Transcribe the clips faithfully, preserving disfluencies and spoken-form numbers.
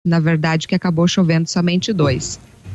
na verdade, que acabou chovendo somente dois.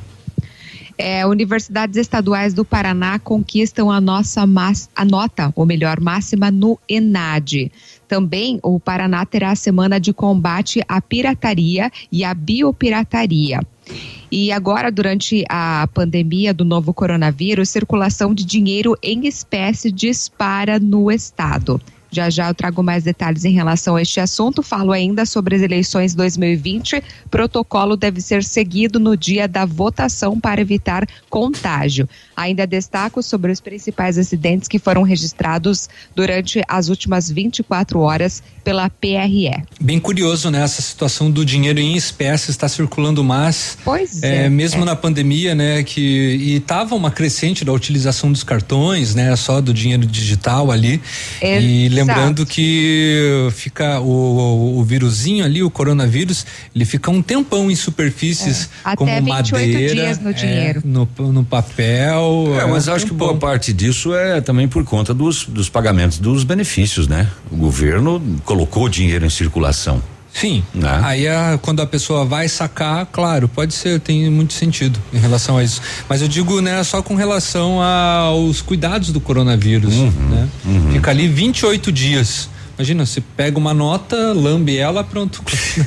É, universidades estaduais do Paraná conquistam a nossa mas, a nota, ou melhor, máxima no ENAD. Também o Paraná terá a semana de combate à pirataria e à biopirataria. E agora, durante a pandemia do novo coronavírus, circulação de dinheiro em espécie dispara no estado. Já já eu trago mais detalhes em relação a este assunto. Falo ainda sobre as eleições dois mil e vinte. Protocolo deve ser seguido no dia da votação para evitar contágio. Ainda destaco sobre os principais acidentes que foram registrados durante as últimas vinte e quatro horas pela P R E. Bem curioso, né? Essa situação do dinheiro em espécie está circulando mais. Pois é. é mesmo é. na pandemia, né? Que, e estava uma crescente da utilização dos cartões, né? Só do dinheiro digital ali. É. E lembrando que fica o, o, o vírusinho ali, o coronavírus, ele fica um tempão em superfícies é. como Até vinte e oito madeira, dias no é, dinheiro. No, no papel. É, mas é, acho um que tempão. boa parte disso é também por conta dos, dos pagamentos dos benefícios, né? O governo colocou dinheiro em circulação. Sim, né? Aí a, quando a pessoa vai sacar, claro, pode ser, tem muito sentido em relação a isso. Mas eu digo, né, só com relação aos cuidados do coronavírus, uhum, né? Uhum. Fica ali vinte e oito dias. Imagina, você pega uma nota, lambe ela, pronto.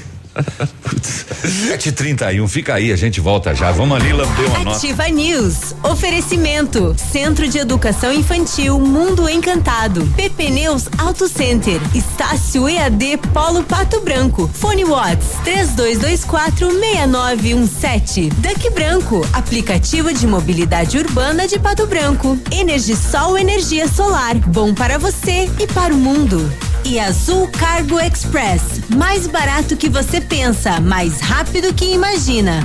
sete e trinta e um, fica aí, a gente volta já. Vamos ali lamber uma nota. Ativa News. Oferecimento. Centro de Educação Infantil Mundo Encantado. P P Neus Auto Center. Estácio E A D Polo Pato Branco. Fone Watts três dois dois quatro seis nove um sete. Duck Branco. Aplicativo de mobilidade urbana de Pato Branco. Energisol energia solar. Bom para você e para o mundo. E Azul Cargo Express. Mais barato que você pensa, mais rápido que imagina.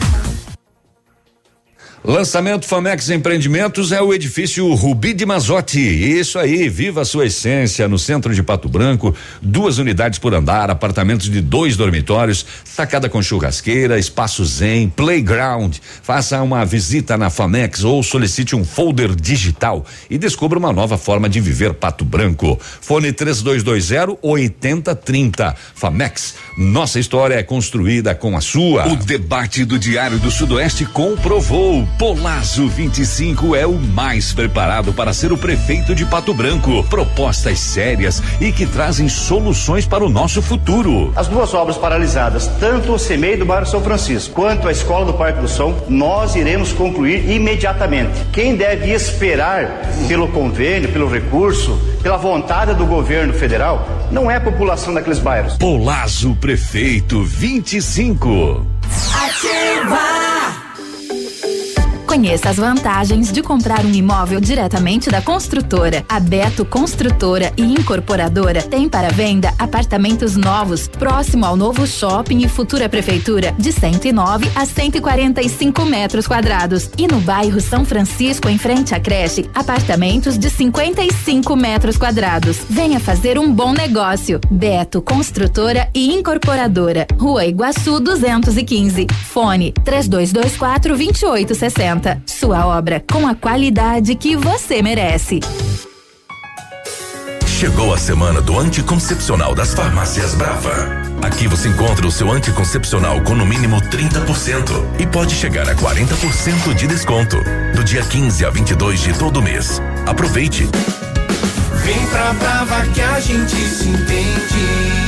Lançamento Famex Empreendimentos é o edifício Rubi de Mazotti. Isso aí, viva a sua essência no centro de Pato Branco. Duas unidades por andar, apartamentos de dois dormitórios, sacada com churrasqueira, espaço zen, playground. Faça uma visita na Famex ou solicite um folder digital e descubra uma nova forma de viver Pato Branco. Fone três dois dois zero oito zero três zero. Famex, nossa história é construída com a sua. O debate do Diário do Sudoeste comprovou. Polazzo vinte e cinco é o mais preparado para ser o prefeito de Pato Branco. Propostas sérias e que trazem soluções para o nosso futuro. As duas obras paralisadas, tanto o CEMEI do bairro São Francisco quanto a Escola do Parque do Som, nós iremos concluir imediatamente. Quem deve esperar pelo convênio, pelo recurso, pela vontade do governo federal, não é a população daqueles bairros. Polazzo Prefeito vinte e cinco. Ativa! Conheça as vantagens de comprar um imóvel diretamente da construtora. A Beto Construtora e Incorporadora tem para venda apartamentos novos, próximo ao novo shopping e futura prefeitura, de cento e nove a cento e quarenta e cinco metros quadrados. E no bairro São Francisco, em frente à creche, apartamentos de cinquenta e cinco metros quadrados. Venha fazer um bom negócio. Beto Construtora e Incorporadora. Rua Iguaçu duzentos e quinze. Fone três dois dois quatro dois oito seis zero. Sua obra com a qualidade que você merece. Chegou a semana do anticoncepcional das farmácias Brava. Aqui você encontra o seu anticoncepcional com no mínimo trinta por cento e pode chegar a quarenta por cento de desconto do dia quinze a vinte e dois de todo mês. Aproveite. Vem pra Brava que a gente se entende.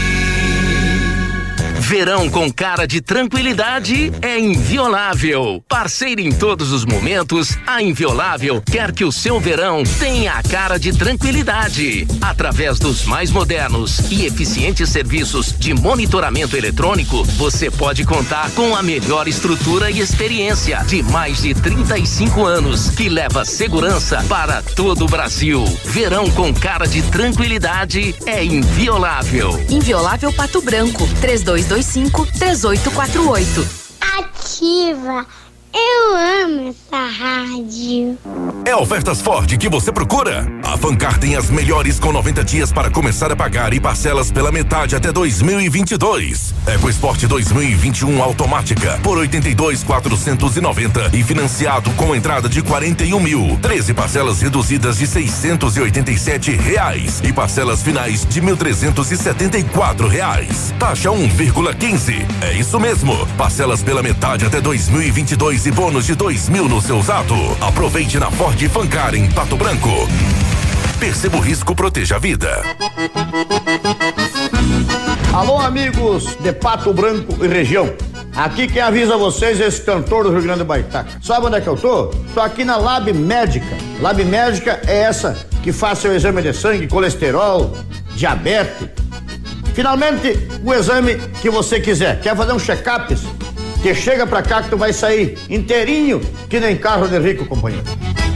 Verão com cara de tranquilidade é Inviolável. Parceira em todos os momentos, a Inviolável quer que o seu verão tenha a cara de tranquilidade. Através dos mais modernos e eficientes serviços de monitoramento eletrônico, você pode contar com a melhor estrutura e experiência de mais de trinta e cinco anos, que leva segurança para todo o Brasil. Verão com cara de tranquilidade é Inviolável. Inviolável Pato Branco, três dois dois cinco, três oito quatro oito. Ativa Eu amo essa rádio. É ofertas Ford que você procura? A Fancar tem as melhores com noventa dias para começar a pagar e parcelas pela metade até dois mil e vinte e dois. EcoSport dois mil e vinte e um automática por oitenta e dois mil quatrocentos e noventa e financiado com entrada de quarenta e um mil. treze parcelas reduzidas de seiscentos e oitenta e sete reais e parcelas finais de mil trezentos e setenta e quatro reais. Taxa um vírgula quinze. É isso mesmo. Parcelas pela metade até dois mil e vinte e dois e bônus de dois mil no seu usado. Aproveite na Ford Fancar em Pato Branco. Perceba o risco, proteja a vida. Alô, amigos de Pato Branco e região. Aqui quem avisa vocês é esse cantor do Rio Grande do Baitaca. Sabe onde é que eu tô? Tô aqui na Lab Médica. Lab Médica é essa que faz seu exame de sangue, colesterol, diabetes. Finalmente, o exame que você quiser. Quer fazer um check-up? Que chega pra cá que tu vai sair inteirinho, que nem carro de rico, companheiro.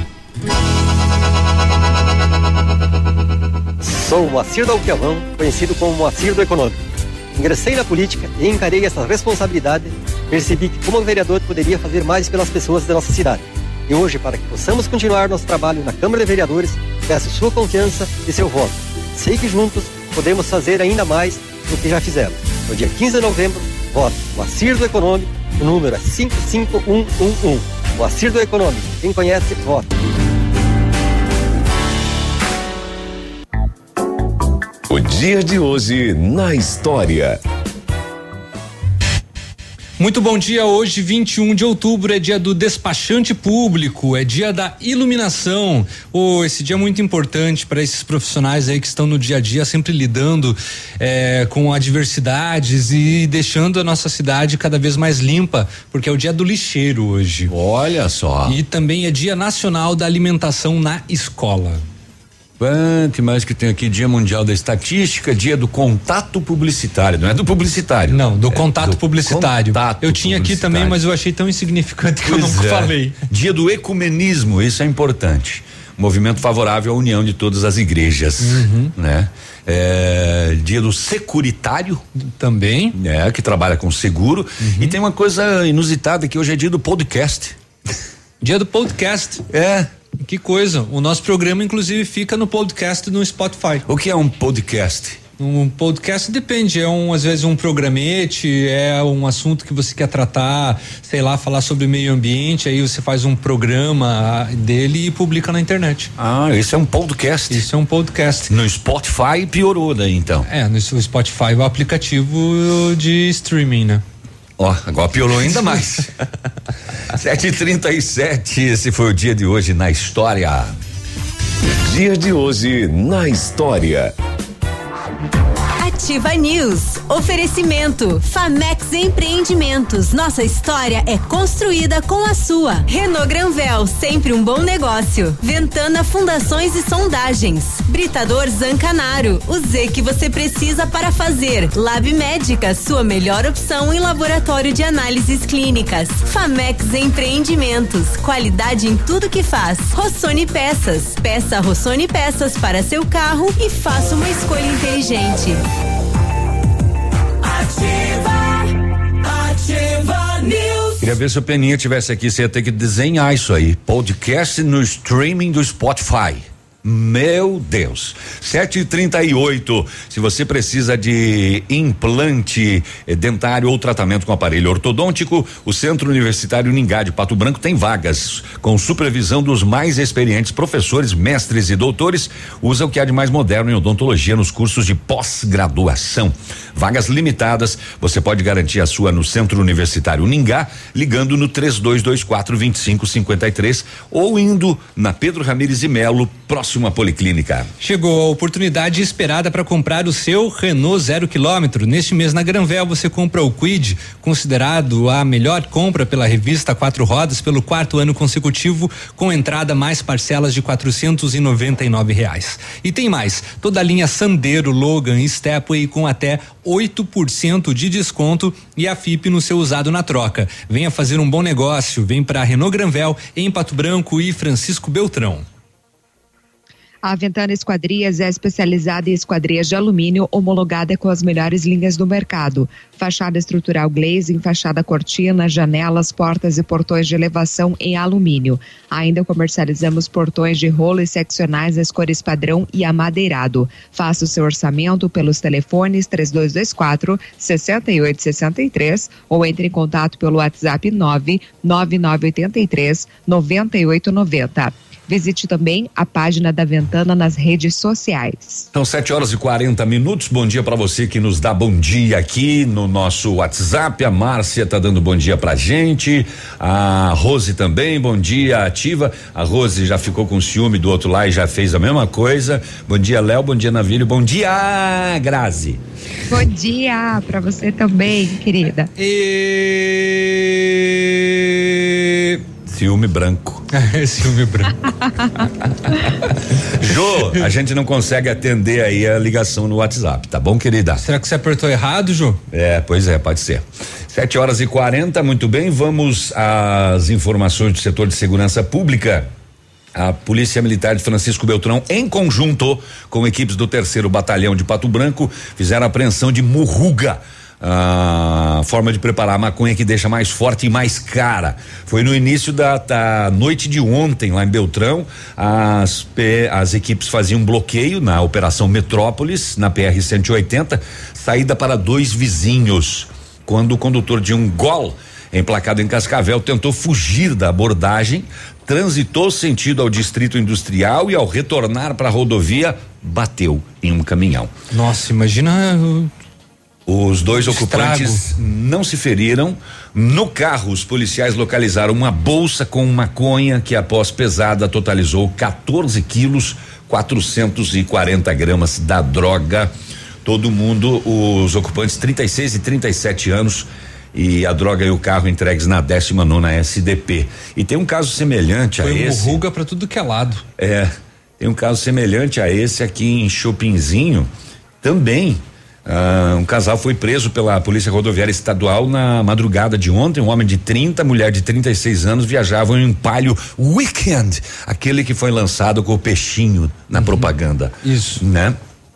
Sou Moacir do Alquiavão, conhecido como Moacir do Econômico. Ingressei na política e encarei essa responsabilidade. Percebi que como vereador poderia fazer mais pelas pessoas da nossa cidade. E hoje, para que possamos continuar nosso trabalho na Câmara de Vereadores, peço sua confiança e seu voto. Sei que juntos podemos fazer ainda mais do que já fizemos. No dia quinze de novembro, voto Moacir do Econômico, o número é cinco cinco um um um. Moacir do Econômico, quem conhece, vota. O dia de hoje na história. Muito bom dia, hoje vinte e um de outubro é dia do despachante público, é dia da iluminação. Oh, esse dia é muito importante para esses profissionais aí que estão no dia a dia sempre lidando eh, com adversidades e deixando a nossa cidade cada vez mais limpa, porque é o dia do lixeiro hoje. Olha só. E também é dia nacional da alimentação na escola. Quanto mais que tem aqui, Dia Mundial da Estatística, Dia do Contato Publicitário, não é do publicitário. Não, do é contato do publicitário. Contato eu tinha aqui também, mas eu achei tão insignificante que pois eu não é. falei. Dia do Ecumenismo, isso é importante. Movimento favorável à união de todas as igrejas, uhum. né? É, dia do securitário também, né? Que trabalha com seguro. Uhum. E tem uma coisa inusitada que hoje é dia do podcast. Dia do podcast. É. Que coisa, o nosso programa inclusive fica no podcast no Spotify. O que é um podcast? Um podcast depende, é um, às vezes um programete, é um assunto que você quer tratar, sei lá, falar sobre meio ambiente, aí você faz um programa dele e publica na internet. Ah, isso é um podcast? Isso é um podcast. No Spotify piorou daí então? É, no Spotify é o aplicativo de streaming, né? Ó, oh, agora piorou ainda mais. sete e trinta e sete, esse foi o dia de hoje na história. Dia de hoje na história. Ativa News. Oferecimento Famex Empreendimentos. Nossa história é construída com a sua. Renault Granvel, sempre um bom negócio. Ventana Fundações e Sondagens. Britador Zancanaro. O Z que você precisa para fazer. Lab Médica, sua melhor opção em laboratório de análises clínicas. Famex Empreendimentos. Qualidade em tudo que faz. Rossoni Peças. Peça Rossoni Peças para seu carro e faça uma escolha inteligente. Ativa, Ativa News. Queria ver se o Peninha tivesse aqui, você ia ter que desenhar isso aí. Podcast no streaming do Spotify. Meu Deus. sete e trinta e oito. Se você precisa de implante dentário ou tratamento com aparelho ortodôntico, o Centro Universitário Uningá de Pato Branco tem vagas com supervisão dos mais experientes professores, mestres e doutores. Usa o que há de mais moderno em odontologia nos cursos de pós-graduação. Vagas limitadas. Você pode garantir a sua no Centro Universitário Uningá ligando no três dois dois quatro, vinte e cinco cinquenta e três ou indo na Pedro Ramires e Melo, próximo à Policlínica. Chegou a oportunidade esperada para comprar o seu Renault zero quilômetro. Neste mês na Granvel você compra o Kwid, considerado a melhor compra pela revista Quatro Rodas pelo quarto ano consecutivo, com entrada mais parcelas de quatrocentos e noventa e nove reais. E tem mais, toda a linha Sandero, Logan e Stepway com até oito por cento de desconto e a F I P no seu usado na troca. Venha fazer um bom negócio, vem para Renault Granvel em Pato Branco e Francisco Beltrão. A Ventana Esquadrias é especializada em esquadrias de alumínio, homologada com as melhores linhas do mercado. Fachada estrutural glazing, fachada cortina, janelas, portas e portões de elevação em alumínio. Ainda comercializamos portões de rolo e seccionais nas cores padrão e amadeirado. Faça o seu orçamento pelos telefones três dois dois quatro, seis oito seis três ou entre em contato pelo WhatsApp nove nove nove oito três, nove oito nove zero. Visite também a página da Ventana nas redes sociais. São sete horas e quarenta minutos. Bom dia para você que nos dá bom dia aqui no nosso WhatsApp. A Márcia tá dando bom dia pra gente. A Rose também, bom dia, ativa. A Rose já ficou com ciúme do outro lá e já fez a mesma coisa. Bom dia, Léo. Bom dia, Navílio. Bom dia, Grazi. Bom dia para você também, querida. E ciúme branco. Ciúme branco. Jô, a gente não consegue atender aí a ligação no WhatsApp, tá bom, querida? Será que você apertou errado, Jô? É, pois é, pode ser. Sete horas e quarenta, muito bem, vamos às informações do setor de segurança pública. A Polícia Militar de Francisco Beltrão, em conjunto com equipes do terceiro Batalhão de Pato Branco, fizeram a apreensão de murruga. A forma de preparar a maconha que deixa mais forte e mais cara. Foi no início da, da noite de ontem lá em Beltrão. As, as equipes faziam um bloqueio na Operação Metrópolis, na P R cento e oitenta, saída para dois vizinhos. Quando o condutor de um Gol, emplacado em Cascavel, tentou fugir da abordagem, transitou sentido ao Distrito Industrial e ao retornar para a rodovia, bateu em um caminhão. Nossa, imagina. Os dois Estrago. ocupantes não se feriram. No carro, os policiais localizaram uma bolsa com maconha que, após pesada, totalizou quatorze quilos, quatrocentos e quarenta gramas da droga. Todo mundo, os ocupantes, trinta e seis e trinta e sete anos, e a droga e o carro entregues na décima nona S D P. E tem um caso semelhante Foi a esse. Foi murruga pra tudo que é lado. É, tem um caso semelhante a esse aqui em Chopinzinho, também. Ah, um casal foi preso pela Polícia Rodoviária Estadual na madrugada de ontem. Um homem de trinta, mulher de trinta e seis anos viajavam em um Palio Weekend, aquele que foi lançado com o peixinho na uhum. propaganda. Isso. Né?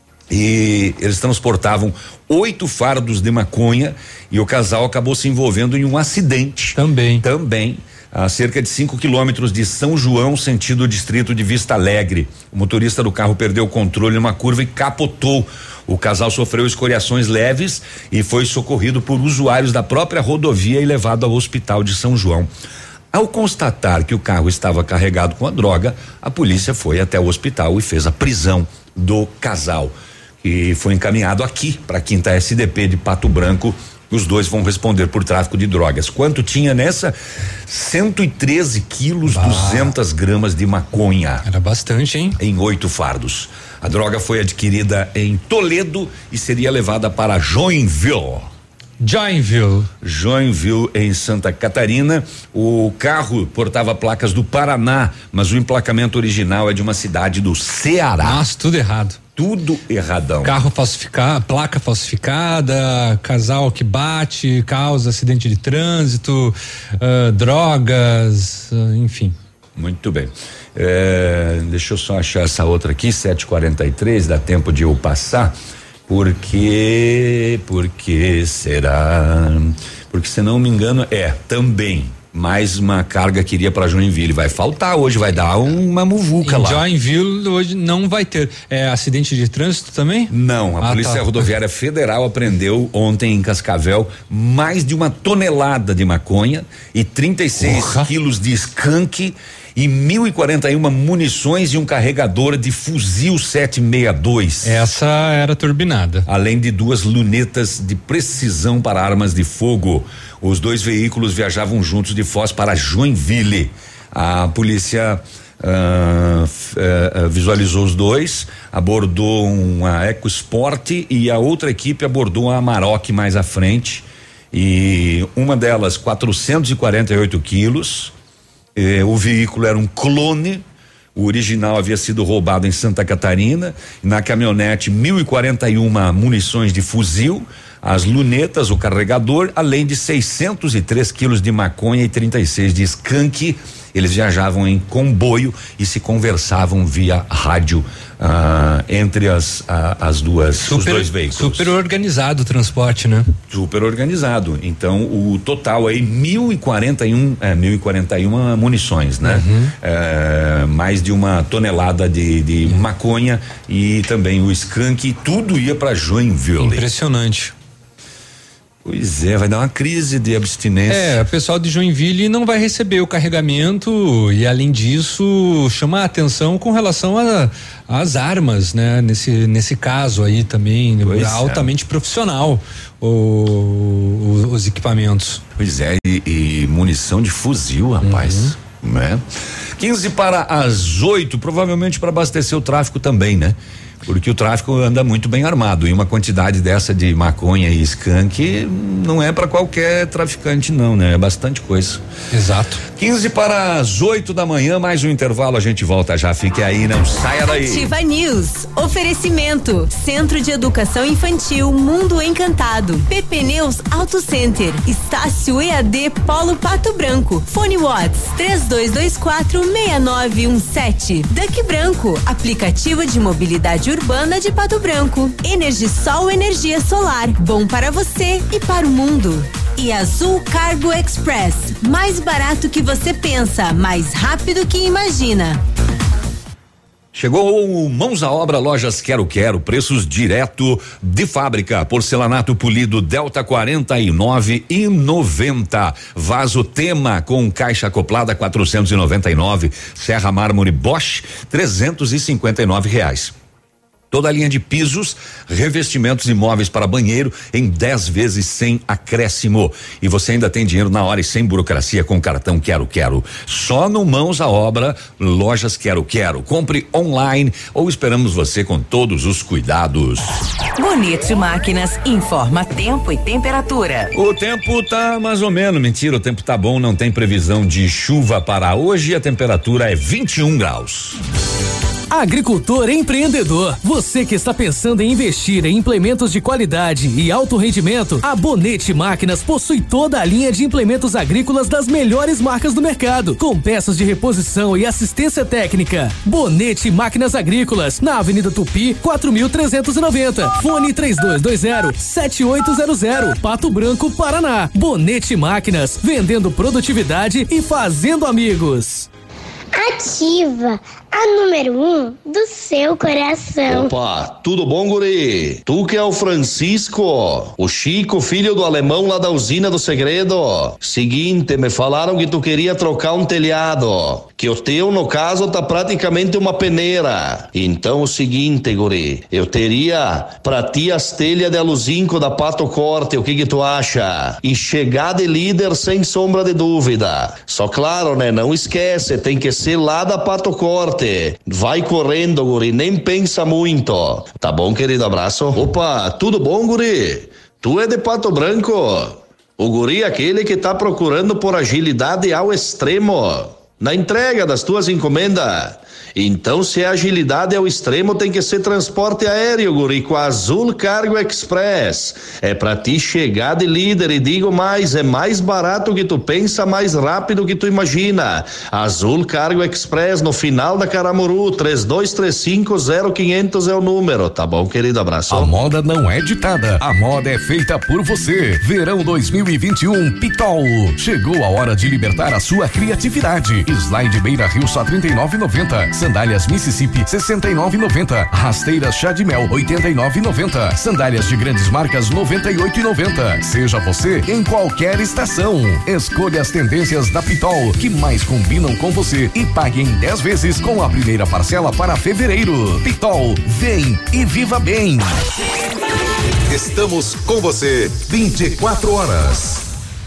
E eles transportavam oito fardos de maconha e o casal acabou se envolvendo em um acidente. Também. Também. A cerca de cinco quilômetros de São João, sentido distrito de Vista Alegre. O motorista do carro perdeu o controle numa curva e capotou. O casal sofreu escoriações leves e foi socorrido por usuários da própria rodovia e levado ao hospital de São João. Ao constatar que o carro estava carregado com a droga, a polícia foi até o hospital e fez a prisão do casal, e foi encaminhado aqui para a quinta S D P de Pato Branco. Os dois vão responder por tráfico de drogas. Quanto tinha nessa? cento e treze quilos, bah. duzentas gramas de maconha. Era bastante, hein? Em oito fardos. A droga foi adquirida em Toledo e seria levada para Joinville. Joinville. Joinville, em Santa Catarina. O carro portava placas do Paraná, mas o emplacamento original é de uma cidade do Ceará. Nossa, tudo errado. Tudo erradão. Carro falsificado, placa falsificada, casal que bate, causa acidente de trânsito, uh, drogas, uh, enfim. Muito bem. É, deixa eu só achar essa outra aqui, sete e quarenta e três, dá tempo de eu passar. Porque, porque será? Porque, se não me engano, é também mais uma carga que iria para Joinville. Vai faltar hoje, vai dar uma muvuca em lá. Joinville hoje não vai ter. É acidente de trânsito também? Não, a ah, Polícia tá. Rodoviária Federal apreendeu ontem em Cascavel mais de uma tonelada de maconha e trinta e seis Porra. quilos de skunk e mil e quarenta e uma munições e um carregador de fuzil sete sessenta e dois. Essa era turbinada. Além de duas lunetas de precisão para armas de fogo. Os dois veículos viajavam juntos de Foz para Joinville. A polícia uh, uh, visualizou os dois, abordou uma EcoSport e a outra equipe abordou a Amarok mais à frente. E uma delas, quatrocentos e quarenta e oito quilos. Eh, o veículo era um clone, o original havia sido roubado em Santa Catarina. Na caminhonete, mil e quarenta e uma munições de fuzil, as lunetas, o carregador, além de seiscentos e três quilos de maconha e trinta e seis de skunk. Eles viajavam em comboio e se conversavam via rádio ah, entre as, ah, as duas, super, os dois veículos. Super organizado o transporte, né? Super organizado. Então, o total aí, mil e quarenta e um, é, mil e quarenta e uma munições, né? Uhum. É, mais de uma tonelada de, de uhum. maconha e também o skunk, tudo ia para Joinville. Impressionante. Pois é, vai dar uma crise de abstinência. É, o pessoal de Joinville não vai receber o carregamento e, além disso, chama a atenção com relação às armas, né? Nesse, nesse caso aí também, pois altamente é. profissional o, o, os equipamentos. Pois é, e, e munição de fuzil, rapaz, uhum. né? quinze para as oito, provavelmente para abastecer o tráfico também, né? Porque o tráfico anda muito bem armado e uma quantidade dessa de maconha e skunk não é para qualquer traficante não, né? É bastante coisa. Exato. quinze para as oito da manhã, mais um intervalo, a gente volta já, fique aí, não saia daí. Ativa News, oferecimento, Centro de Educação Infantil Mundo Encantado, Pepneus Auto Center, Estácio E A D Polo Pato Branco, Fone Watts três dois dois quatro seis nove um sete, Duck Branco, aplicativo de mobilidade urbana de Pato Branco. Energisol energia solar, bom para você e para o mundo. E Azul Cargo Express, mais barato que você pensa, mais rápido que imagina. Chegou o Mãos à Obra Lojas Quero Quero, preços direto de fábrica, porcelanato polido Delta quarenta e nove e noventa, vaso Tema com caixa acoplada quatrocentos e noventa e nove, serra mármore Bosch trezentos e cinquenta e nove reais. Toda a linha de pisos, revestimentos e móveis para banheiro em dez vezes sem acréscimo. E você ainda tem dinheiro na hora e sem burocracia com cartão Quero Quero. Só no Mãos à Obra, Lojas Quero Quero. Compre online ou esperamos você com todos os cuidados. Bonito Máquinas informa tempo e temperatura. O tempo tá mais ou menos, mentira, o tempo tá bom, não tem previsão de chuva para hoje, a temperatura é vinte e um graus. Agricultor empreendedor, você que está pensando em investir em implementos de qualidade e alto rendimento, a Bonete Máquinas possui toda a linha de implementos agrícolas das melhores marcas do mercado, com peças de reposição e assistência técnica. Bonete Máquinas Agrícolas, na Avenida Tupi, quatro mil trezentos e noventa, fone três dois dois zero sete oito zero zero, Pato Branco, Paraná. Bonete Máquinas, vendendo produtividade e fazendo amigos. Ativa a número um do seu coração. Opa, tudo bom, guri? Tu que é o Francisco, o Chico, filho do alemão lá da usina do segredo. Seguinte, me falaram que tu queria trocar um telhado, que o teu, no caso, tá praticamente uma peneira. Então, o seguinte, guri, eu teria pra ti as telhas de aluzinco da Pato Corte, o que que tu acha? E chegar de líder sem sombra de dúvida. Só claro, né, não esquece, tem que ser lá da Pato Corte. Vai correndo, guri, nem pensa muito. Tá bom, querido? Abraço. Opa, tudo bom, guri? Tu é de Pato Branco? O guri é aquele que tá procurando por agilidade ao extremo na entrega das tuas encomendas. Então, se a agilidade é o extremo, tem que ser transporte aéreo, guri, com a Azul Cargo Express. É pra ti chegar de líder e digo mais, é mais barato que tu pensa, mais rápido que tu imagina. Azul Cargo Express no final da Caramuru, três dois três cinco zero quinhentos é o número, tá bom, querido? Abraço. A moda não é ditada, a moda é feita por você. Verão dois mil e vinte e um, Pitol. Chegou a hora de libertar a sua criatividade. Slide Beira Rio só trinta e nove reais e noventa centavos. Sandálias Mississippi sessenta e nove reais e noventa centavos. Rasteiras Chá de Mel oitenta e nove reais e noventa centavos. Sandálias de grandes marcas noventa e oito reais e noventa centavos. Seja você em qualquer estação. Escolha as tendências da Pitol que mais combinam com você e pague em dez vezes com a primeira parcela para fevereiro. Pitol, vem e viva bem. Estamos com você vinte e quatro horas.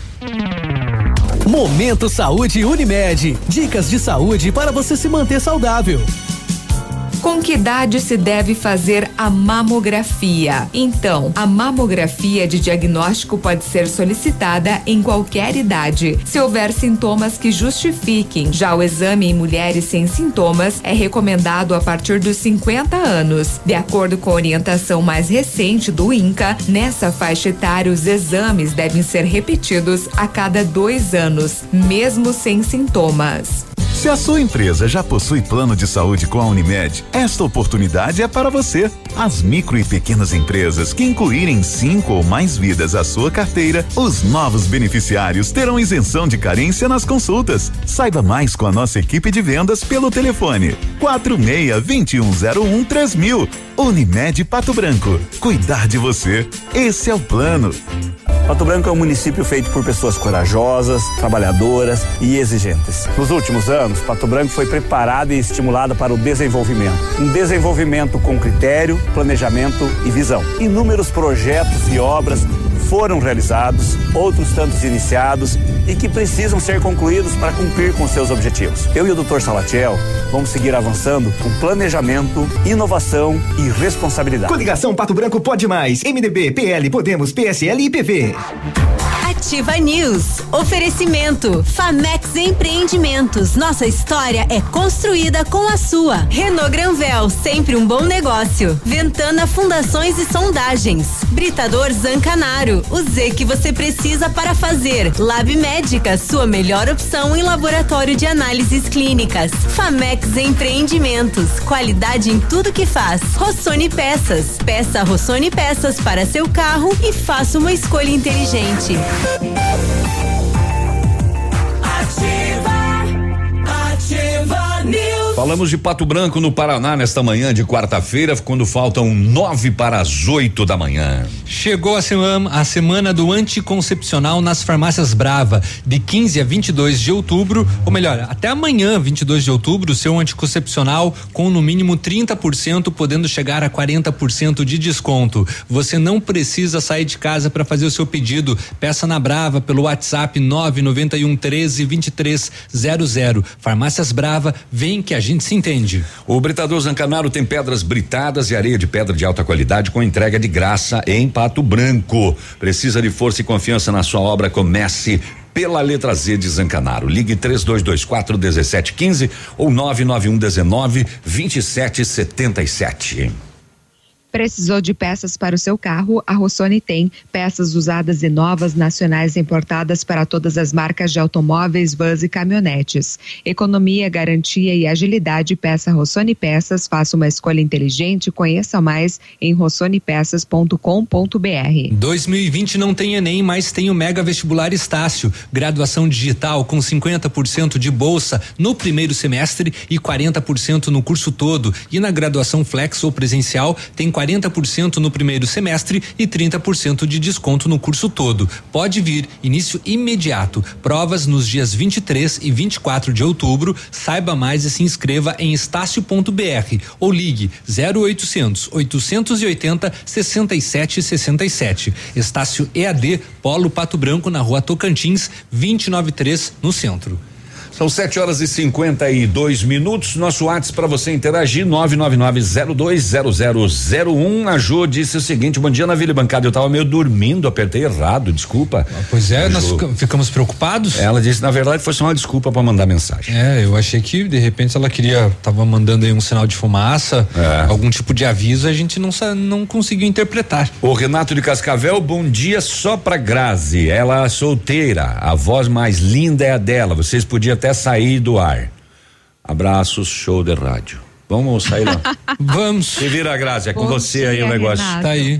Momento Saúde Unimed. Dicas de saúde para você se manter saudável. Com que idade se deve fazer a mamografia? Então, a mamografia de diagnóstico pode ser solicitada em qualquer idade, se houver sintomas que justifiquem. Já o exame em mulheres sem sintomas é recomendado a partir dos cinquenta anos. De acordo com a orientação mais recente do INCA, nessa faixa etária os exames devem ser repetidos a cada dois anos, mesmo sem sintomas. Se a sua empresa já possui plano de saúde com a Unimed, esta oportunidade é para você. As micro e pequenas empresas que incluírem cinco ou mais vidas à sua carteira, os novos beneficiários terão isenção de carência nas consultas. Saiba mais com a nossa equipe de vendas pelo telefone quatro seis, dois um zero um, três mil. Unimed Pato Branco. Cuidar de você. Esse é o plano. Pato Branco é um município feito por pessoas corajosas, trabalhadoras e exigentes. Nos últimos anos, Pato Branco foi preparado e estimulado para o desenvolvimento. Um desenvolvimento com critério, planejamento e visão. Inúmeros projetos e obras foram realizados, outros tantos iniciados e que precisam ser concluídos para cumprir com seus objetivos. Eu e o doutor Salatiel vamos seguir avançando com planejamento, inovação e responsabilidade. Coligação Pato Branco Pode Mais, M D B, P L, Podemos, P S L e P V. Ativa News. Oferecimento Famex Empreendimentos. Nossa história é construída com a sua. Renault Granvel, sempre um bom negócio. Ventana Fundações e Sondagens. Britador Zancanaro. O Z que você precisa para fazer. Lab Médica, sua melhor opção em laboratório de análises clínicas. Famex Empreendimentos. Qualidade em tudo que faz. Rossoni Peças. Peça Rossoni Peças para seu carro e faça uma escolha inteligente. Ativa, Ativa News. Falamos de Pato Branco no Paraná nesta manhã de quarta-feira, quando faltam nove para as oito da manhã. Chegou a semana, a semana do anticoncepcional nas farmácias Brava, de quinze a vinte e dois de outubro, ou melhor, até amanhã, vinte e dois de outubro, seu anticoncepcional com no mínimo trinta por cento, podendo chegar a quarenta por cento de desconto. Você não precisa sair de casa para fazer o seu pedido. Peça na Brava pelo WhatsApp nove nove um, treze, vinte e três zero zero. Farmácias Brava, vem que a gente se entende. O Britador Zancanaro tem pedras britadas e areia de pedra de alta qualidade com entrega de graça em Pato Branco. Precisa de força e confiança na sua obra? Comece pela letra Z de Zancanaro. Ligue três dois dois quatro, um sete um cinco ou nove nove um nove, dois sete sete sete. Precisou de peças para o seu carro? A Rossoni tem peças usadas e novas, nacionais importadas para todas as marcas de automóveis, vans e caminhonetes. Economia, garantia e agilidade. Peça Rossoni Peças. Faça uma escolha inteligente. Conheça mais em rossoni peças ponto com ponto b r. dois mil e vinte não tem Enem, mas tem o Mega Vestibular Estácio. Graduação digital com cinquenta por cento de bolsa no primeiro semestre e quarenta por cento no curso todo. E na graduação flex ou presencial tem quarenta por cento no primeiro semestre e trinta por cento de desconto no curso todo. Pode vir, início imediato. Provas nos dias vinte e três e vinte e quatro de outubro. Saiba mais e se inscreva em estácio ponto b r ou ligue zero oitocentos, oitocentos e oitenta, sessenta e sete sessenta e sete. Estácio E A D, Polo Pato Branco, na rua Tocantins, vinte e nove três, no centro. São sete horas e cinquenta e dois minutos. Nosso WhatsApp para você interagir, nove nove nove zero dois zero zero zero um. A Jô disse o seguinte: bom dia, Navília Bancada. Eu tava meio dormindo, apertei errado, desculpa. Ah, pois é, nós ficamos preocupados. Ela disse, na verdade, foi só uma desculpa para mandar mensagem. É, eu achei que de repente ela queria, tava mandando aí um sinal de fumaça, é. algum tipo de aviso, a gente não, não conseguiu interpretar. O Renato de Cascavel, bom dia só pra Grazi. Ela é solteira, a voz mais linda é a dela. Vocês podiam até sair do ar. Abraços, show de rádio. Vamos sair lá. Vamos. Se vira, Grazi, é com Bom você dia, aí o negócio. Renato. Tá aí.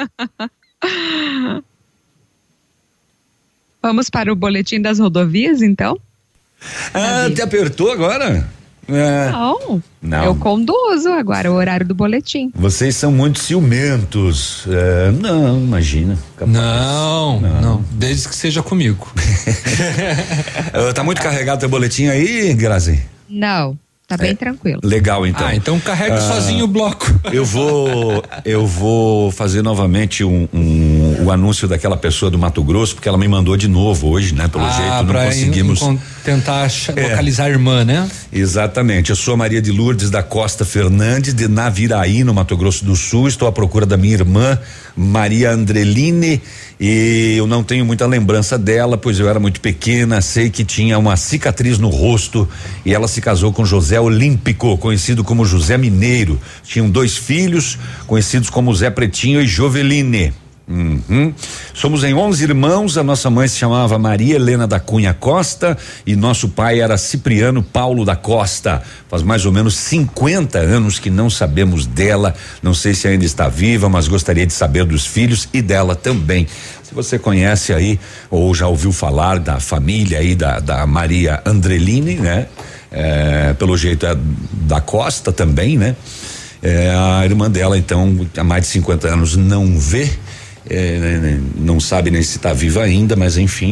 Vamos para o boletim das rodovias, então? Ah, te apertou agora? É. Não, não. Eu conduzo agora o horário do boletim. Vocês são muito ciumentos. É, não, imagina. Não, não, não, desde que seja comigo. Tá muito carregado teu boletim aí, Grazi? Não, tá bem é, tranquilo. Legal, então. Ah, então carrega ah, sozinho o bloco. Eu vou, eu vou fazer novamente um, um o, o anúncio daquela pessoa do Mato Grosso, porque ela me mandou de novo hoje, né? Pelo ah, jeito não conseguimos. In, in, tentar é, localizar a irmã, né? Exatamente. Eu sou Maria de Lourdes da Costa Fernandes, de Naviraí, no Mato Grosso do Sul. Estou à procura da minha irmã, Maria Andreline, e eu não tenho muita lembrança dela, pois eu era muito pequena. Sei que tinha uma cicatriz no rosto e ela se casou com José Olímpico, conhecido como José Mineiro. Tinham dois filhos, conhecidos como Zé Pretinho e Joveline. Uhum. Somos em onze irmãos. A nossa mãe se chamava Maria Helena da Cunha Costa e nosso pai era Cipriano Paulo da Costa. Faz mais ou menos cinquenta anos que não sabemos dela. Não sei se ainda está viva, mas gostaria de saber dos filhos e dela também. Se você conhece aí ou já ouviu falar da família aí da, da Maria Andreline, né? É, pelo jeito é da Costa também, né? É, a irmã dela, então, há mais de cinquenta anos não vê. É, não sabe nem se está viva ainda, mas enfim.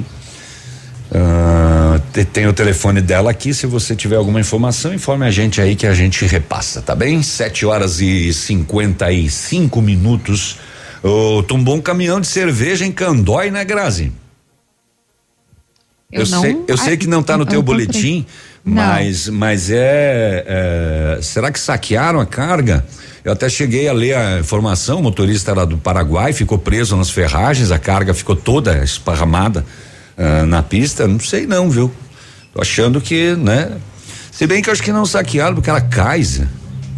Uh, tem o telefone dela aqui. Se você tiver alguma informação, informe a gente aí que a gente repassa, tá bem? Sete horas e cinquenta e cinco minutos. Oh, tombou um caminhão de cerveja em Candói, né, Grazi? Eu, eu não, sei, eu sei que não está no teu boletim, mas, mas é, é. Será que saquearam a carga? Eu até cheguei a ler a informação, o motorista era do Paraguai, ficou preso nas ferragens, a carga ficou toda esparramada uh, na pista, não sei não, viu? Tô achando que, né? Se bem que eu acho que não saquearam, porque era Kaiser,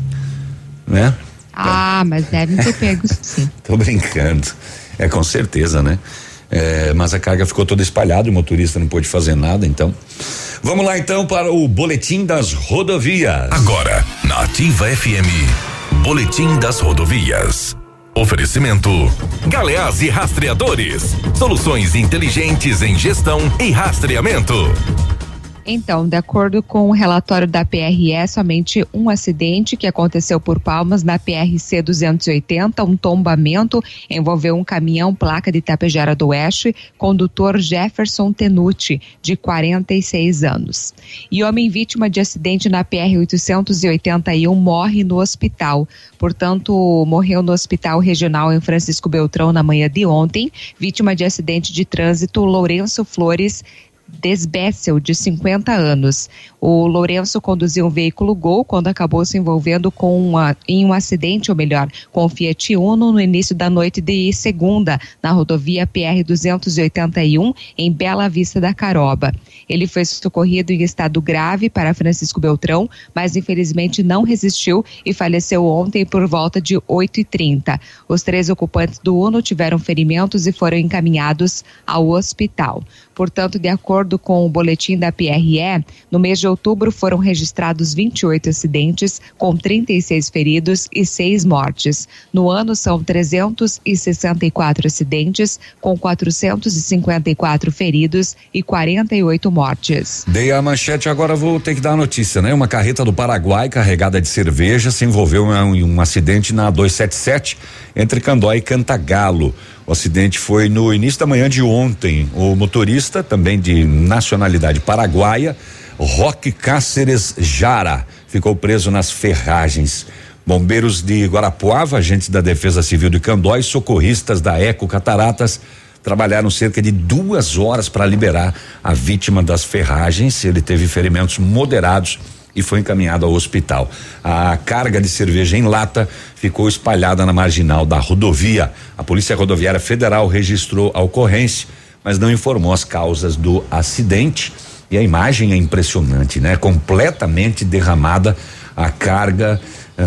né? Ah, mas devem ter pego sim. Tô brincando, é com certeza, né? É, mas a carga ficou toda espalhada, o motorista não pôde fazer nada, então. Vamos lá então para o Boletim das Rodovias. Agora, na Ativa F M. Boletim das Rodovias. Oferecimento Galeás e Rastreadores. Soluções inteligentes em gestão e rastreamento. Então, de acordo com o relatório da P R E, somente um acidente que aconteceu por Palmas na P R C duzentos e oitenta, um tombamento, envolveu um caminhão placa de Itapejara do Oeste, condutor Jefferson Tenuti, de quarenta e seis anos. E homem vítima de acidente na P R oitocentos e oitenta e um morre no hospital. Portanto, morreu no Hospital Regional em Francisco Beltrão na manhã de ontem, vítima de acidente de trânsito Lourenço Flores Desbessel, de cinquenta anos. O Lourenço conduziu um veículo Gol quando acabou se envolvendo com uma, em um acidente, ou melhor, com o Fiat Uno no início da noite de segunda, na rodovia P R duzentos e oitenta e um, em Bela Vista da Caroba. Ele foi socorrido em estado grave para Francisco Beltrão, mas infelizmente não resistiu e faleceu ontem por volta de oito e trinta. Os três ocupantes do Uno tiveram ferimentos e foram encaminhados ao hospital. Portanto, de acordo com o boletim da P R E, no mês de outubro foram registrados vinte e oito acidentes, com trinta e seis feridos e seis mortes. No ano são trezentos e sessenta e quatro acidentes, com quatrocentos e cinquenta e quatro feridos e quarenta e oito mortes. Dei a manchete, agora vou ter que dar a notícia, né? Uma carreta do Paraguai carregada de cerveja se envolveu em um, um acidente na duzentos e setenta e sete entre Candói e Cantagalo. O acidente foi no início da manhã de ontem. O motorista, também de nacionalidade paraguaia, Roque Cáceres Jara, ficou preso nas ferragens. Bombeiros de Guarapuava, agentes da Defesa Civil de Candói, socorristas da Eco Cataratas, trabalharam cerca de duas horas para liberar a vítima das ferragens. Ele teve ferimentos moderados e foi encaminhado ao hospital. A carga de cerveja em lata ficou espalhada na marginal da rodovia. A Polícia Rodoviária Federal registrou a ocorrência, mas não informou as causas do acidente. E a imagem é impressionante, né? Completamente derramada a carga,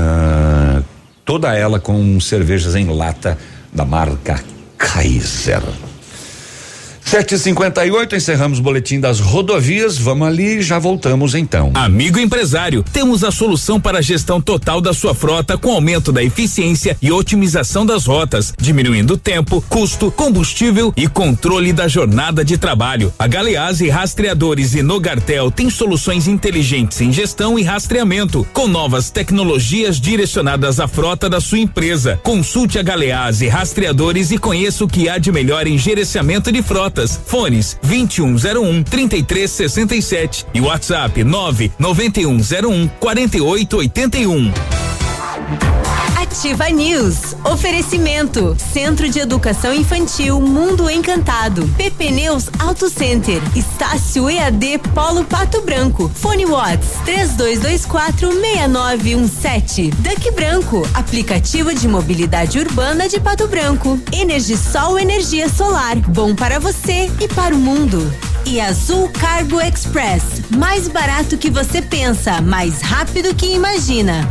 uh, toda ela com cervejas em lata da marca Kaiser. sete e cinquenta e oito, encerramos o boletim das rodovias. Vamos ali e já voltamos então. Amigo empresário, temos a solução para a gestão total da sua frota com aumento da eficiência e otimização das rotas, diminuindo tempo, custo, combustível e controle da jornada de trabalho. A Galeás e Rastreadores e Nogartel tem soluções inteligentes em gestão e rastreamento, com novas tecnologias direcionadas à frota da sua empresa. Consulte a Galeás e Rastreadores e conheça o que há de melhor em gerenciamento de frota. Fones vinte e um zero um, trinta e três sessenta e sete e WhatsApp nove nove um zero um, quarenta e oito oitenta e um. Ativa News. Oferecimento. Centro de Educação Infantil Mundo Encantado. Pepneus Auto Center. Estácio E A D Polo Pato Branco. Fone Watts três dois dois quatro seis nove um sete. Duck Branco. Aplicativo de mobilidade urbana de Pato Branco. Energisol energia solar. Bom para você e para o mundo. E Azul Cargo Express. Mais barato que você pensa, mais rápido que imagina.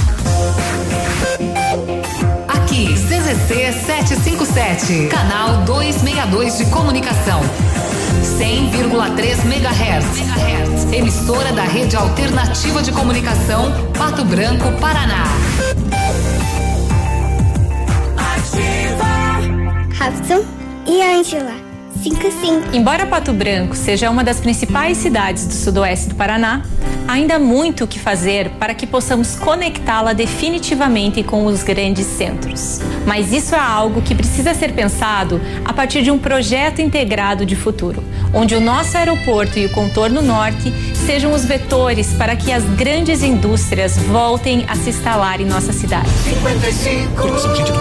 Aqui, C Z C setecentos e cinquenta e sete, canal duzentos e sessenta e dois de comunicação. cem vírgula três megahertz. Emissora da Rede Alternativa de Comunicação, Pato Branco, Paraná. Ativa. Robson e Ângela. cinco cinco. Embora Pato Branco seja uma das principais cidades do sudoeste do Paraná, ainda há muito o que fazer para que possamos conectá-la definitivamente com os grandes centros. Mas isso é algo que precisa ser pensado a partir de um projeto integrado de futuro, onde o nosso aeroporto e o contorno norte sejam os vetores para que as grandes indústrias voltem a se instalar em nossa cidade. cinquenta e cinco.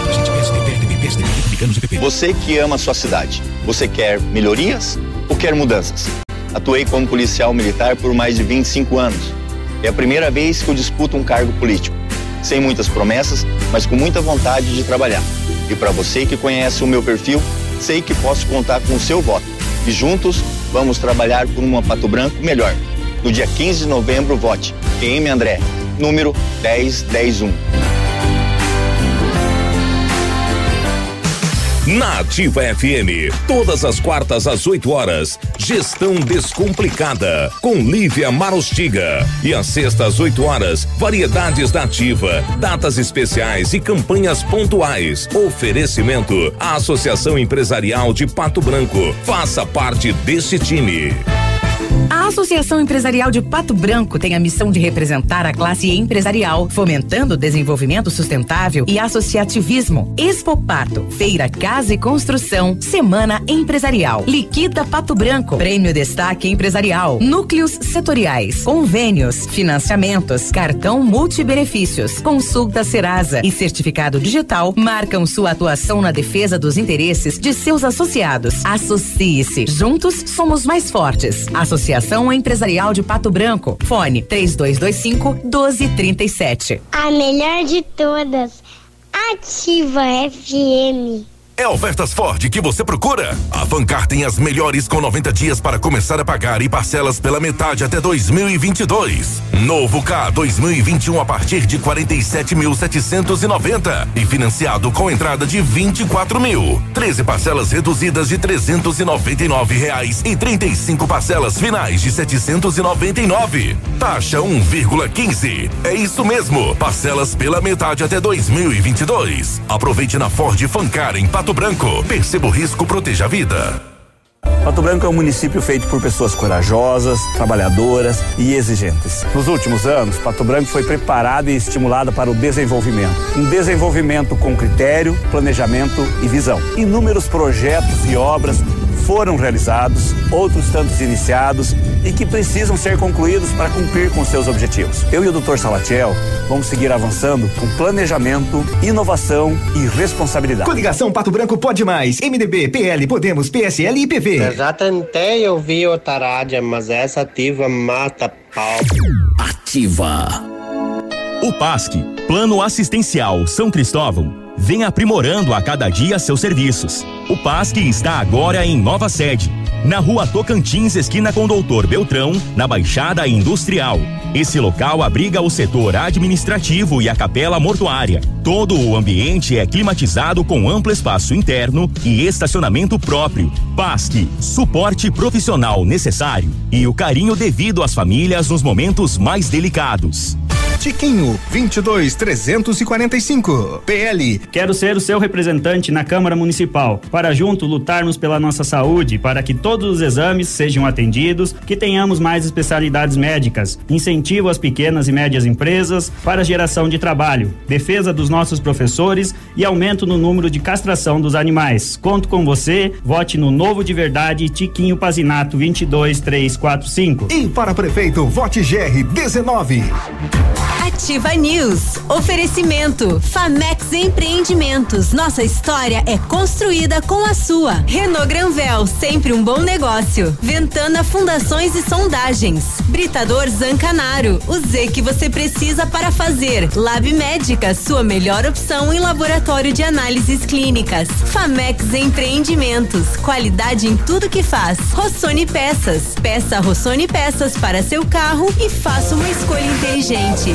Você que ama a sua cidade, você quer melhorias ou quer mudanças? Atuei como policial militar por mais de vinte e cinco anos. É a primeira vez que eu disputo um cargo político. Sem muitas promessas, mas com muita vontade de trabalhar. E para você que conhece o meu perfil, sei que posso contar com o seu voto. E juntos vamos trabalhar por uma Pato Branco melhor. No dia quinze de novembro, vote P M André, número dez dez um. Na Ativa F M, todas as quartas às oito horas, Gestão Descomplicada, com Lívia Marostiga. E às sextas às oito horas, variedades da Ativa, datas especiais e campanhas pontuais. Oferecimento à Associação Empresarial de Pato Branco. Faça parte desse time. A Associação Empresarial de Pato Branco tem a missão de representar a classe empresarial, fomentando o desenvolvimento sustentável e associativismo. Expo Pato, Feira Casa e Construção, Semana Empresarial. Liquida Pato Branco, Prêmio Destaque Empresarial, Núcleos Setoriais, Convênios, Financiamentos, Cartão Multibenefícios, Consulta Serasa e Certificado Digital marcam sua atuação na defesa dos interesses de seus associados. Associe-se. Juntos somos mais fortes. Associação Empresarial de Pato Branco. Fone três dois dois cinco, um dois três sete. A melhor de todas. Ativa F M. É ofertas Ford que você procura? A Fancar tem as melhores com noventa dias para começar a pagar e parcelas pela metade até dois mil e vinte e dois. Novo K dois mil e vinte e um a partir de quarenta e sete mil setecentos e noventa e financiado com entrada de vinte e quatro mil. treze parcelas reduzidas de trezentos e noventa e nove reais e trinta e cinco parcelas finais de setecentos e noventa e nove. Taxa um vírgula quinze. É isso mesmo. Parcelas pela metade até dois mil e vinte e dois. Aproveite na Ford Fancar em Pato Branco. Perceba o risco, proteja a vida. Pato Branco é um município feito por pessoas corajosas, trabalhadoras e exigentes. Nos últimos anos, Pato Branco foi preparada e estimulada para o desenvolvimento. Um desenvolvimento com critério, planejamento e visão. Inúmeros projetos e obras foram realizados, outros tantos iniciados e que precisam ser concluídos para cumprir com seus objetivos. Eu e o doutor Salatiel vamos seguir avançando com planejamento, inovação e responsabilidade. Coligação Pato Branco Pode Mais, M D B, P L, Podemos, P S L e P V. Eu já tentei ouvir outra rádio, mas essa ativa mata pau. Ativa. O P A S C, Plano Assistencial São Cristóvão, vem aprimorando a cada dia seus serviços. O P A S C está agora em nova sede, na Rua Tocantins, esquina com Doutor Beltrão, na Baixada Industrial. Esse local abriga o setor administrativo e a capela mortuária. Todo o ambiente é climatizado com amplo espaço interno e estacionamento próprio. P A S C, suporte profissional necessário e o carinho devido às famílias nos momentos mais delicados. Tiquinho, vinte e dois, trezentos e quarenta e cinco. P L. Quero ser o seu representante na Câmara Municipal, para junto lutarmos pela nossa saúde, para que todos os exames sejam atendidos, que tenhamos mais especialidades médicas, incentivo às pequenas e médias empresas para geração de trabalho, defesa dos nossos professores e aumento no número de castração dos animais. Conto com você, vote no Novo de Verdade, Tiquinho Pazinato vinte e dois, três quatro cinco. E para prefeito, vote G R dezenove. Ativa News. Oferecimento Famex Empreendimentos. Nossa história é construída com a sua. Renault Granvel, sempre um bom negócio. Ventana Fundações e Sondagens. Britador Zancanaro. O Z que você precisa para fazer. Lab Médica, sua melhor opção em laboratório de análises clínicas. Famex Empreendimentos. Qualidade em tudo que faz. Rossoni Peças. Peça Rossoni Peças para seu carro e faça uma escolha inteligente.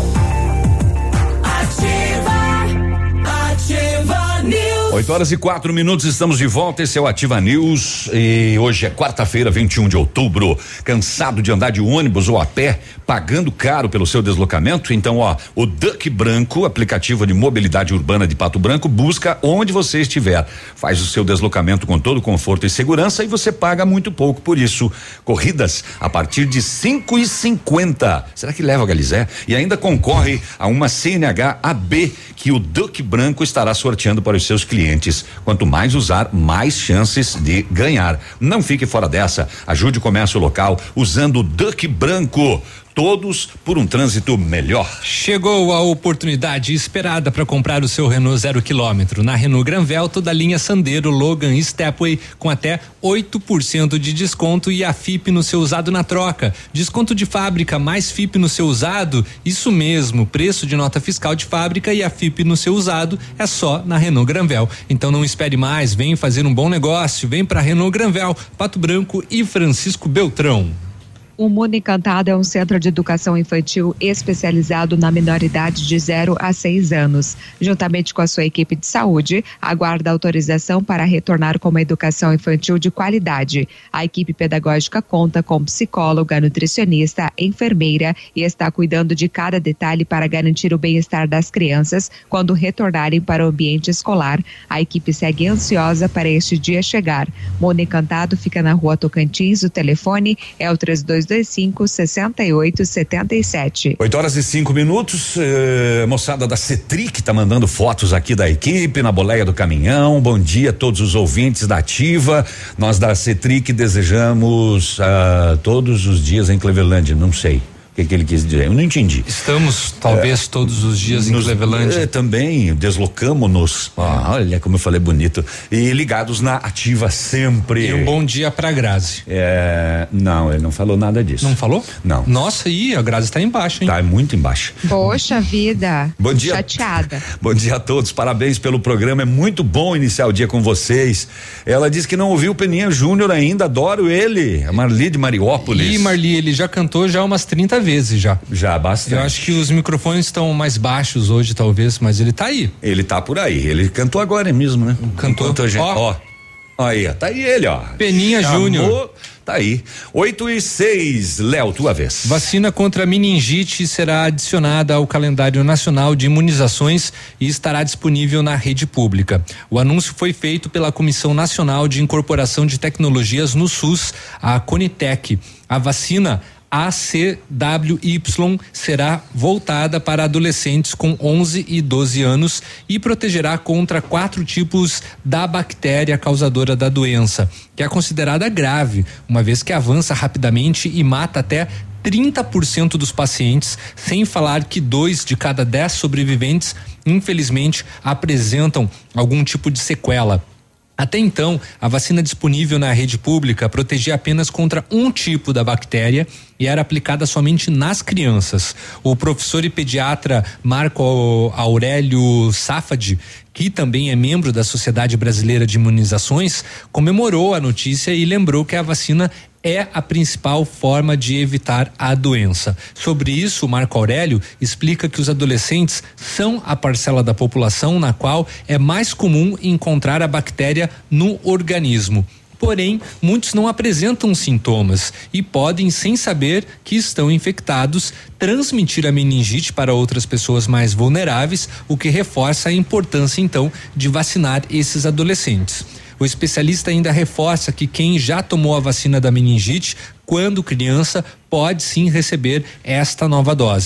Ativa, Ativa News. oito horas e quatro minutos, estamos de volta. Esse é o Ativa News e hoje é quarta-feira, vinte e um de outubro. Cansado de andar de ônibus ou a pé, pagando caro pelo seu deslocamento? Então, ó, o Duck Branco, aplicativo de mobilidade urbana de Pato Branco, busca onde você estiver. Faz o seu deslocamento com todo conforto e segurança e você paga muito pouco por isso. Corridas a partir de cinco e cinquenta. Será que leva a Galizé? E ainda concorre a uma C N H A B que o Duck Branco estará sorteando para os seus clientes. Quanto mais usar, mais chances de ganhar. Não fique fora dessa. Ajude o comércio local usando o Duck Branco. Todos por um trânsito melhor. Chegou a oportunidade esperada para comprar o seu Renault zero quilômetro. Na Renault Granvel, toda a linha Sandero, Logan e Stepway com até oito por cento de desconto e a F I P no seu usado na troca. Desconto de fábrica mais F I P no seu usado? Isso mesmo, preço de nota fiscal de fábrica e a F I P no seu usado é só na Renault Granvel. Então não espere mais, vem fazer um bom negócio, vem para Renault Granvel, Pato Branco e Francisco Beltrão. O Mundo Encantado é um centro de educação infantil especializado na minoridade de zero a seis anos. Juntamente com a sua equipe de saúde, aguarda autorização para retornar com uma educação infantil de qualidade. A equipe pedagógica conta com psicóloga, nutricionista, enfermeira e está cuidando de cada detalhe para garantir o bem-estar das crianças quando retornarem para o ambiente escolar. A equipe segue ansiosa para este dia chegar. Mundo Encantado fica na Rua Tocantins, o telefone é o três dois dois cinco, seis oito sete sete. oito horas e cinco minutos, eh, moçada da Cetric tá mandando fotos aqui da equipe na boleia do caminhão. Bom dia a todos os ouvintes da Ativa. Nós da Cetric desejamos uh, todos os dias em Cleveland, não sei. O que, que ele quis dizer? Eu não entendi. Estamos, talvez, é, todos os dias em Cleveland. É, também deslocamos-nos. Ah, olha como eu falei bonito. E ligados na Ativa sempre. E um bom dia pra Grazi. É, não, ele não falou nada disso. Não falou? Não. Nossa, e a Grazi tá embaixo, hein? Tá muito embaixo. Poxa vida. Bom dia. Chateada. Bom dia a todos, parabéns pelo programa, é muito bom iniciar o dia com vocês. Ela disse que não ouviu o Peninha Júnior ainda, adoro ele. A Marli de Mariópolis. E Marli, ele já cantou já umas trinta vezes já. Já, bastante. Eu acho que os microfones estão mais baixos hoje, talvez, mas ele tá aí. Ele tá por aí. Ele cantou agora mesmo, né? Cantou. Enquanto a gente, ó. Ó, aí, ó, tá aí ele, ó. Peninha Júnior. Tá aí. oito e seis, Léo, tua vez. Vacina contra meningite será adicionada ao calendário nacional de imunizações e estará disponível na rede pública. O anúncio foi feito pela Comissão Nacional de Incorporação de Tecnologias no SUS, a Conitec. A vacina A C W Y será voltada para adolescentes com onze e doze anos e protegerá contra quatro tipos da bactéria causadora da doença, que é considerada grave, uma vez que avança rapidamente e mata até trinta por cento dos pacientes, sem falar que dois de cada dez sobreviventes, infelizmente, apresentam algum tipo de sequela. Até então, a vacina disponível na rede pública protegia apenas contra um tipo da bactéria e era aplicada somente nas crianças. O professor e pediatra Marco Aurélio Safadi, que também é membro da Sociedade Brasileira de Imunizações, comemorou a notícia e lembrou que a vacina é a principal forma de evitar a doença. Sobre isso, o Marco Aurélio explica que os adolescentes são a parcela da população na qual é mais comum encontrar a bactéria no organismo. Porém, muitos não apresentam sintomas e podem, sem saber que estão infectados, transmitir a meningite para outras pessoas mais vulneráveis, o que reforça a importância, então, de vacinar esses adolescentes. O especialista ainda reforça que quem já tomou a vacina da meningite, quando criança, pode sim receber esta nova dose.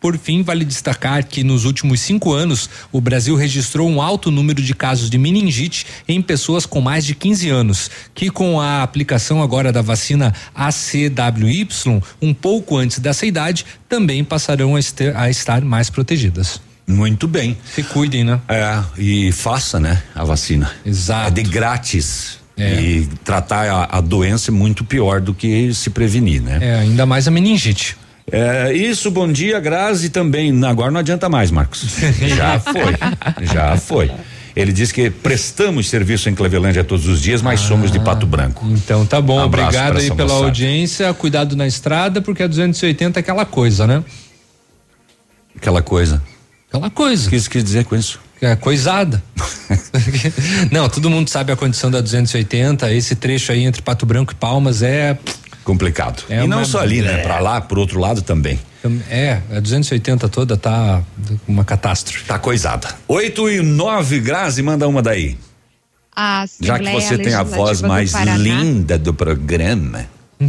Por fim, vale destacar que nos últimos cinco anos, o Brasil registrou um alto número de casos de meningite em pessoas com mais de quinze anos, que com a aplicação agora da vacina A C W Y, um pouco antes dessa idade, também passarão a, este, a estar mais protegidas. Muito bem. Se cuidem, né? É, e faça, né, a vacina. Exato. É de grátis. É. E tratar a, a doença é muito pior do que se prevenir, né? É, ainda mais a meningite. É, isso, bom dia, Grazi, também. Agora não adianta mais, Marcos. Já foi, já foi. Ele diz que prestamos serviço em Clevelândia todos os dias, mas ah, somos de Pato Branco. Então tá bom, um obrigado aí pela moçada. audiência, cuidado na estrada, porque a duzentos e oitenta é aquela coisa, né? Aquela coisa. Aquela coisa. O que isso quis dizer com isso? É coisada. Não, todo mundo sabe a condição da duzentos e oitenta, esse trecho aí entre Pato Branco e Palmas é complicado. É e não uma, só ali, né? Pra lá, pro outro lado também. É, a duzentos e oitenta toda tá uma catástrofe. Tá coisada. Oito e nove, Grazi, manda uma daí. A Já que você tem a voz mais linda do programa.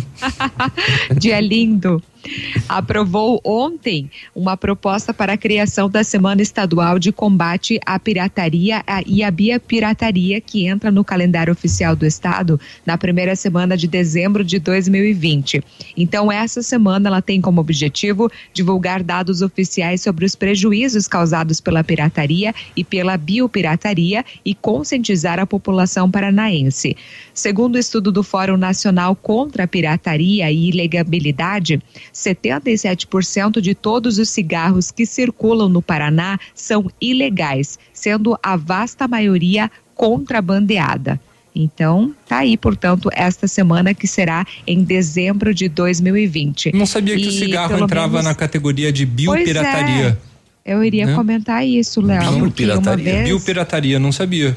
Dia lindo. Aprovou ontem uma proposta para a criação da Semana Estadual de Combate à Pirataria e à Biopirataria, que entra no calendário oficial do Estado na primeira semana de dezembro de dois mil e vinte. Então, essa semana ela tem como objetivo divulgar dados oficiais sobre os prejuízos causados pela pirataria e pela biopirataria e conscientizar a população paranaense. Segundo o estudo do Fórum Nacional contra a Pirataria e Ilegabilidade, setenta e sete por cento de todos os cigarros que circulam no Paraná são ilegais, sendo a vasta maioria contrabandeada. Então, tá aí, portanto, esta semana que será em dezembro de dois mil e vinte. Não sabia que e, o cigarro entrava menos... na categoria de biopirataria. Pois é, eu iria né? comentar isso, Léo. Biopirataria? Vez... Biopirataria, não sabia.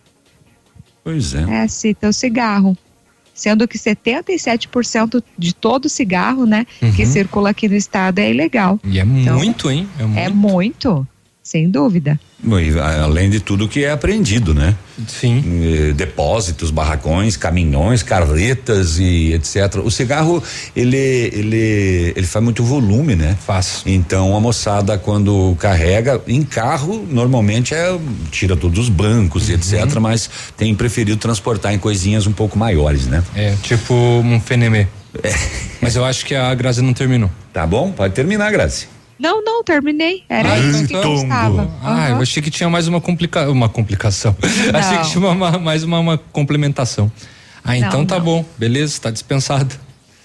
Pois é. É, cita o cigarro. Sendo que setenta e sete por cento de todo cigarro, né, uhum. que circula aqui no estado é ilegal. E é então, muito, hein? É muito. É muito, sem dúvida. E, além de tudo que é apreendido, né? Sim. E, depósitos, barracões, caminhões, carretas e etcétera. O cigarro, ele, ele, ele faz muito volume, né? Faz. Então a moçada, quando carrega em carro, normalmente é tira todos os bancos e uhum. etcétera. Mas tem preferido transportar em coisinhas um pouco maiores, né? É, tipo um fenemê. É. Mas eu acho que a Grazi não terminou. Tá bom, pode terminar, Grazi. Não, não, terminei. Era ah, isso que eu estava. Ah, uhum. eu achei que tinha mais uma, complica uma complicação. Não. Achei que tinha uma, mais uma, uma complementação. Ah, então não, tá não. bom. Beleza, tá dispensado.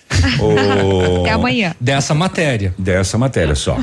Oh, Até amanhã. Dessa matéria. Dessa matéria só.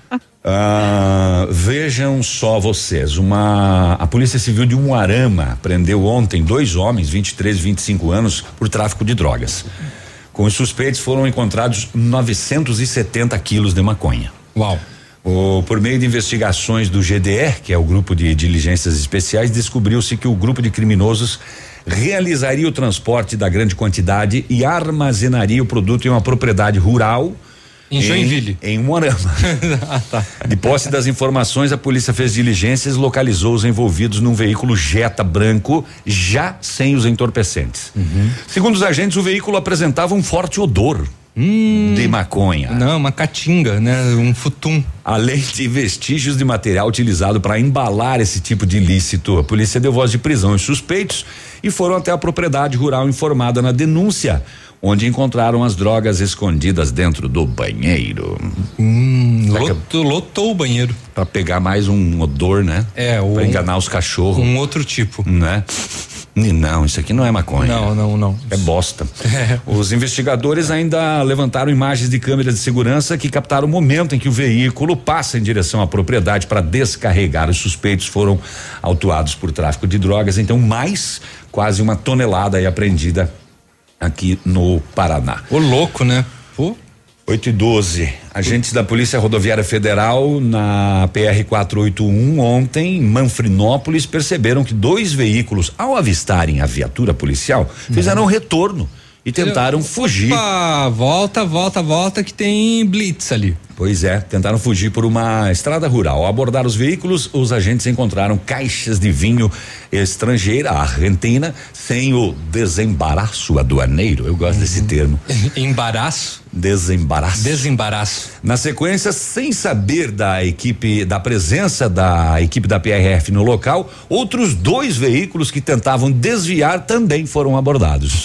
ah, vejam só vocês, uma a Polícia Civil de Umuarama prendeu ontem dois homens, vinte e três e vinte e cinco anos, por tráfico de drogas. Com os suspeitos foram encontrados novecentos e setenta quilos de maconha. Uau. O, por meio de investigações do G D E, que é o Grupo de Diligências Especiais, descobriu-se que o grupo de criminosos realizaria o transporte da grande quantidade e armazenaria o produto em uma propriedade rural em Joinville, em Umuarama. ah, tá. De posse das informações, a polícia fez diligências e localizou os envolvidos num veículo Jetta branco, já sem os entorpecentes. Uhum. Segundo os agentes, o veículo apresentava um forte odor hum, de maconha. Não, uma caatinga, né? Um futum. Além de vestígios de material utilizado para embalar esse tipo de ilícito, a polícia deu voz de prisão aos suspeitos e foram até a propriedade rural informada na denúncia, onde encontraram as drogas escondidas dentro do banheiro. Hum, lotou, lotou o banheiro. Pra pegar mais um odor, né? É, o. Pra enganar os cachorros. Um outro tipo. Né? Não, isso aqui não é maconha. Não, não, não. É bosta. É. Os investigadores ainda levantaram imagens de câmeras de segurança que captaram o momento em que o veículo passa em direção à propriedade para descarregar. Os suspeitos foram autuados por tráfico de drogas, então mais quase uma tonelada aí apreendida aqui no Paraná. Ô louco, né? Pô. oito e doze. Agentes da Polícia Rodoviária Federal na P R quatrocentos e oitenta e um ontem, em Manfrinópolis, perceberam que dois veículos, ao avistarem a viatura policial, fizeram um retorno e tentaram Opa, fugir. Volta, volta, volta que tem blitz ali. Pois é, tentaram fugir por uma estrada rural. Ao abordar os veículos, os agentes encontraram caixas de vinho estrangeira, argentina, sem o desembaraço aduaneiro. Eu gosto uhum. desse termo. Embaraço? Desembaraço. Desembaraço. Na sequência, sem saber da equipe, da presença da equipe da P R F no local, outros dois veículos que tentavam desviar também foram abordados.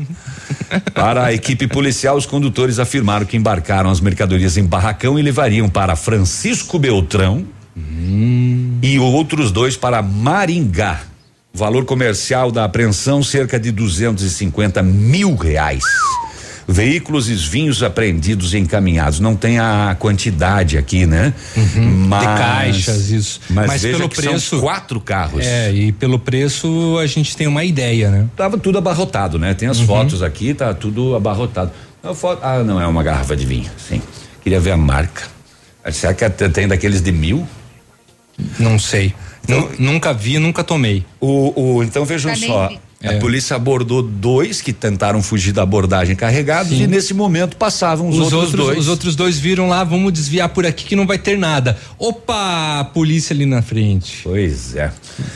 Para a equipe policial, os condutores afirmaram que embarcaram as mercadorias em barracão e levariam para Francisco Beltrão hum. e outros dois para Maringá. O valor comercial da apreensão, cerca de duzentos e cinquenta mil reais. Veículos e vinhos apreendidos e encaminhados. Não tem a quantidade aqui, né? Uhum, mas, de caixas, isso. Mas, mas veja pelo que preço. São quatro carros. É, e pelo preço a gente tem uma ideia, né? Tava tudo abarrotado, né? Tem as uhum. fotos aqui, tá tudo abarrotado. A foto, ah, não, é uma garrafa de vinho, sim. Queria ver a marca. Será que tem daqueles de mil? Não sei. Então, nunca vi, nunca tomei. O, o, então vejam só. É. A polícia abordou dois que tentaram fugir da abordagem carregados. Sim. E nesse momento passavam os, os outros, outros dois. Os outros dois viram lá, vamos desviar por aqui que não vai ter nada. Opa, a polícia ali na frente. Pois é.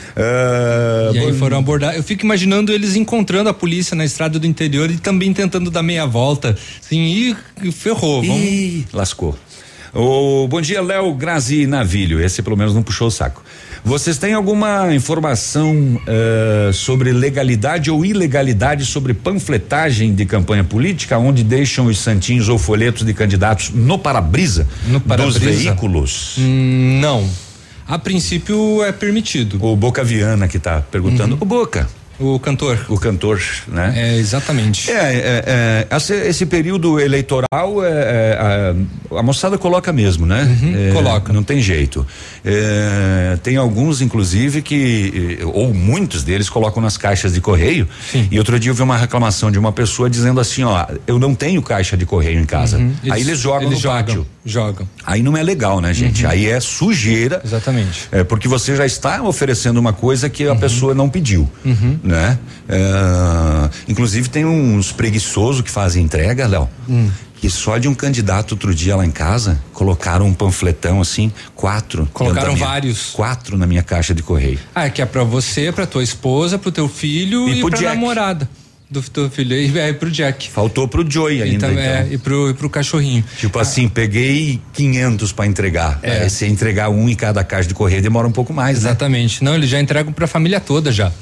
Uh, e aí foram abordar. Eu fico imaginando eles encontrando a polícia na estrada do interior e também tentando dar meia volta. Sim, e ferrou. Vamos... Ih, lascou. Oh, bom dia, Léo, Grazi e Navilho. Esse pelo menos não puxou o saco. Vocês têm alguma informação uh, sobre legalidade ou ilegalidade sobre panfletagem de campanha política, onde deixam os santinhos ou folhetos de candidatos no para-brisa dos veículos? Hum, não. A princípio é permitido. O Boca Viana que está perguntando. Uhum. O Boca. O cantor. O cantor, né? É, exatamente. É, é, é esse, esse período eleitoral, é, é, a, a moçada coloca mesmo, né? Uhum, é, coloca. Não tem jeito. É, tem alguns, inclusive, que, ou muitos deles colocam nas caixas de correio. Sim. E outro dia eu vi uma reclamação de uma pessoa dizendo assim, ó, eu não tenho caixa de correio em casa. Uhum, eles, Aí eles jogam eles no jogam, pátio. Jogam. Aí não é legal, né, gente? Uhum. Aí é sujeira. Exatamente. É, porque você já está oferecendo uma coisa que a uhum. pessoa não pediu. Uhum. Né? É, inclusive tem uns preguiçosos que fazem entrega, Léo, hum. que só de um candidato outro dia lá em casa colocaram um panfletão assim, quatro. Colocaram minha, vários. Quatro na minha caixa de correio. Ah, é que é pra você, pra tua esposa, pro teu filho e, e pra Jack. namorada do teu filho e é pro Jack. Faltou pro Joey ainda, então. É, e pro, e pro cachorrinho. Tipo ah. assim, peguei quinhentos pra entregar. É. É, se entregar um em cada caixa de correio demora um pouco mais, Exatamente. né? Não, eles já entregam pra família toda já.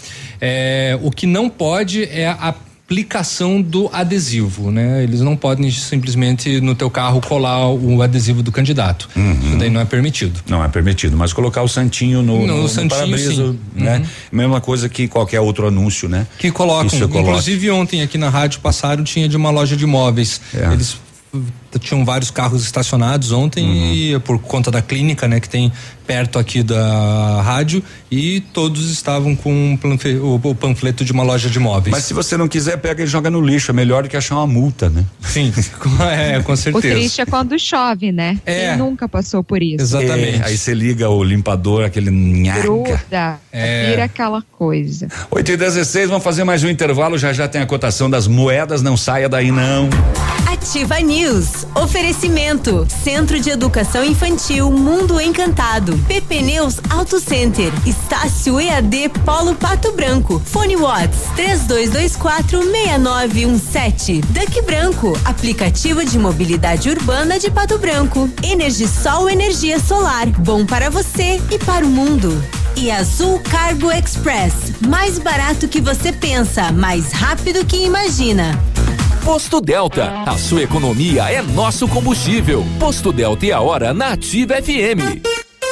É, o que não pode é a aplicação do adesivo, né? Eles não podem simplesmente no teu carro colar o adesivo do candidato. Uhum. Isso daí não é permitido. Não é permitido, mas colocar o santinho no, no, no, santinho, no para-brisa, né? Uhum. Mesma coisa que qualquer outro anúncio, né? Que colocam. Inclusive ontem aqui na rádio passaram, tinha de uma loja de imóveis. É. Eles tinham vários carros estacionados ontem uhum. e por conta da clínica, né, que tem perto aqui da rádio, e todos estavam com o panfleto de uma loja de imóveis. Mas se você não quiser, pega e joga no lixo, é melhor do que achar uma multa, né? Sim, é, com certeza. O triste é quando chove, né? É. Quem nunca passou por isso? Exatamente. É, aí você liga o limpador, aquele nhaca. Gruda, é. vira aquela coisa. oito e dezesseis, vamos fazer mais um intervalo, já já tem a cotação das moedas, não saia daí não. Ativa News. Oferecimento. Centro de Educação Infantil Mundo Encantado. Pepneus Auto Center. Estácio E A D Polo Pato Branco. Fone Watts três dois dois quatro seis nove um sete. Duck Branco. Aplicativo de mobilidade urbana de Pato Branco. Energisol energia solar. Bom para você e para o mundo. E Azul Cargo Express. Mais barato que você pensa, mais rápido que imagina. Posto Delta, a sua economia é nosso combustível. Posto Delta e a hora na Ativa F M.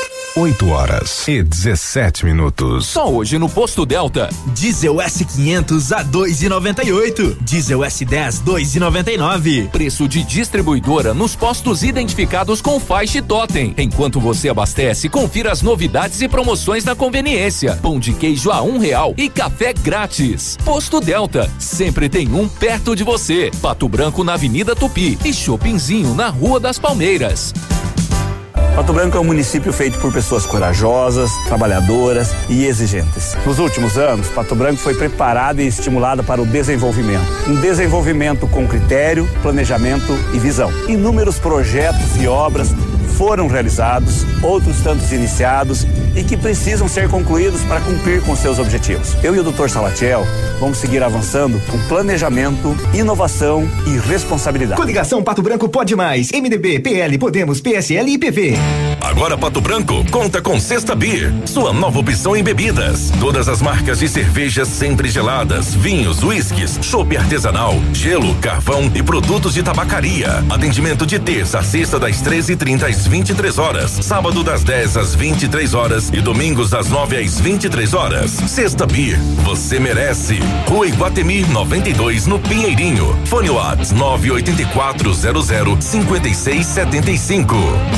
oito horas e dezessete minutos. Só hoje no Posto Delta. Diesel S quinhentos a dois e noventa e oito. Diesel S dez dois e noventa e nove. Preço de distribuidora nos postos identificados com faixa e totem. Enquanto você abastece, confira as novidades e promoções na conveniência. Pão de queijo a um real e café grátis. Posto Delta, sempre tem um perto de você. Pato Branco na Avenida Tupi e Shoppingzinho na Rua das Palmeiras. Pato Branco é um município feito por pessoas corajosas, trabalhadoras e exigentes. Nos últimos anos, Pato Branco foi preparada e estimulada para o desenvolvimento. Um desenvolvimento com critério, planejamento e visão. Inúmeros projetos e obras foram realizados, outros tantos iniciados e que precisam ser concluídos para cumprir com seus objetivos. Eu e o doutor Salatiel vamos seguir avançando com planejamento, inovação e responsabilidade. Coligação Pato Branco Pode Mais, M D B, P L, Podemos, P S L e P V. Agora Pato Branco conta com Sexta Beer, sua nova opção em bebidas. Todas as marcas de cervejas sempre geladas, vinhos, uísques, chopp artesanal, gelo, carvão e produtos de tabacaria. Atendimento de terça a sexta das treze e trinta às vinte e três horas, sábado das dez às vinte e três horas e domingos das nove às vinte e três horas. Sexta Beer, você merece. Rua Iguatemi noventa e dois no Pinheirinho. Fone Whats nove oito quatro zero zero cinco seis sete cinco.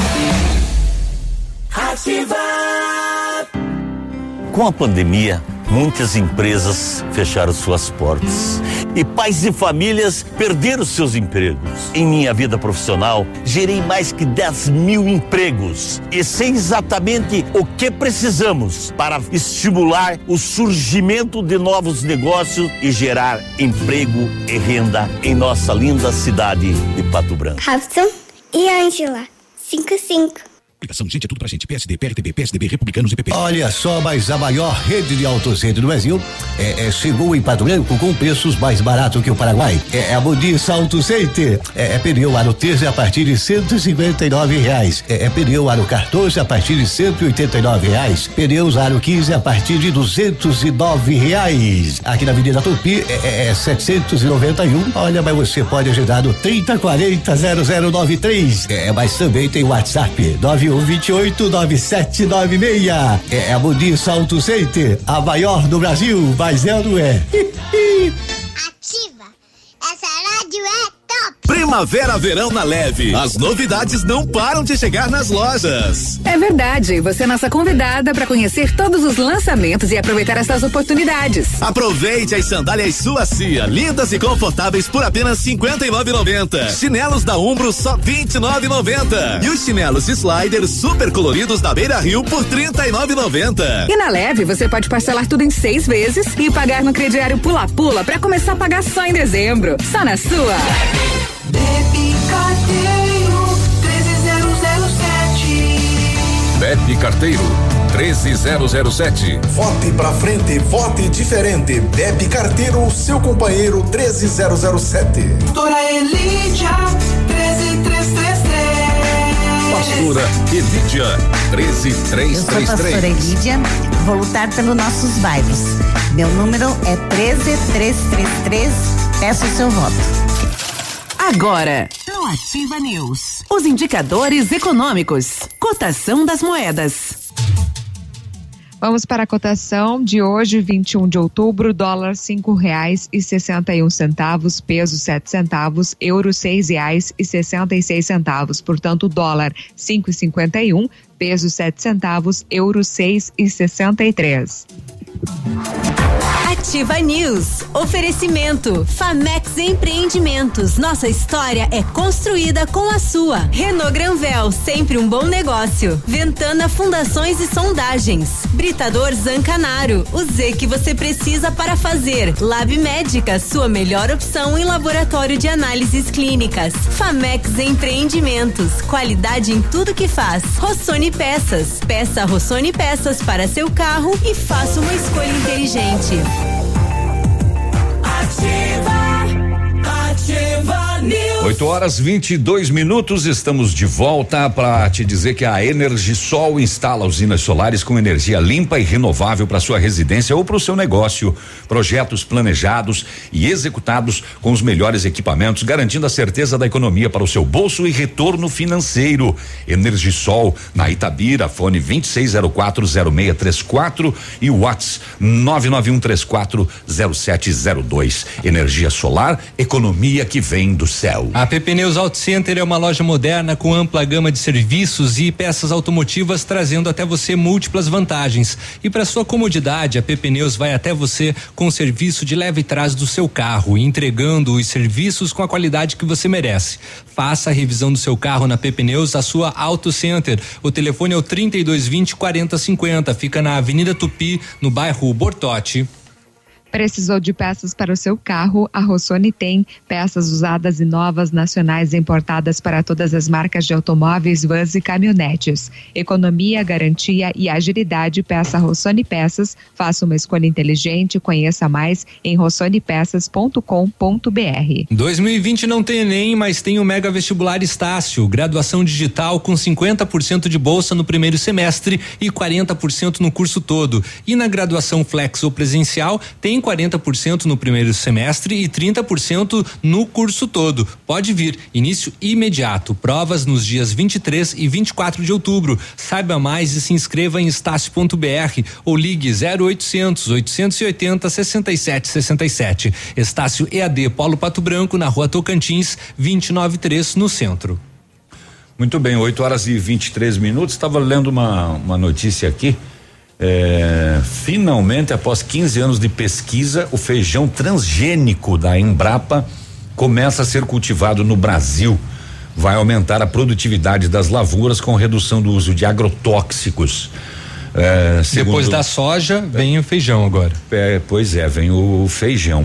Ativa. Com a pandemia, muitas empresas fecharam suas portas e pais e famílias perderam seus empregos. Em minha vida profissional, gerei mais que dez mil empregos e sei exatamente o que precisamos para estimular o surgimento de novos negócios e gerar emprego e renda em nossa linda cidade de Pato Branco. Robson e Ângela, cinco cinco. Aplicação, gente, é tudo pra gente. P S D, P L T B, P S D B, Republicanos e P P. Olha só, mas a maior rede de autocentro do Brasil é, é, chegou em Pato Branco com preços mais baratos que o Paraguai. É, é a Modis Auto Center. É, é pneu aro treze a partir de cento e cinquenta e nove reais. É, é pneu aro quatorze a partir de cento e oitenta e nove reais. Pneus aro quinze a partir de duzentos e nove reais. Aqui na Avenida Tupi é, é, é setecentos e noventa e um. Olha, mas você pode ajudar no trinta quarenta zero zero nove três. É, mas também tem WhatsApp nove um vinte e oito nove sete nove seis. É a Modis Auto Center, a maior do Brasil, mas ela não é. Ativa. Essa rádio é top. Primavera, verão na Leve. As novidades não param de chegar nas lojas. É verdade. Você é nossa convidada para conhecer todos os lançamentos e aproveitar essas oportunidades. Aproveite as sandálias Suacia, lindas e confortáveis por apenas cinquenta e nove reais e noventa centavos. Chinelos da Umbro só vinte e nove reais e noventa centavos. E os chinelos Slider super coloridos da Beira Rio por trinta e nove reais e noventa centavos. E na Leve você pode parcelar tudo em seis vezes e pagar no crediário Pula-Pula para começar a pagar só em dezembro. Só na sua. Beppe Carteiro treze zero zero sete. Beppe Carteiro treze zero zero sete. Vote pra frente, vote diferente. Beppe Carteiro, seu companheiro treze zero zero sete. Doutora Elídia treze três três três. Pastora Elídia treze três três três. Eu sou pastora Elídia, vou lutar pelos nossos bairros. Meu número é treze três três três. Peço o seu voto. Agora, no Ativa News, os indicadores econômicos, cotação das moedas. Vamos para a cotação de hoje, vinte e um de outubro, dólar cinco reais e sessenta e um centavos, peso sete centavos, euro seis reais e sessenta e seis centavos. Portanto, dólar cinco e cinquenta e um, peso sete centavos, euro seis e sessenta e três. Ativa News. Oferecimento Famex Empreendimentos. Nossa história é construída com a sua. Renault Granvel, sempre um bom negócio. Ventana Fundações e Sondagens. Britador Zancanaro. O Z que você precisa para fazer. Lab Médica, sua melhor opção em laboratório de análises clínicas. Famex Empreendimentos. Qualidade em tudo que faz. Rossoni Peças. Peça Rossoni Peças para seu carro e faça uma escolha inteligente. Ativa, Ativa News. oito horas vinte e dois minutos, estamos de volta para te dizer que a Energisol instala usinas solares com energia limpa e renovável para sua residência ou para o seu negócio. Projetos planejados e executados com os melhores equipamentos, garantindo a certeza da economia para o seu bolso e retorno financeiro. Energisol na Itabira, fone vinte e seis zero quatro zero seis três quatro e o WhatsApp nove nove um três quatro zero sete zero dois. Energia solar, economia que vem do céu. A Pepneus Auto Center é uma loja moderna com ampla gama de serviços e peças automotivas, trazendo até você múltiplas vantagens. E para sua comodidade, a Pepneus vai até você com o serviço de leve trás do seu carro, entregando os serviços com a qualidade que você merece. Faça a revisão do seu carro na Pepneus, a sua Auto Center. O telefone é o trinta e dois vinte, quarenta cinquenta, fica na Avenida Tupi, no bairro Bortote. Precisou de peças para o seu carro? A Rossoni tem peças usadas e novas, nacionais e importadas para todas as marcas de automóveis, vans e caminhonetes. Economia, garantia e agilidade. Peça Rossoni Peças. Faça uma escolha inteligente. Conheça mais em rossoni peças ponto com ponto b r. dois mil e vinte não tem Enem, mas tem o Mega Vestibular Estácio. Graduação digital com cinquenta por cento de bolsa no primeiro semestre e quarenta por cento no curso todo. E na graduação flex ou presencial tem quarenta por cento no primeiro semestre e trinta por cento no curso todo. Pode vir, início imediato. Provas nos dias vinte e três e vinte e quatro de outubro. Saiba mais e se inscreva em estácio ponto b r ou ligue zero oitocentos, oitocentos e oitenta, sessenta e sete sessenta e sete. Estácio E A D Polo Pato Branco, na Rua Tocantins, vinte e nove três, no centro. Muito bem, oito horas e vinte e três minutos. Estava lendo uma, uma notícia aqui. É, finalmente, após quinze anos de pesquisa, o feijão transgênico da Embrapa começa a ser cultivado no Brasil. Vai aumentar a produtividade das lavouras com redução do uso de agrotóxicos. É, segundo, Depois da soja, vem o feijão agora. É, pois é, vem o feijão.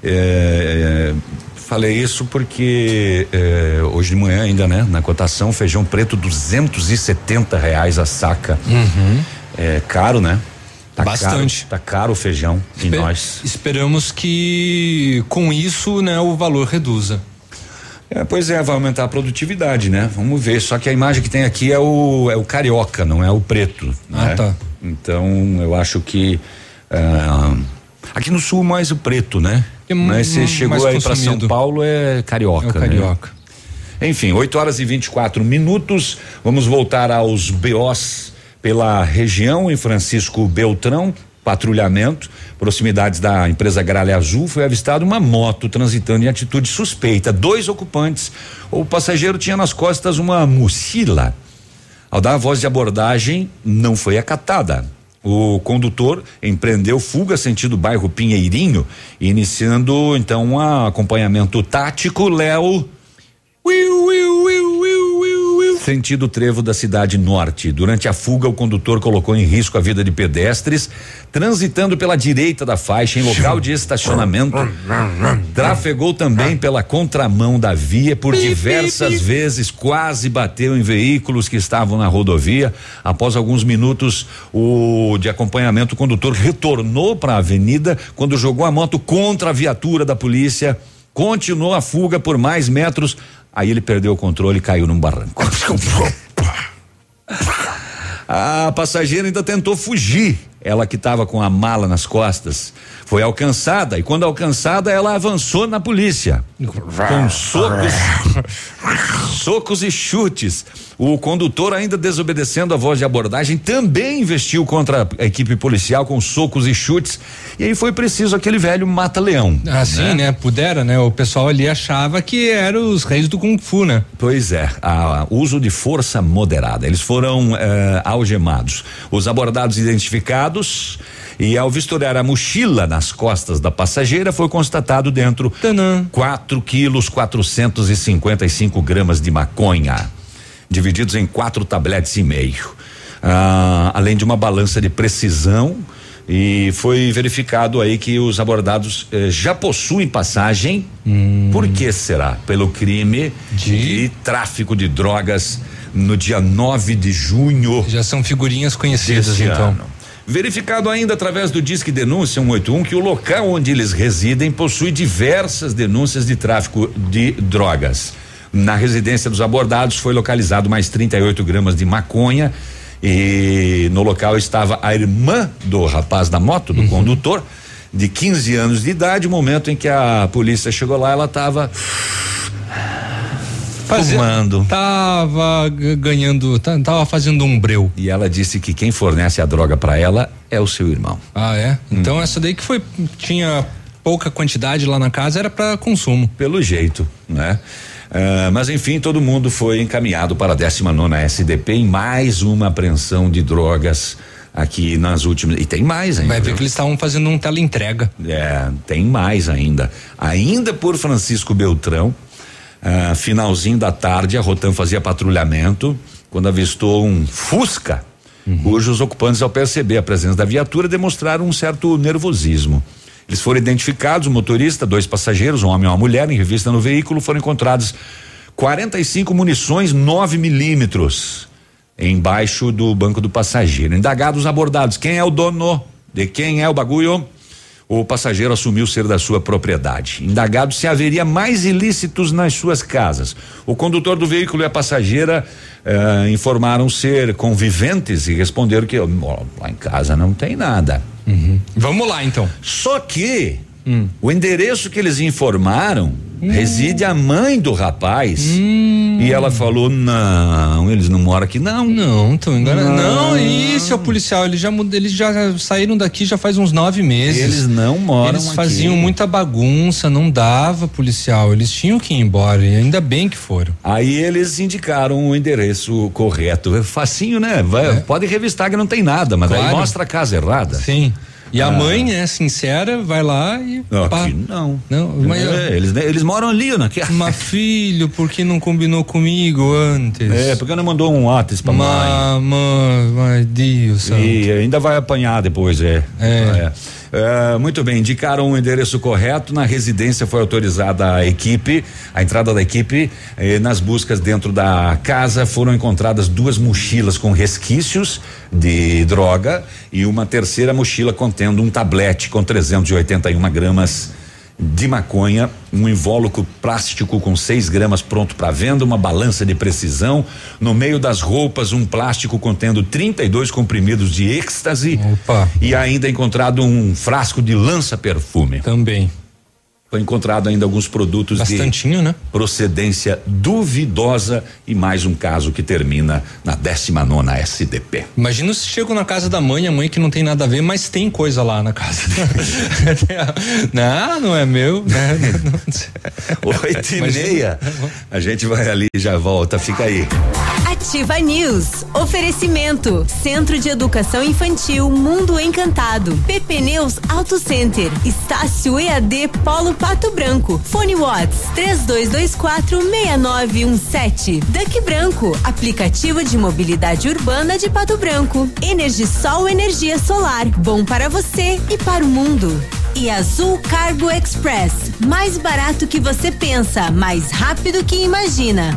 É, falei isso porque é, hoje de manhã ainda, né? Na cotação, feijão preto duzentos e setenta reais a saca. Uhum. É caro, né? Tá Bastante. Caro, tá caro o feijão Espe- em nós. Esperamos que com isso, né, o valor reduza. É, pois é, vai aumentar a produtividade, né? Vamos ver. Só que a imagem que tem aqui é o é o carioca, não é o preto. Ah, né? tá. Então eu acho que ah, aqui no sul mais o preto, né? É Mas você m- chegou mais aí para São consumido. Paulo é carioca. É o carioca. Né? Enfim, oito horas e vinte e quatro minutos. Vamos voltar aos B Os pela região. Em Francisco Beltrão, patrulhamento, proximidades da empresa Gralha Azul, foi avistada uma moto transitando em atitude suspeita. Dois ocupantes. O passageiro tinha nas costas uma mochila. Ao dar a voz de abordagem, não foi acatada. O condutor empreendeu fuga sentido bairro Pinheirinho, iniciando então um acompanhamento tático. Léo sentido trevo da cidade norte. Durante a fuga, o condutor colocou em risco a vida de pedestres, transitando pela direita da faixa em local de estacionamento. Trafegou também pela contramão da via, por diversas vezes quase bateu em veículos que estavam na rodovia. Após alguns minutos o de acompanhamento, o condutor retornou para a avenida quando jogou a moto contra a viatura da polícia. Continuou a fuga por mais metros. Aí ele perdeu o controle e caiu num barranco. A passageira ainda tentou fugir. Ela que estava com a mala nas costas foi alcançada, e quando alcançada ela avançou na polícia com socos socos e chutes. O condutor, ainda desobedecendo a voz de abordagem, também investiu contra a equipe policial com socos e chutes, e aí foi preciso aquele velho mata-leão. Assim, né? né? Pudera, né? O pessoal ali achava que eram os reis do Kung Fu, né? Pois é, a, a uso de força moderada. Eles foram eh, algemados. Os abordados identificados, e ao vistoriar a mochila nas costas da passageira, foi constatado dentro quatro quilos quatrocentos e cinquenta e cinco gramas de maconha, divididos em quatro tabletes e meio, ah, além de uma balança de precisão. E foi verificado aí que os abordados eh, já possuem passagem. Hum. Por que será? Pelo crime de... de tráfico de drogas no dia nove de junho. Já são figurinhas conhecidas, então. Ano. Verificado ainda através do Disque Denúncia cento e oitenta e um que o local onde eles residem possui diversas denúncias de tráfico de drogas. Na residência dos abordados foi localizado mais trinta e oito gramas de maconha, e no local estava a irmã do rapaz da moto, do uhum. condutor, de quinze anos de idade. No momento em que a polícia chegou lá, ela estava fumando. Tava ganhando, tava fazendo um breu. E ela disse que quem fornece a droga para ela é o seu irmão. Ah, é? Então hum. essa daí que foi, tinha pouca quantidade lá na casa era para consumo. Pelo jeito, né? Uh, mas enfim, todo mundo foi encaminhado para a décima nona S D P em mais uma apreensão de drogas aqui nas últimas. E tem mais ainda. Vai ver que eles estavam fazendo um teleentrega. É, tem mais ainda. Ainda por Francisco Beltrão, uh, finalzinho da tarde, a Rotam fazia patrulhamento quando avistou um Fusca, uhum. cujos ocupantes, ao perceber a presença da viatura, demonstraram um certo nervosismo. Eles foram identificados, o motorista, dois passageiros, um homem e uma mulher. Em revista no veículo foram encontrados quarenta e cinco munições nove milímetros embaixo do banco do passageiro. Indagados abordados, quem é o dono? De quem é o bagulho? O passageiro assumiu ser da sua propriedade. Indagado se haveria mais ilícitos nas suas casas. O condutor do veículo e a passageira eh, informaram ser conviventes e responderam que ó, lá em casa não tem nada. Uhum. Vamos lá então. Só que hum. o endereço que eles informaram hum. reside a mãe do rapaz. Hum. E ela falou: não, eles não moram aqui, não. Não, estão enganados. Não, isso é o policial. Eles já, eles já saíram daqui já faz uns nove meses. Eles não moram Eles aqui. faziam muita bagunça, não dava, policial. Eles tinham que ir embora e ainda bem que foram. Aí eles indicaram o endereço correto. É facinho, né? Vai, é. Pode revistar que não tem nada, mas claro. Aí mostra a casa errada. Sim. E ah. a mãe, é sincera, vai lá e pá. Aqui não. Não, mas é, eles, eles moram ali, né? Mas filho, por que não combinou comigo antes? É, porque não mandou um WhatsApp pra Ma, mãe. Mãe, mas Deus santo. E ainda vai apanhar depois, é. É. é. É, muito bem, indicaram o endereço correto. Na residência foi autorizada a equipe, a entrada da equipe. Eh, nas buscas dentro da casa foram encontradas duas mochilas com resquícios de droga e uma terceira mochila contendo um tablete com trezentos e oitenta e uma gramas de maconha, um invólucro plástico com seis gramas pronto para venda, uma balança de precisão, no meio das roupas um plástico contendo trinta e dois comprimidos de êxtase. Opa. E ainda encontrado um frasco de lança-perfume. Também. Foi encontrado ainda alguns produtos Bastantinho, de né? procedência duvidosa e mais um caso que termina na décima nona S D P. Imagina se chegam na casa da mãe, a mãe que não tem nada a ver, mas tem coisa lá na casa. Não, não é meu. Oito e meia. A gente vai ali e já volta, fica aí. Ativa News. Oferecimento. Centro de Educação Infantil Mundo Encantado. Pepneus Auto Center. Estácio E A D Polo Pato Branco. Fone Watts três dois dois quatro seis nove um sete. Duck Branco. Aplicativo de mobilidade urbana de Pato Branco. Energisol energia solar. Bom para você e para o mundo. E Azul Cargo Express. Mais barato que você pensa, mais rápido que imagina.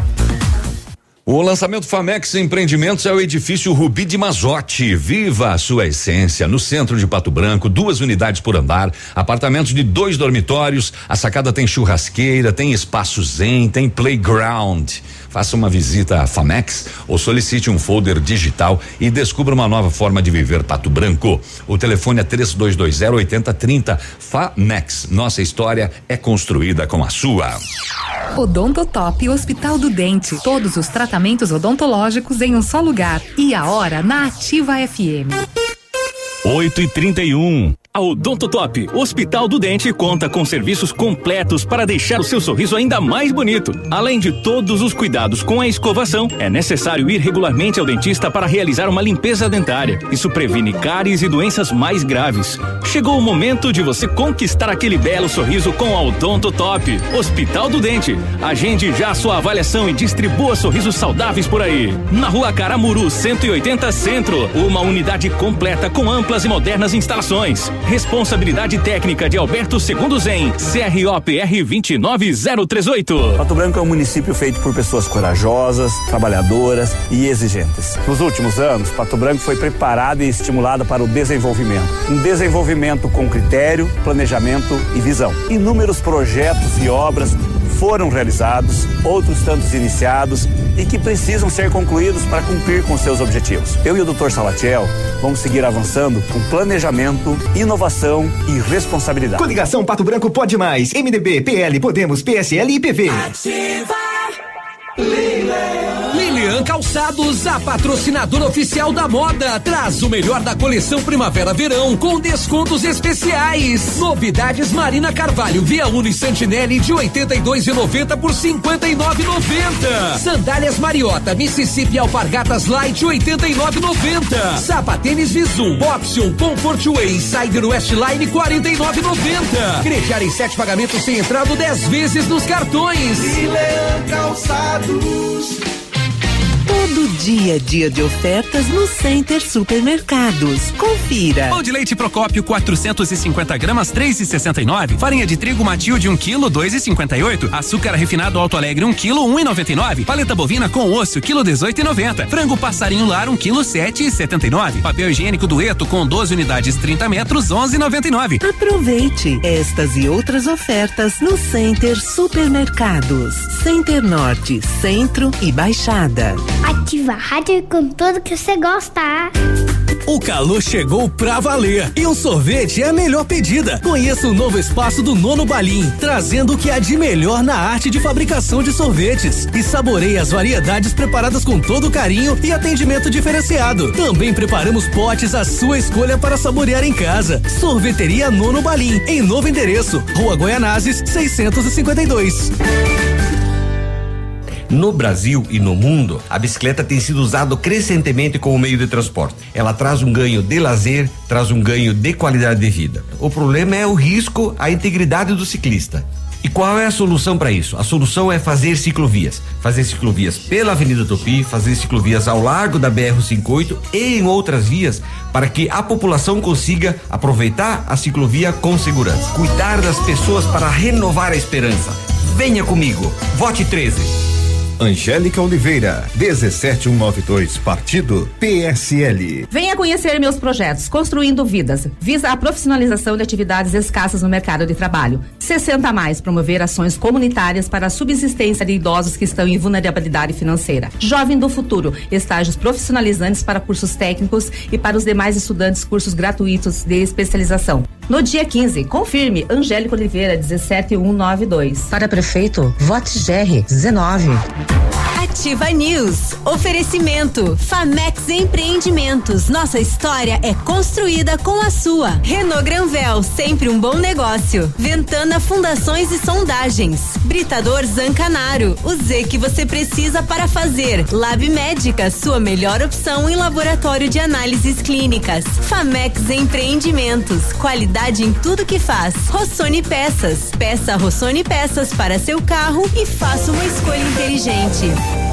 O lançamento Famex Empreendimentos é o edifício Rubi de Mazotti. Viva a sua essência. No centro de Pato Branco, duas unidades por andar, apartamentos de dois dormitórios. A sacada tem churrasqueira, tem espaço zen, tem playground. Faça uma visita à Famex ou solicite um folder digital e descubra uma nova forma de viver Pato Branco. O telefone é três dois dois zero oito zero três zero. Famex. Nossa história é construída com a sua. Odontotop Hospital do Dente. Todos os tratamentos odontológicos em um só lugar. E a hora na Ativa F M. oito e trinta e um. A Odontotop Hospital do Dente conta com serviços completos para deixar o seu sorriso ainda mais bonito. Além de todos os cuidados com a escovação, é necessário ir regularmente ao dentista para realizar uma limpeza dentária. Isso previne cáries e doenças mais graves. Chegou o momento de você conquistar aquele belo sorriso com a Odontotop Hospital do Dente. Agende já a sua avaliação e distribua sorrisos saudáveis por aí. Na Rua Caramuru, cento e oitenta Centro, uma unidade completa com amplas e modernas instalações. Responsabilidade técnica de Alberto Segundo Zen, C R O P R dois nove zero três oito. Pato Branco é um município feito por pessoas corajosas, trabalhadoras e exigentes. Nos últimos anos, Pato Branco foi preparado e estimulado para o desenvolvimento. Um desenvolvimento com critério, planejamento e visão. Inúmeros projetos e obras foram realizados, outros tantos iniciados e que precisam ser concluídos para cumprir com seus objetivos. Eu e o doutor Salatiel vamos seguir avançando com planejamento, inovação e responsabilidade. Coligação Pato Branco Pode Mais, M D B, P L, Podemos, P S L e P V. Ativa Lilian Calçados. Calçados, a patrocinadora oficial da moda, traz o melhor da coleção Primavera-Verão com descontos especiais. Novidades Marina Carvalho, Via Uno e Santinelli de oitenta e dois e noventa por cinquenta e nove e noventa. Sandálias Mariota, Mississippi Alpargatas Light oitenta e nove e noventa. Sapatênis Visum, Option, Comfort Way, Sider Westline quarenta e nove e noventa. Crediar em sete pagamentos sem entrada dez vezes nos cartões. Leão Calçados. Todo dia, dia de ofertas no Center Supermercados. Confira. Pão de leite Procópio quatrocentos e cinquenta gramas, três e sessenta e nove. Farinha de trigo Matilde um quilo, dois e cinquenta e oito. Açúcar refinado Alto Alegre um quilo, um e noventa e nove. Paleta bovina com osso, quilo dezoito e noventa. Frango passarinho lar um quilo, sete e setenta e nove. Papel higiênico Dueto com doze unidades, trinta metros, onze e noventa e nove. Aproveite estas e outras ofertas no Center Supermercados. Center Norte, Centro e Baixada. Ativa a rádio com tudo que você gosta. O calor chegou pra valer e o sorvete é a melhor pedida. Conheça o novo espaço do Nono Balim, trazendo o que há de melhor na arte de fabricação de sorvetes. E saboreie as variedades preparadas com todo carinho e atendimento diferenciado. Também preparamos potes à sua escolha para saborear em casa. Sorveteria Nono Balim, em novo endereço, Rua Goianazes, seiscentos e cinquenta e dois. No Brasil e no mundo, a bicicleta tem sido usada crescentemente como meio de transporte. Ela traz um ganho de lazer, traz um ganho de qualidade de vida. O problema é o risco à integridade do ciclista. E qual é a solução para isso? A solução é fazer ciclovias. Fazer ciclovias pela Avenida Tupi, fazer ciclovias ao largo da B R cinquenta e oito e em outras vias, para que a população consiga aproveitar a ciclovia com segurança. Cuidar das pessoas para renovar a esperança. Venha comigo. Vote treze. Angélica Oliveira, dezessete mil cento e noventa e dois, Partido P S L. Venha conhecer meus projetos Construindo Vidas. Visa a profissionalização de atividades escassas no mercado de trabalho. sessenta a mais, promover ações comunitárias para a subsistência de idosos que estão em vulnerabilidade financeira. Jovem do Futuro, estágios profissionalizantes para cursos técnicos e para os demais estudantes cursos gratuitos de especialização. No dia quinze, confirme Angélica Oliveira, dezessete mil cento e noventa e dois. Para prefeito, vote G R dezenove. Ativa News. Oferecimento Famex Empreendimentos. Nossa história é construída com a sua. Renault Granvel, sempre um bom negócio. Ventana Fundações e Sondagens. Britador Zancanaro. O Z que você precisa para fazer. Lab Médica, sua melhor opção em laboratório de análises clínicas. Famex Empreendimentos. Qualidade em tudo que faz. Rossoni Peças. Peça Rossoni Peças para seu carro e faça uma escolha inteligente.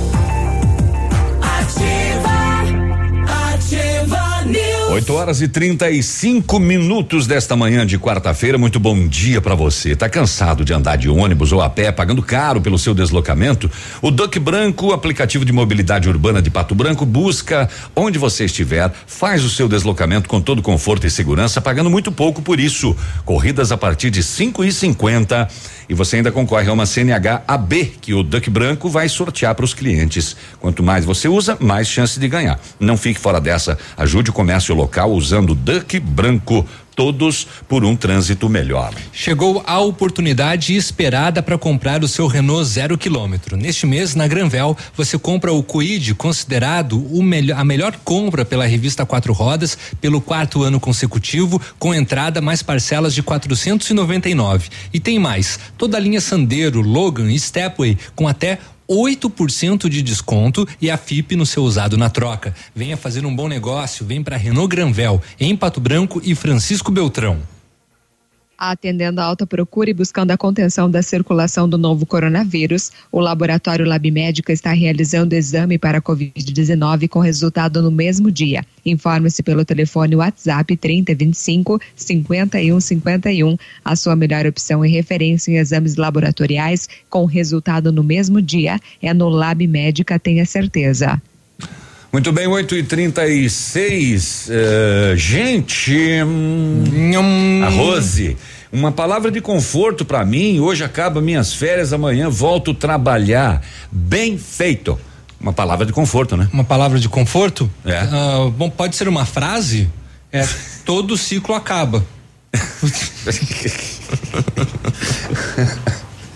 Ativa, Ativa News. oito horas e trinta e cinco minutos desta manhã de quarta-feira. Muito bom dia pra você. Tá cansado de andar de ônibus ou a pé, pagando caro pelo seu deslocamento? O Duck Branco, aplicativo de mobilidade urbana de Pato Branco, busca onde você estiver, faz o seu deslocamento com todo conforto e segurança, pagando muito pouco por isso. Corridas a partir de cinco e cinquenta e você ainda concorre a uma C N H A B que o Duck Branco vai sortear para os clientes. Quanto mais você usa, mais chance de ganhar. Não fique fora dessa. Ajude o comércio local usando Duck Branco. Todos por um trânsito melhor. Chegou a oportunidade esperada para comprar o seu Renault zero quilômetro. Neste mês, na Granvel, você compra o Kwid, considerado o melhor, a melhor compra pela revista Quatro Rodas, pelo quarto ano consecutivo, com entrada mais parcelas de quatrocentos e noventa e nove. E tem mais, toda a linha Sandero, Logan e Stepway com até oito por cento de desconto e a F I P no seu usado na troca. Venha fazer um bom negócio, vem para Renault Granvel, em Pato Branco e Francisco Beltrão. Atendendo a alta procura e buscando a contenção da circulação do novo coronavírus, o laboratório Lab Médica está realizando exame para a covid dezenove com resultado no mesmo dia. Informe-se pelo telefone WhatsApp trinta, vinte e cinco, cinquenta e um, cinquenta e um. A sua melhor opção e referência em exames laboratoriais com resultado no mesmo dia é no Lab Médica, tenha certeza. Muito bem, oito e trinta e seis. Uh, gente, hum, a Rose, uma palavra de conforto para mim. Hoje acaba minhas férias, amanhã volto trabalhar. Bem feito. Uma palavra de conforto, né? Uma palavra de conforto? É. Uh, bom, pode ser uma frase. É todo ciclo acaba.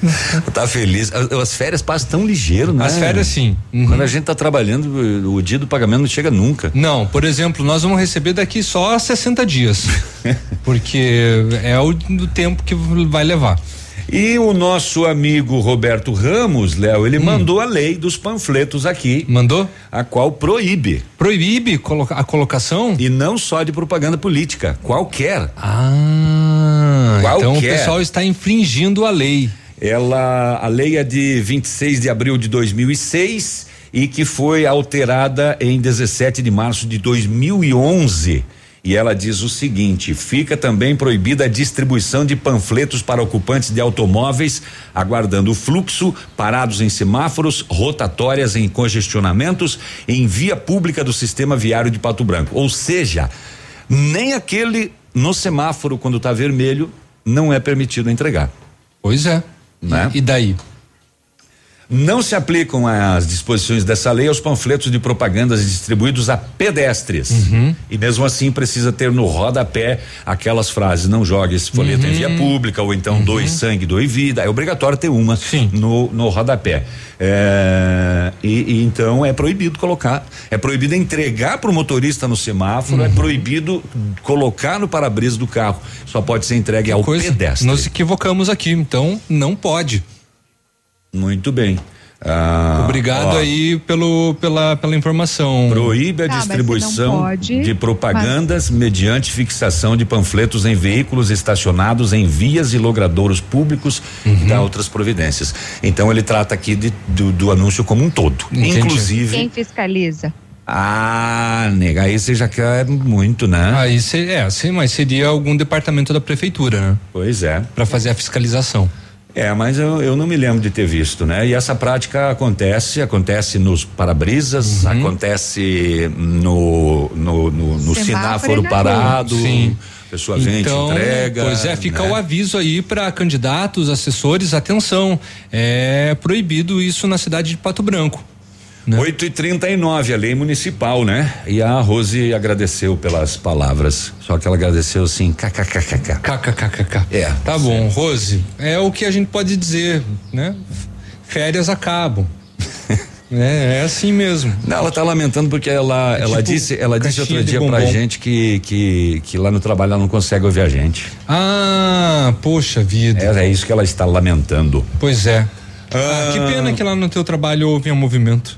Tá feliz. As, as férias passam tão ligeiro, né? As férias, sim. Uhum. Quando a gente tá trabalhando, o dia do pagamento não chega nunca. Não, por exemplo, nós vamos receber daqui só sessenta dias. Porque é o do tempo que vai levar. E o nosso amigo Roberto Ramos, Léo, ele hum. mandou a lei dos panfletos aqui. Mandou? A qual proíbe. Proíbe a colocação? E não só de propaganda política, qualquer. Ah, qualquer. Então o pessoal está infringindo a lei. Ela, a lei é de vinte e seis de abril de dois mil e seis e que foi alterada em dezessete de março de dois mil e onze. E ela diz o seguinte: fica também proibida a distribuição de panfletos para ocupantes de automóveis aguardando o fluxo, parados em semáforos, rotatórias em congestionamentos, em via pública do sistema viário de Pato Branco. Ou seja, nem aquele no semáforo quando está vermelho não é permitido entregar. Pois é. Né? E daí? Não se aplicam as disposições dessa lei aos panfletos de propagandas distribuídos a pedestres. Uhum. E mesmo assim precisa ter no rodapé aquelas frases: não jogue esse folheto uhum. em via pública, ou então uhum. doe sangue, doe vida. É obrigatório ter uma Sim. no, no rodapé. É, e, e então é proibido colocar, é proibido entregar para o motorista no semáforo, uhum. é proibido colocar no para-brisa do carro. Só pode ser entregue ao coisa, pedestre. Nós equivocamos aqui, então não pode. Muito bem. Ah, Obrigado ó, aí pelo, pela, pela informação. Proíbe a tá, distribuição pode, de propagandas mas... mediante fixação de panfletos em veículos estacionados em vias e logradouros públicos uhum. e dá outras providências. Então ele trata aqui de, do, do anúncio como um todo. Entendi. Inclusive. Quem fiscaliza? Ah, nega, aí você já quer muito, né? Aí cê, é, sim, mas seria algum departamento da prefeitura, né? Pois é. Para fazer a fiscalização. É, mas eu, eu não me lembro de ter visto, né? E essa prática acontece, acontece nos para-brisas, uhum. acontece no no, no, no semáforo parado. Sim. A pessoa vem, então, te entrega. Pois é, fica né? o aviso aí para candidatos, assessores, atenção, é proibido isso na cidade de Pato Branco. Né? oito e trinta e nove, a lei municipal, né? E a Rose agradeceu pelas palavras. Só que ela agradeceu assim, kkkk. Kkkk. É. Tá sim. bom, Rose. É o que a gente pode dizer, né? Férias acabam. é, é assim mesmo. Não, ela tá lamentando porque ela, é ela tipo disse, ela disse outro dia pra gente que, que, que lá no trabalho ela não consegue ouvir a gente. Ah, poxa vida. É, é isso que ela está lamentando. Pois é. Ah, que pena que lá no teu trabalho houve um movimento.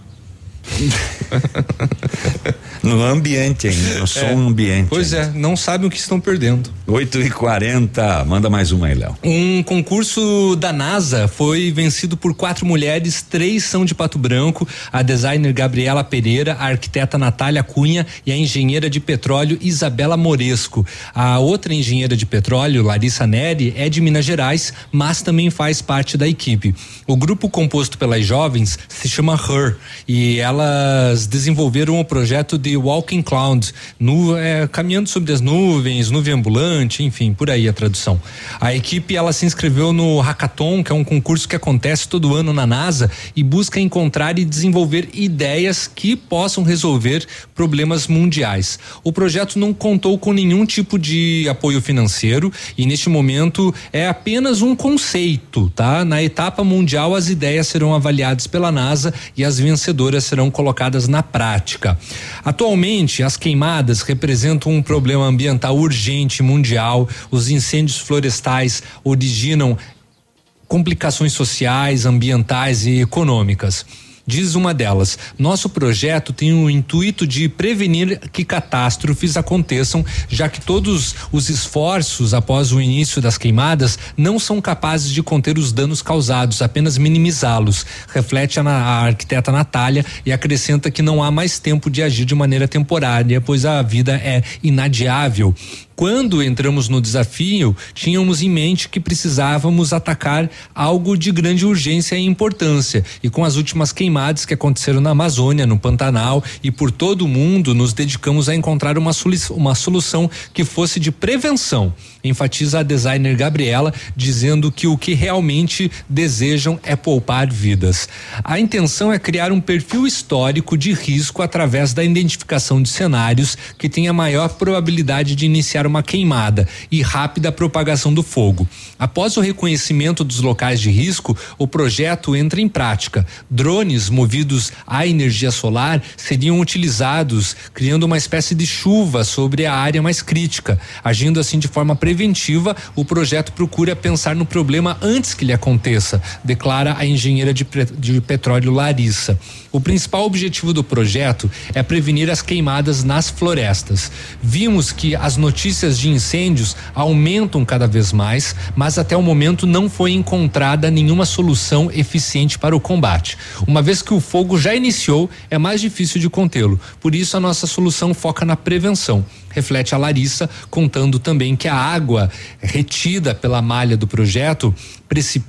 No ambiente ainda, no som é, ambiente. Pois ainda. É, não sabem o que estão perdendo. oito e quarenta, manda mais uma aí, Léo. Um concurso da NASA foi vencido por quatro mulheres, três são de Pato Branco, a designer Gabriela Pereira, a arquiteta Natália Cunha e a engenheira de petróleo Isabela Moresco. A outra engenheira de petróleo, Larissa Neri, é de Minas Gerais, mas também faz parte da equipe. O grupo composto pelas jovens se chama Her e elas desenvolveram o projeto de Walking Cloud, no, é, caminhando sobre as nuvens, nuvem ambulante, enfim, por aí a tradução. A equipe ela se inscreveu no Hackathon, que é um concurso que acontece todo ano na NASA e busca encontrar e desenvolver ideias que possam resolver problemas mundiais. O projeto não contou com nenhum tipo de apoio financeiro e neste momento é apenas um conceito, tá? Na etapa mundial as ideias serão avaliadas pela NASA e as vencedoras serão colocadas na prática. Atualmente, as queimadas representam um problema ambiental urgente mundial. Os incêndios florestais originam complicações sociais, ambientais e econômicas. Diz uma delas: nosso projeto tem o intuito de prevenir que catástrofes aconteçam, já que todos os esforços após o início das queimadas não são capazes de conter os danos causados, apenas minimizá-los. Reflete a, a arquiteta Natália e acrescenta que não há mais tempo de agir de maneira temporária, pois a vida é inadiável. Quando entramos no desafio, tínhamos em mente que precisávamos atacar algo de grande urgência e importância, e com as últimas queimadas queimadas que aconteceram na Amazônia, no Pantanal e por todo o mundo, nos dedicamos a encontrar uma, solu uma solução que fosse de prevenção. Enfatiza a designer Gabriela, dizendo que o que realmente desejam é poupar vidas. A intenção é criar um perfil histórico de risco através da identificação de cenários que tenha maior probabilidade de iniciar uma queimada e rápida propagação do fogo. Após o reconhecimento dos locais de risco, o projeto entra em prática. Drones movidos à energia solar seriam utilizados, criando uma espécie de chuva sobre a área mais crítica. Agindo assim de forma preventiva, o projeto procura pensar no problema antes que ele aconteça, declara a engenheira de, de petróleo Larissa. O principal objetivo do projeto é prevenir as queimadas nas florestas. Vimos que as notícias de incêndios aumentam cada vez mais, mas até o momento não foi encontrada nenhuma solução eficiente para o combate. Uma vez que o fogo já iniciou, é mais difícil de contê-lo. Por isso, a nossa solução foca na prevenção. Reflete a Larissa, contando também que a água retida pela malha do projeto precipita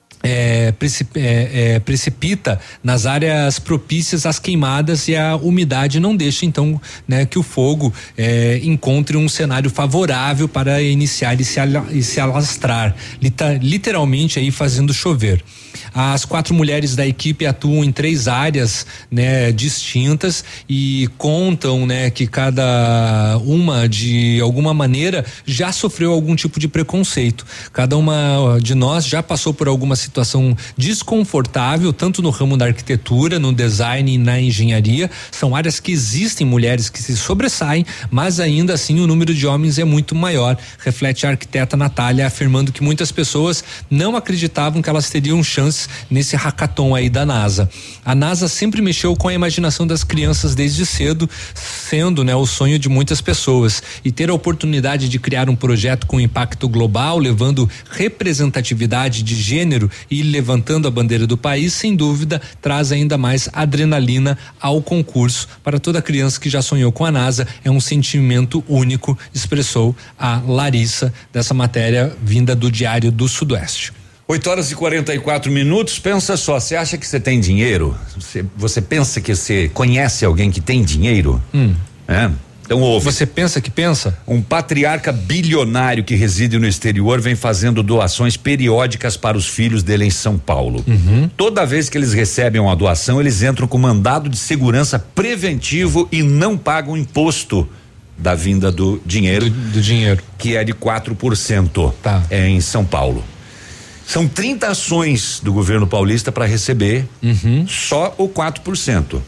É, precip, é, é, precipita nas áreas propícias às queimadas e a umidade não deixa então, né, que o fogo é, encontre um cenário favorável para iniciar e se, ala, e se alastrar, literalmente aí fazendo chover. As quatro mulheres da equipe atuam em três áreas, né, distintas e contam, né, que cada uma de alguma maneira já sofreu algum tipo de preconceito. Cada uma de nós já passou por alguma situação desconfortável, tanto no ramo da arquitetura, no design e na engenharia. São áreas que existem mulheres que se sobressaem, mas ainda assim o número de homens é muito maior, reflete a arquiteta Natália, afirmando que muitas pessoas não acreditavam que elas teriam chance nesse hackathon aí da NASA. A NASA sempre mexeu com a imaginação das crianças desde cedo, sendo, né, o sonho de muitas pessoas, e ter a oportunidade de criar um projeto com impacto global, levando representatividade de gênero e levantando a bandeira do país, sem dúvida traz ainda mais adrenalina ao concurso. Para toda criança que já sonhou com a NASA, é um sentimento único, expressou a Larissa, dessa matéria vinda do Diário do Sudoeste. oito horas e quarenta e quatro minutos. Pensa só, você acha que você tem dinheiro? Você, você pensa que você conhece alguém que tem dinheiro? Hum. É? Então ouve. Você pensa que pensa? Um patriarca bilionário que reside no exterior vem fazendo doações periódicas para os filhos dele em São Paulo. Uhum. Toda vez que eles recebem uma doação, eles entram com mandado de segurança preventivo e não pagam imposto da vinda do dinheiro. Do, do dinheiro. Que é de quatro por cento. Tá. É em São Paulo. São trinta ações do governo paulista para receber uhum. só o quatro por cento.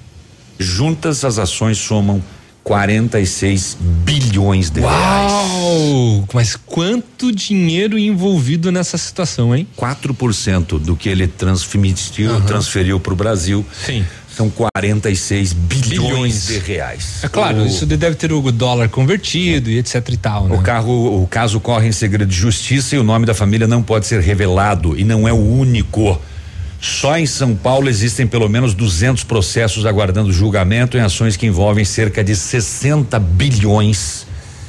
Juntas as ações somam quarenta e seis bilhões de Uau, reais. Uau! Mas quanto dinheiro envolvido nessa situação, hein? quatro por cento do que ele transferiu, uhum. transferiu para o Brasil. Sim. São quarenta e seis bilhões, bilhões de reais. É claro, o, isso deve ter o dólar convertido e etc e tal, né? O carro, o caso corre em segredo de justiça e o nome da família não pode ser revelado e não é o único. Só em São Paulo existem pelo menos duzentos processos aguardando julgamento em ações que envolvem cerca de sessenta bilhões,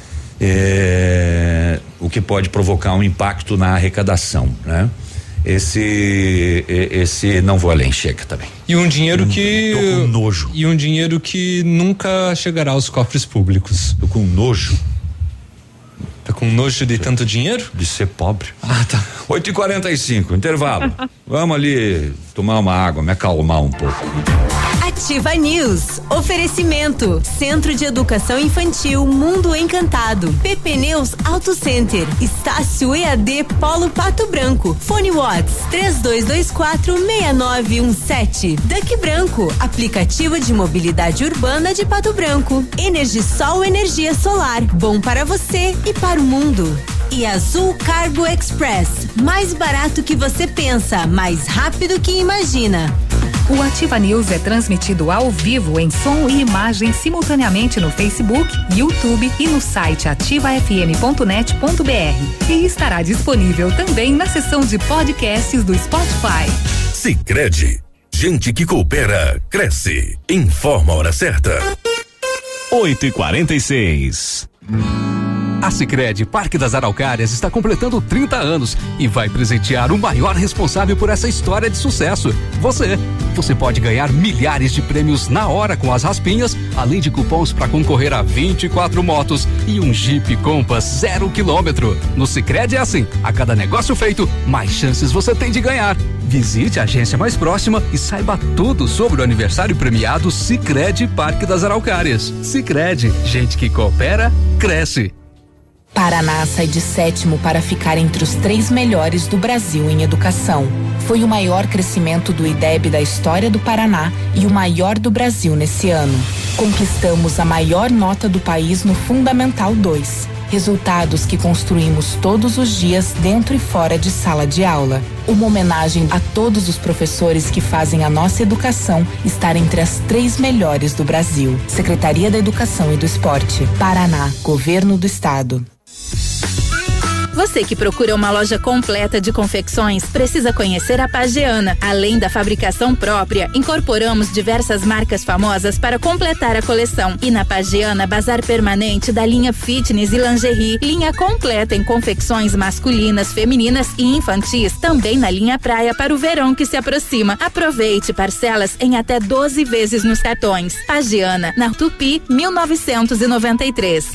é, o que pode provocar um impacto na arrecadação, né? Esse, esse não vou além, chega também. E um dinheiro que. Tô com nojo. E um dinheiro que nunca chegará aos cofres públicos. Tô com nojo. Tá com nojo de tanto dinheiro? De ser pobre. Ah, tá. oito e quarenta e cinco, intervalo. Vamos ali tomar uma água, me acalmar um pouco. Ativa News. Oferecimento. Centro de Educação Infantil Mundo Encantado. Pepe Neus Auto Center. Estácio E A D Polo Pato Branco. Fone Watts três dois dois quatro seis nove um sete. Duck Branco. Aplicativo de mobilidade urbana de Pato Branco. Energisol Energia Solar. Bom para você e para o mundo. E Azul Cargo Express. Mais barato que você pensa, mais rápido que imagina. O Ativa News é transmitido ao vivo em som e imagem simultaneamente no Facebook, YouTube e no site ativa f m ponto net ponto b r. E estará disponível também na seção de podcasts do Spotify. Sicredi, gente que coopera, cresce. Informa a hora certa. oito e quarenta e seis. A Sicredi Parque das Araucárias está completando trinta anos e vai presentear o maior responsável por essa história de sucesso, você. Você pode ganhar milhares de prêmios na hora com as raspinhas, além de cupons para concorrer a vinte e quatro motos e um Jeep Compass zero quilômetro. No Sicredi é assim, a cada negócio feito, mais chances você tem de ganhar. Visite a agência mais próxima e saiba tudo sobre o aniversário premiado Sicredi Parque das Araucárias. Sicredi, gente que coopera, cresce. Paraná sai de sétimo para ficar entre os três melhores do Brasil em educação. Foi o maior crescimento do I D E B da história do Paraná e o maior do Brasil nesse ano. Conquistamos a maior nota do país no Fundamental dois. Resultados que construímos todos os dias dentro e fora de sala de aula. Uma homenagem a todos os professores que fazem a nossa educação estar entre as três melhores do Brasil. Secretaria da Educação e do Esporte. Paraná, Governo do Estado. Você que procura uma loja completa de confecções, precisa conhecer a Pagiana. Além da fabricação própria, incorporamos diversas marcas famosas para completar a coleção. E na Pagiana, bazar permanente da linha fitness e lingerie, linha completa em confecções masculinas, femininas e infantis, também na linha praia para o verão que se aproxima. Aproveite parcelas em até doze vezes nos cartões. Pagiana, na Tupi, mil novecentos e noventa e três.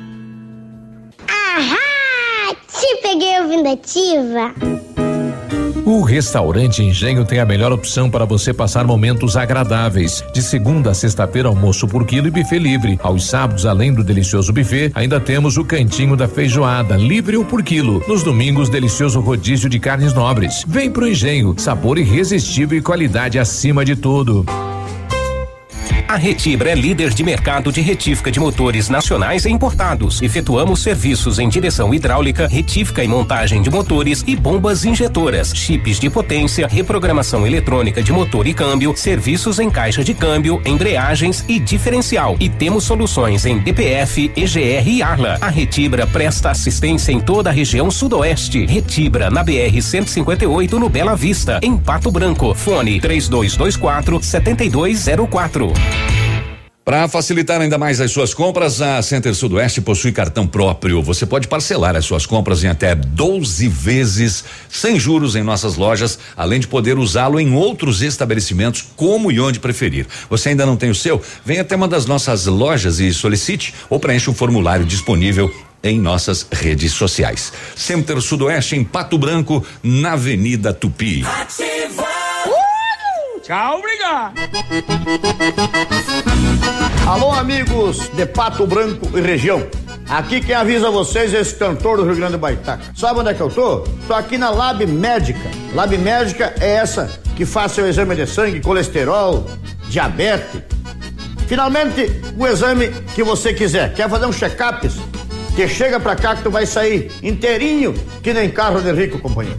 Ahá! Te peguei ouvindo Ativa. O restaurante Engenho tem a melhor opção para você passar momentos agradáveis. De segunda a sexta-feira, almoço por quilo e buffet livre. Aos sábados, além do delicioso buffet, ainda temos o cantinho da feijoada, livre ou por quilo. Nos domingos, delicioso rodízio de carnes nobres. Vem pro Engenho, sabor irresistível e qualidade acima de tudo. A Retibra é líder de mercado de retífica de motores nacionais e importados. Efetuamos serviços em direção hidráulica, retífica e montagem de motores e bombas injetoras, chips de potência, reprogramação eletrônica de motor e câmbio, serviços em caixa de câmbio, embreagens e diferencial. E temos soluções em D P F, E G R e Arla. A Retibra presta assistência em toda a região sudoeste. Retibra na B R cento e cinquenta e oito no Bela Vista, em Pato Branco. Fone três dois dois quatro, sete dois zero quatro. Para facilitar ainda mais as suas compras, a Center Sudoeste possui cartão próprio. Você pode parcelar as suas compras em até doze vezes sem juros em nossas lojas, além de poder usá-lo em outros estabelecimentos como e onde preferir. Você ainda não tem o seu? Venha até uma das nossas lojas e solicite ou preencha um formulário disponível em nossas redes sociais. Center Sudoeste em Pato Branco, na Avenida Tupi. Ativa. Tchau, obrigado. Alô, amigos de Pato Branco e região. Aqui quem avisa vocês é esse cantor do Rio Grande do Baitaca. Sabe onde é que eu tô? Tô aqui na Lab Médica. Lab Médica é essa que faz seu exame de sangue, colesterol, diabetes. Finalmente, o exame que você quiser. Quer fazer um check-up? Que chega pra cá que tu vai sair inteirinho, que nem carro de rico, companheiro.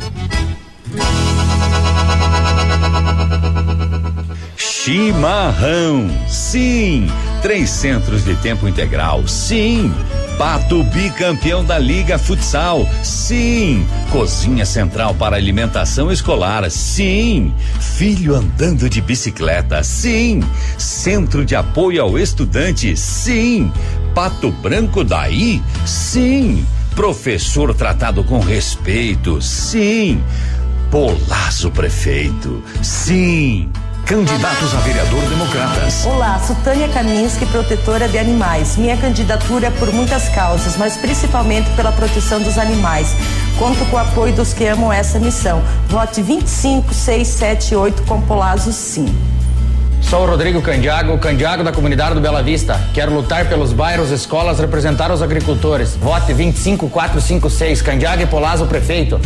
Chimarrão, sim. Três centros de tempo integral, sim. Pato bicampeão da Liga Futsal, sim. Cozinha central para alimentação escolar, sim. Filho andando de bicicleta, sim. Centro de apoio ao estudante, sim. Pato Branco daí, sim. Professor tratado com respeito, sim. Polazo prefeito, sim. Candidatos a vereador Democratas. Olá, sou Tânia Kaminski, protetora de animais. Minha candidatura é por muitas causas, mas principalmente pela proteção dos animais. Conto com o apoio dos que amam essa missão. Vote vinte e cinco, seis, sete, oito com Polazo, sim. Sou o Rodrigo Candiago, Candiago da comunidade do Bela Vista. Quero lutar pelos bairros, escolas, representar os agricultores. Vote vinte e cinco, quatro, cinco, seis, Candiago e Polazo, prefeito.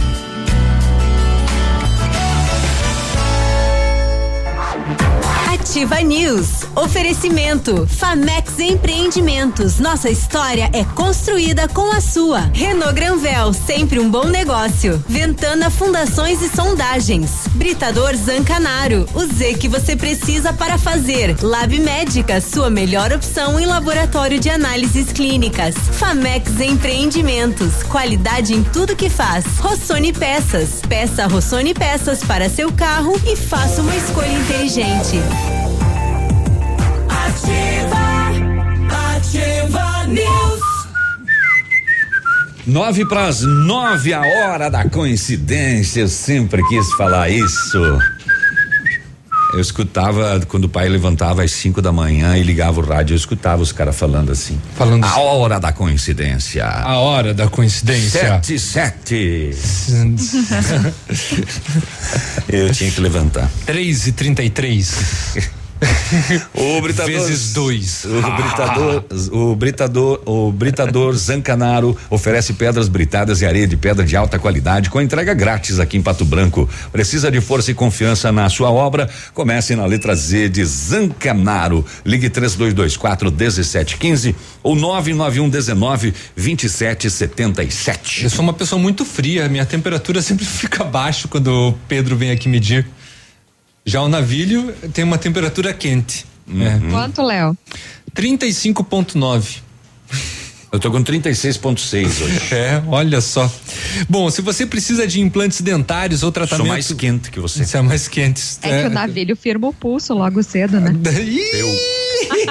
Ativa News. Oferecimento Famex Empreendimentos. Nossa história é construída com a sua. Renault Granvel, sempre um bom negócio. Ventana Fundações e Sondagens. Britador Zancanaro. O Z que você precisa para fazer. Lab Médica, sua melhor opção em laboratório de análises clínicas. Famex Empreendimentos. Qualidade em tudo que faz. Rossoni Peças. Peça Rossoni Peças para seu carro e faça uma escolha inteligente. Ativa, Ativa News. Nove para as nove, a hora da coincidência. Eu sempre quis falar isso. Eu escutava quando o pai levantava às cinco da manhã e ligava o rádio, eu escutava os caras falando assim. Falando a hora da coincidência. A hora da coincidência. Sete, sete. Eu tinha que levantar. Três e trinta e três. O britador vezes dois. O britador, o britador, o britador Zancanaro oferece pedras britadas e areia de pedra de alta qualidade com entrega grátis aqui em Pato Branco. Precisa de força e confiança na sua obra? Comece na letra Z de Zancanaro. Ligue três dois dois quatro um sete um cinco ou nove nove um um nove vinte e sete setenta e sete. Eu sou uma pessoa muito fria, minha temperatura sempre fica abaixo quando o Pedro vem aqui medir. Já o navilho tem uma temperatura quente. Uhum. É. Quanto, Léo? trinta e cinco ponto nove. Eu tô com trinta e seis ponto seis hoje. É, olha só. Bom, se você precisa de implantes dentários ou tratamento. Sou mais quente que você. Você é mais quente. É, é que o navilho firma o pulso logo cedo, né? Eu.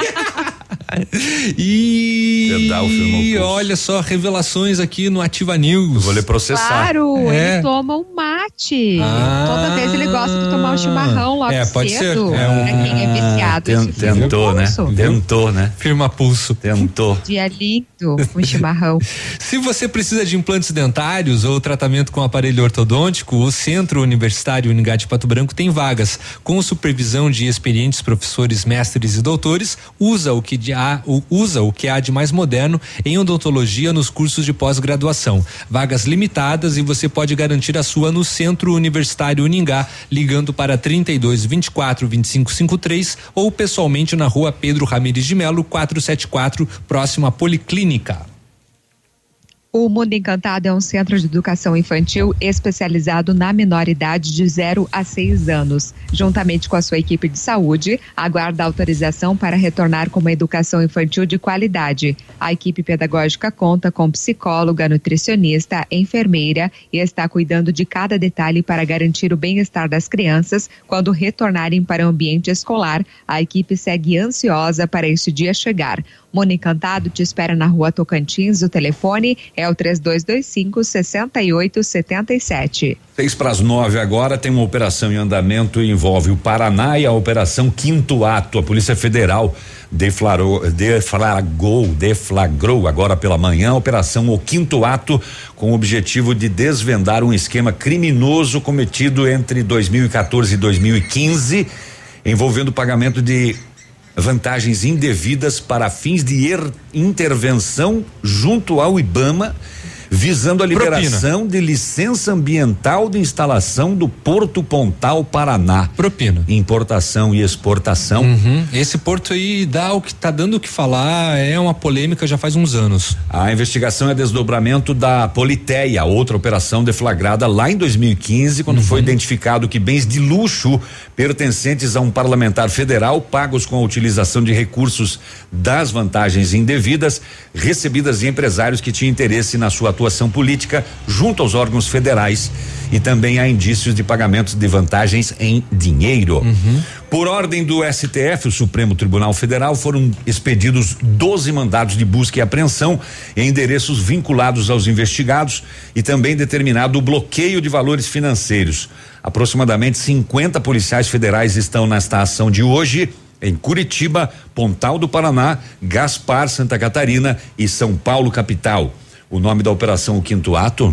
E olha só, revelações aqui no Ativa News. Eu vou lhe processar. Claro, é. ele toma um mate. Ah, Toda vez ele gosta de tomar um chimarrão logo é, pode cedo. Ser. É um, pra quem é viciado. Tent, tentou, né? Tentou, né? Firma pulso. Tentou. Dia lindo, um chimarrão. Se você precisa de implantes dentários ou tratamento com aparelho ortodôntico, o Centro Universitário Uningá de Pato Branco tem vagas. Com supervisão de experientes professores, mestres e doutores, usa o que de há, usa o que há de mais moderno em odontologia nos cursos de pós-graduação. Vagas limitadas e você pode garantir a sua no Centro Universitário Uningá, ligando para trinta e dois, vinte e quatro, vinte e cinco, cinquenta e três ou pessoalmente na rua Pedro Ramires de Melo, quatrocentos e setenta e quatro, próximo à Policlínica. O Mundo Encantado é um centro de educação infantil especializado na menoridade de zero a seis anos. Juntamente com a sua equipe de saúde, aguarda autorização para retornar com uma educação infantil de qualidade. A equipe pedagógica conta com psicóloga, nutricionista, enfermeira e está cuidando de cada detalhe para garantir o bem-estar das crianças quando retornarem para o ambiente escolar. A equipe segue ansiosa para este dia chegar. Mundo Encantado te espera na rua Tocantins. O telefone é o três dois dois cinco, seis oito sete sete. Seis para as nove agora, tem uma operação em andamento e envolve o Paraná e a operação Quinto Ato. A Polícia Federal deflagrou, deflagrou, deflagrou agora pela manhã a operação O Quinto Ato com o objetivo de desvendar um esquema criminoso cometido entre dois mil e quatorze e dois mil e quinze, envolvendo o pagamento de vantagens indevidas para fins de er, intervenção junto ao IBAMA, visando a liberação Propina. de licença ambiental de instalação do Porto Pontal Paraná. Propina. Importação e exportação. Uhum. Esse porto aí dá o que tá dando o que falar, é uma polêmica já faz uns anos. A investigação é desdobramento da Politeia, outra operação deflagrada lá em dois mil e quinze, quando uhum. foi identificado que bens de luxo pertencentes a um parlamentar federal, pagos com a utilização de recursos das vantagens indevidas, recebidas de empresários que tinham interesse na sua atuação política junto aos órgãos federais, e também há indícios de pagamentos de vantagens em dinheiro. Uhum. Por ordem do S T F, o Supremo Tribunal Federal, foram expedidos doze mandados de busca e apreensão em endereços vinculados aos investigados e também determinado o bloqueio de valores financeiros. Aproximadamente cinquenta policiais federais estão nesta ação de hoje em Curitiba, Pontal do Paraná, Gaspar, Santa Catarina e São Paulo, capital. O nome da operação O Quinto Ato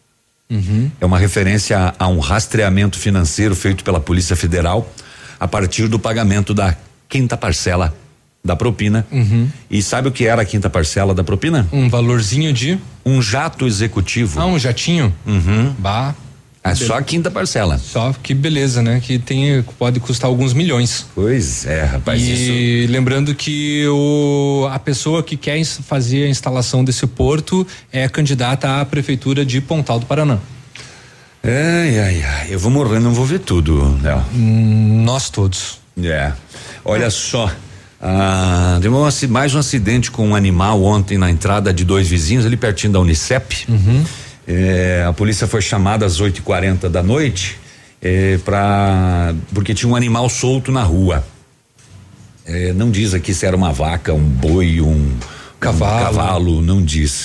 uhum. é uma referência a, a um rastreamento financeiro feito pela Polícia Federal a partir do pagamento da quinta parcela da propina. Uhum. E sabe o que era a quinta parcela da propina? Um valorzinho de? Um jato executivo. Ah, um jatinho? Uhum. Bah. É só a quinta parcela. Só que beleza, né? Que tem, pode custar alguns milhões. Pois é, rapaz. E isso... lembrando que o, a pessoa que quer fazer a instalação desse porto é candidata à prefeitura de Pontal do Paraná. Ai, ai, ai, eu vou morrer, não vou ver tudo, Léo. Hum, nós todos. É. Olha só. Ah, deu um, mais um acidente com um animal ontem na entrada de dois vizinhos, ali pertinho da Unicep. Uhum. É, a polícia foi chamada às oito e quarenta da noite é, para porque tinha um animal solto na rua. É, não diz aqui se era uma vaca, um boi, um cavalo, um cavalo, não diz.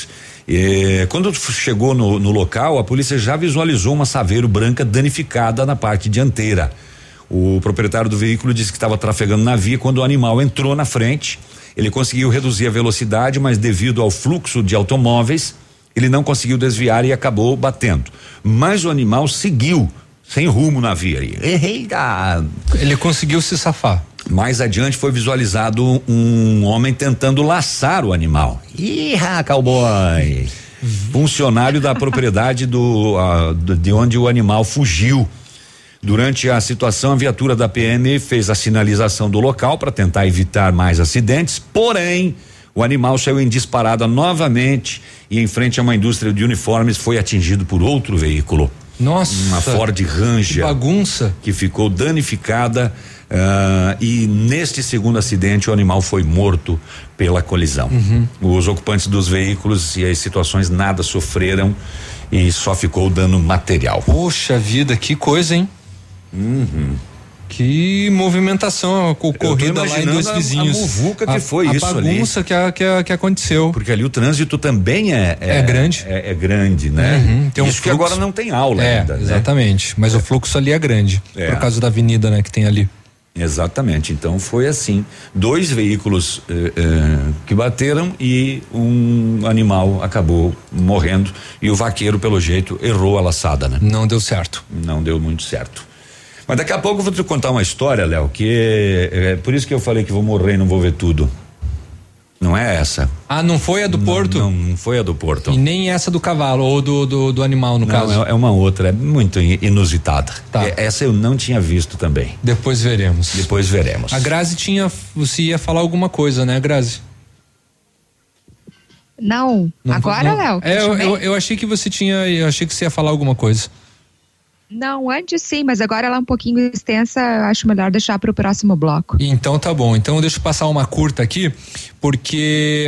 E, quando chegou no, no local, a polícia já visualizou uma Saveiro branca danificada na parte dianteira. O proprietário do veículo disse que estava trafegando na via quando o animal entrou na frente. Ele conseguiu reduzir a velocidade, mas devido ao fluxo de automóveis, ele não conseguiu desviar e acabou batendo. Mas o animal seguiu sem rumo na via. Eita! Ele conseguiu se safar. Mais adiante foi visualizado um homem tentando laçar o animal. Ih, cowboy! Funcionário da propriedade do, uh, de onde o animal fugiu. Durante a situação, a viatura da P M fez a sinalização do local para tentar evitar mais acidentes, porém, o animal saiu em disparada novamente e em frente a uma indústria de uniformes foi atingido por outro veículo. Nossa! Uma Ford Ranger. Que bagunça! Que ficou danificada uh, e neste segundo acidente o animal foi morto pela colisão. Uhum. Os ocupantes dos veículos e as situações nada sofreram e só ficou dano material. Poxa vida, que coisa, hein? Uhum. Que movimentação ocorrida lá em Dois Vizinhos. A, a muvuca que a, foi a isso ali. A bagunça que, a, que, a, que aconteceu. Porque ali o trânsito também é é, é grande. É, é grande, né? Uhum, tem um isso fluxo, que agora não tem aula é, ainda. Exatamente. Né? Mas é. o fluxo ali é grande é. por causa da avenida, né, que tem ali. Exatamente. Então foi assim, dois veículos eh, eh, que bateram e um animal acabou morrendo e o vaqueiro pelo jeito errou a laçada, né? Não deu certo. Não deu muito certo. Mas daqui a pouco eu vou te contar uma história, Léo, que é, é por isso que eu falei que vou morrer e não vou ver tudo. Não é essa. Ah, não foi a do não, Porto? Não, não foi a do Porto. E nem essa do cavalo ou do, do, do animal, no não, caso. É, é uma outra, é muito inusitada. Tá. É, essa eu não tinha visto também. Depois veremos. Depois veremos. A Grazi tinha, você ia falar alguma coisa, né, Grazi? Não, não agora, Léo. É, eu, eu, eu achei que você tinha, eu achei que você ia falar alguma coisa. Não, antes sim, mas agora ela é um pouquinho extensa, acho melhor deixar para o próximo bloco. Então tá bom, então deixa eu passar uma curta aqui, porque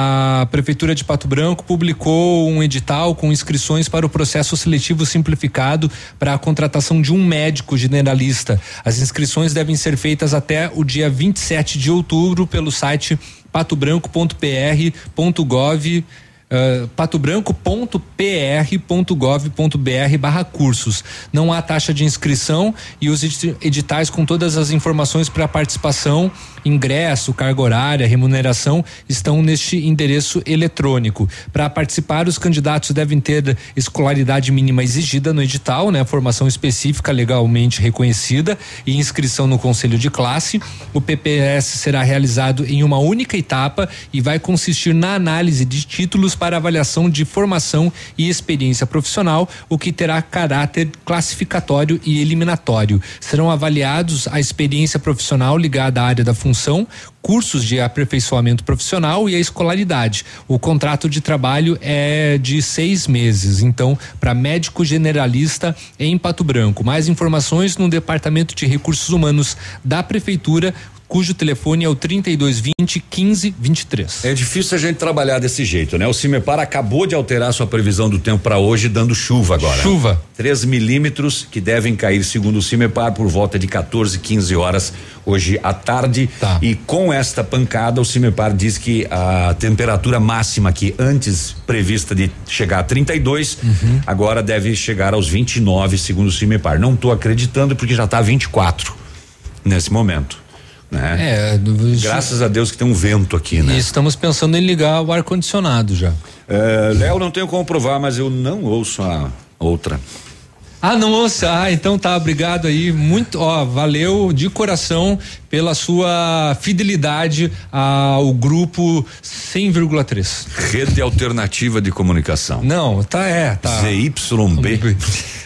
a Prefeitura de Pato Branco publicou um edital com inscrições para o processo seletivo simplificado para a contratação de um médico generalista. As inscrições devem ser feitas até o dia vinte e sete de outubro pelo site patobranco ponto p r ponto gov Uh, patobranco ponto p r ponto gov ponto b r barra cursos. Não há taxa de inscrição e os editais com todas as informações para participação, ingresso, carga horária, remuneração estão neste endereço eletrônico. Para participar, os candidatos devem ter escolaridade mínima exigida no edital, né? Formação específica legalmente reconhecida e inscrição no conselho de classe. O P P S será realizado em uma única etapa e vai consistir na análise de títulos para avaliação de formação e experiência profissional, o que terá caráter classificatório e eliminatório. Serão avaliados a experiência profissional ligada à área da função, cursos de aperfeiçoamento profissional e a escolaridade. O contrato de trabalho é de seis meses, então, para médico generalista em Pato Branco. Mais informações no Departamento de Recursos Humanos da Prefeitura, cujo telefone é o trinta e dois vinte, quinze, vinte e três. É difícil a gente trabalhar desse jeito, né? O Cimepar acabou de alterar sua previsão do tempo para hoje, dando chuva agora. Chuva. três milímetros que devem cair, segundo o Cimepar, por volta de quatorze, quinze horas hoje à tarde. Tá. E com esta pancada, o Cimepar diz que a temperatura máxima que antes prevista de chegar a trinta e dois, uhum. agora deve chegar aos vinte e nove, segundo o Cimepar. Não estou acreditando porque já está vinte e quatro nesse momento. Né? É, graças a Deus que tem um vento aqui, né? E estamos pensando em ligar o ar-condicionado já. É, Léo, não tenho como provar, mas eu não ouço a outra. Ah, não ouça, ah, então tá, obrigado aí, muito, ó, valeu de coração pela sua fidelidade ao grupo cem vírgula três. Rede Alternativa de Comunicação. Não, tá, é, tá. Z Y B.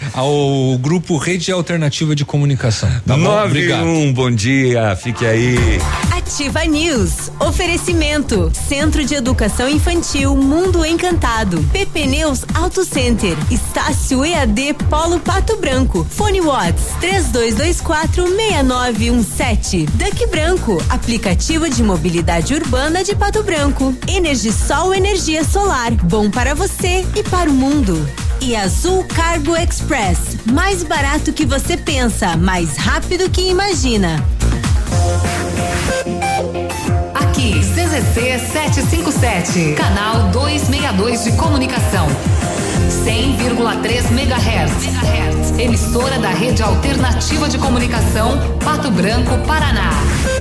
Ao grupo Rede Alternativa de Comunicação. Tá bom? nove e um, bom dia, fique aí. Ativa News. Oferecimento. Centro de Educação Infantil Mundo Encantado. Pepe Neus Auto Center. Estácio E A D Polo Pato Branco. Fone Watts três dois dois quatro, seis nove um sete. Duck Branco. Aplicativo de mobilidade urbana de Pato Branco. Energisol energia solar. Bom para você e para o mundo. E Azul Cargo Express. Mais barato que você pensa, mais rápido que imagina. Aqui, C Z C setecentos e cinquenta e sete, canal duzentos e sessenta e dois de comunicação. cem vírgula três megahertz. Emissora da Rede Alternativa de Comunicação, Pato Branco, Paraná.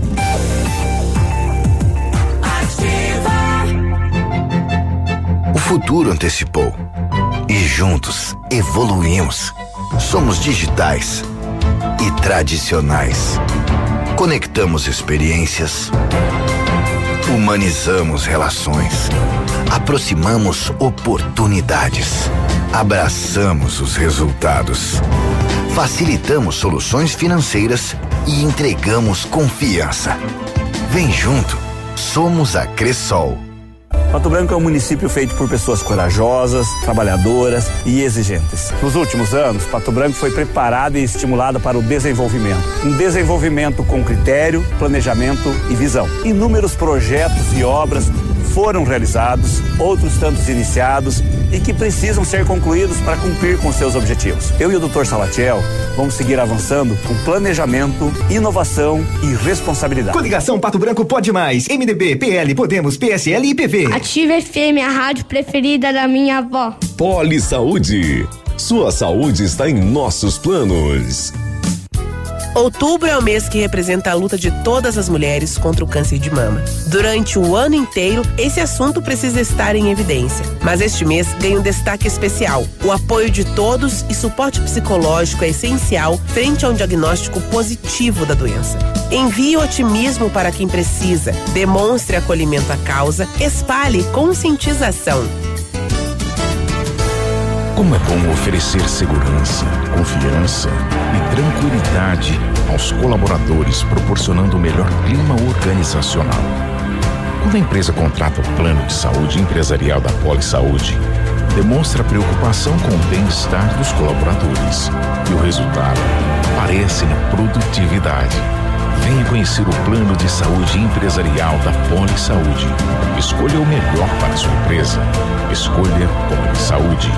O futuro antecipou e juntos evoluímos. Somos digitais e tradicionais. Conectamos experiências, humanizamos relações, aproximamos oportunidades, abraçamos os resultados, facilitamos soluções financeiras e entregamos confiança. Vem junto, somos a Cressol. Pato Branco é um município feito por pessoas corajosas, trabalhadoras e exigentes. Nos últimos anos, Pato Branco foi preparado e estimulado para o desenvolvimento. Um desenvolvimento com critério, planejamento e visão. Inúmeros projetos e obras foram realizados, outros tantos iniciados e que precisam ser concluídos para cumprir com seus objetivos. Eu e o doutor Salatiel vamos seguir avançando com planejamento, inovação e responsabilidade. Coligação Pato Branco Pode Mais, M D B, P L, Podemos, P S L e P V. Ativa F M, a rádio preferida da minha avó. Poli Saúde. Sua saúde está em nossos planos. Outubro é o mês que representa a luta de todas as mulheres contra o câncer de mama. Durante o ano inteiro, esse assunto precisa estar em evidência. Mas este mês ganha um destaque especial. O apoio de todos e suporte psicológico é essencial frente a um diagnóstico positivo da doença. Envie otimismo para quem precisa, demonstre acolhimento à causa, espalhe conscientização. Como é bom oferecer segurança, confiança e tranquilidade aos colaboradores, proporcionando o melhor clima organizacional. Quando a empresa contrata o plano de saúde empresarial da Poli Saúde, demonstra preocupação com o bem-estar dos colaboradores e o resultado aparece na produtividade. Venha conhecer o plano de saúde empresarial da Poli Saúde. Escolha o melhor para a sua empresa. Escolha Poli Saúde.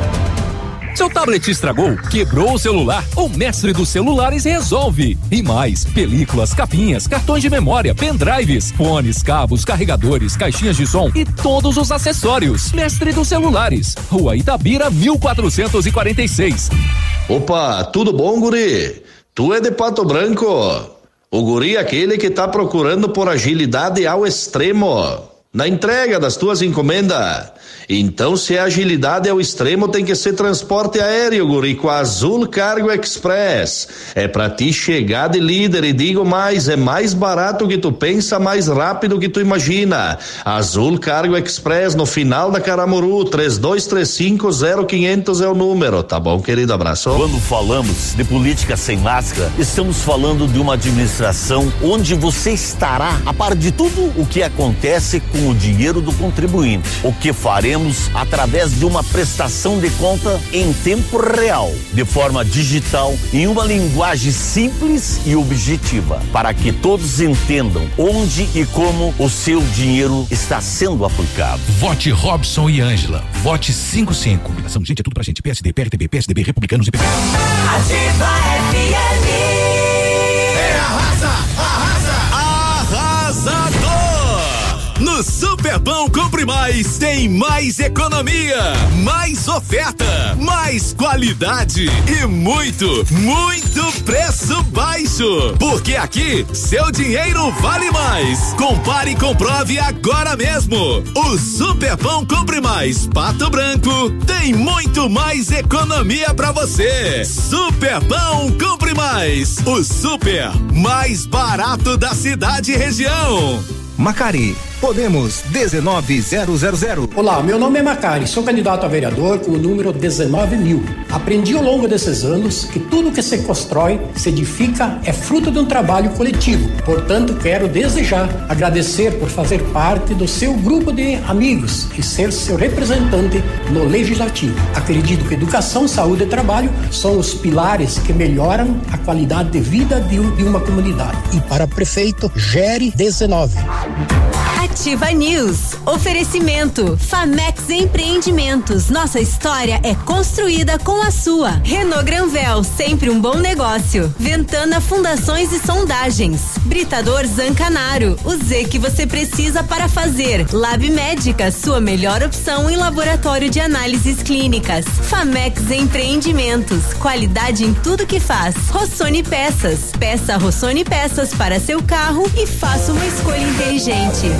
Seu tablet estragou, quebrou o celular, o Mestre dos Celulares resolve. E mais, películas, capinhas, cartões de memória, pendrives, fones, cabos, carregadores, caixinhas de som e todos os acessórios. Mestre dos Celulares, Rua Itabira, mil quatrocentos e quarenta e seis. Opa, tudo bom, guri? Tu é de Pato Branco? O guri é aquele que tá procurando por agilidade ao extremo na entrega das tuas encomendas. Então, se a agilidade é o extremo, tem que ser transporte aéreo, guri, com a Azul Cargo Express. É pra ti chegar de líder e digo mais, é mais barato que tu pensa, mais rápido que tu imagina. Azul Cargo Express, no final da Caramuru, três dois três cinco zero quinhentos é o número, tá bom, querido? Abraço. Quando falamos de política sem máscara, estamos falando de uma administração onde você estará a par de tudo o que acontece com o dinheiro do contribuinte. O que faremos através de uma prestação de conta em tempo real, de forma digital, em uma linguagem simples e objetiva, para que todos entendam onde e como o seu dinheiro está sendo aplicado. Vote Robson e Ângela. Vote cinco cinco. Combinação, gente, é tudo pra gente. P S D, P L T B, P S D B, Republicanos e P P. Ativa F M. É arrasa, arrasa, arrasador. No Superpão Compre Mais tem mais economia, mais oferta, mais qualidade e muito, muito preço baixo. Porque aqui seu dinheiro vale mais. Compare e comprove agora mesmo. O Superpão Compre Mais Pato Branco tem muito mais economia pra você. Superpão Compre Mais, o super mais barato da cidade e região. Macari, Podemos dezenove zero zero zero. Olá, meu nome é Macari, sou candidato a vereador com o número dezenove mil. Aprendi ao longo desses anos que tudo que se constrói, se edifica, é fruto de um trabalho coletivo. Portanto, quero desejar, agradecer por fazer parte do seu grupo de amigos e ser seu representante no Legislativo. Acredito que educação, saúde e trabalho são os pilares que melhoram a qualidade de vida de, de uma comunidade. E para prefeito, Gere dezenove. Ativa News. Oferecimento Famex Empreendimentos. Nossa história é construída com a sua. Renault Granvel, sempre um bom negócio. Ventana Fundações e Sondagens. Britador Zancanaro. O Z que você precisa para fazer. Lab Médica, sua melhor opção em laboratório de análises clínicas. Famex Empreendimentos. Qualidade em tudo que faz. Rossoni Peças. Peça Rossoni Peças para seu carro e faça uma escolha inteligente.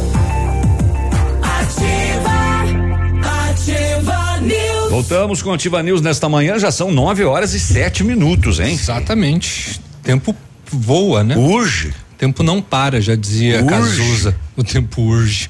Ativa, Ativa News. Voltamos com Ativa News nesta manhã, já são nove horas e sete minutos, hein? Exatamente. Tempo voa, né? Urge. O tempo não para, já dizia Urge. Cazuza. O tempo urge.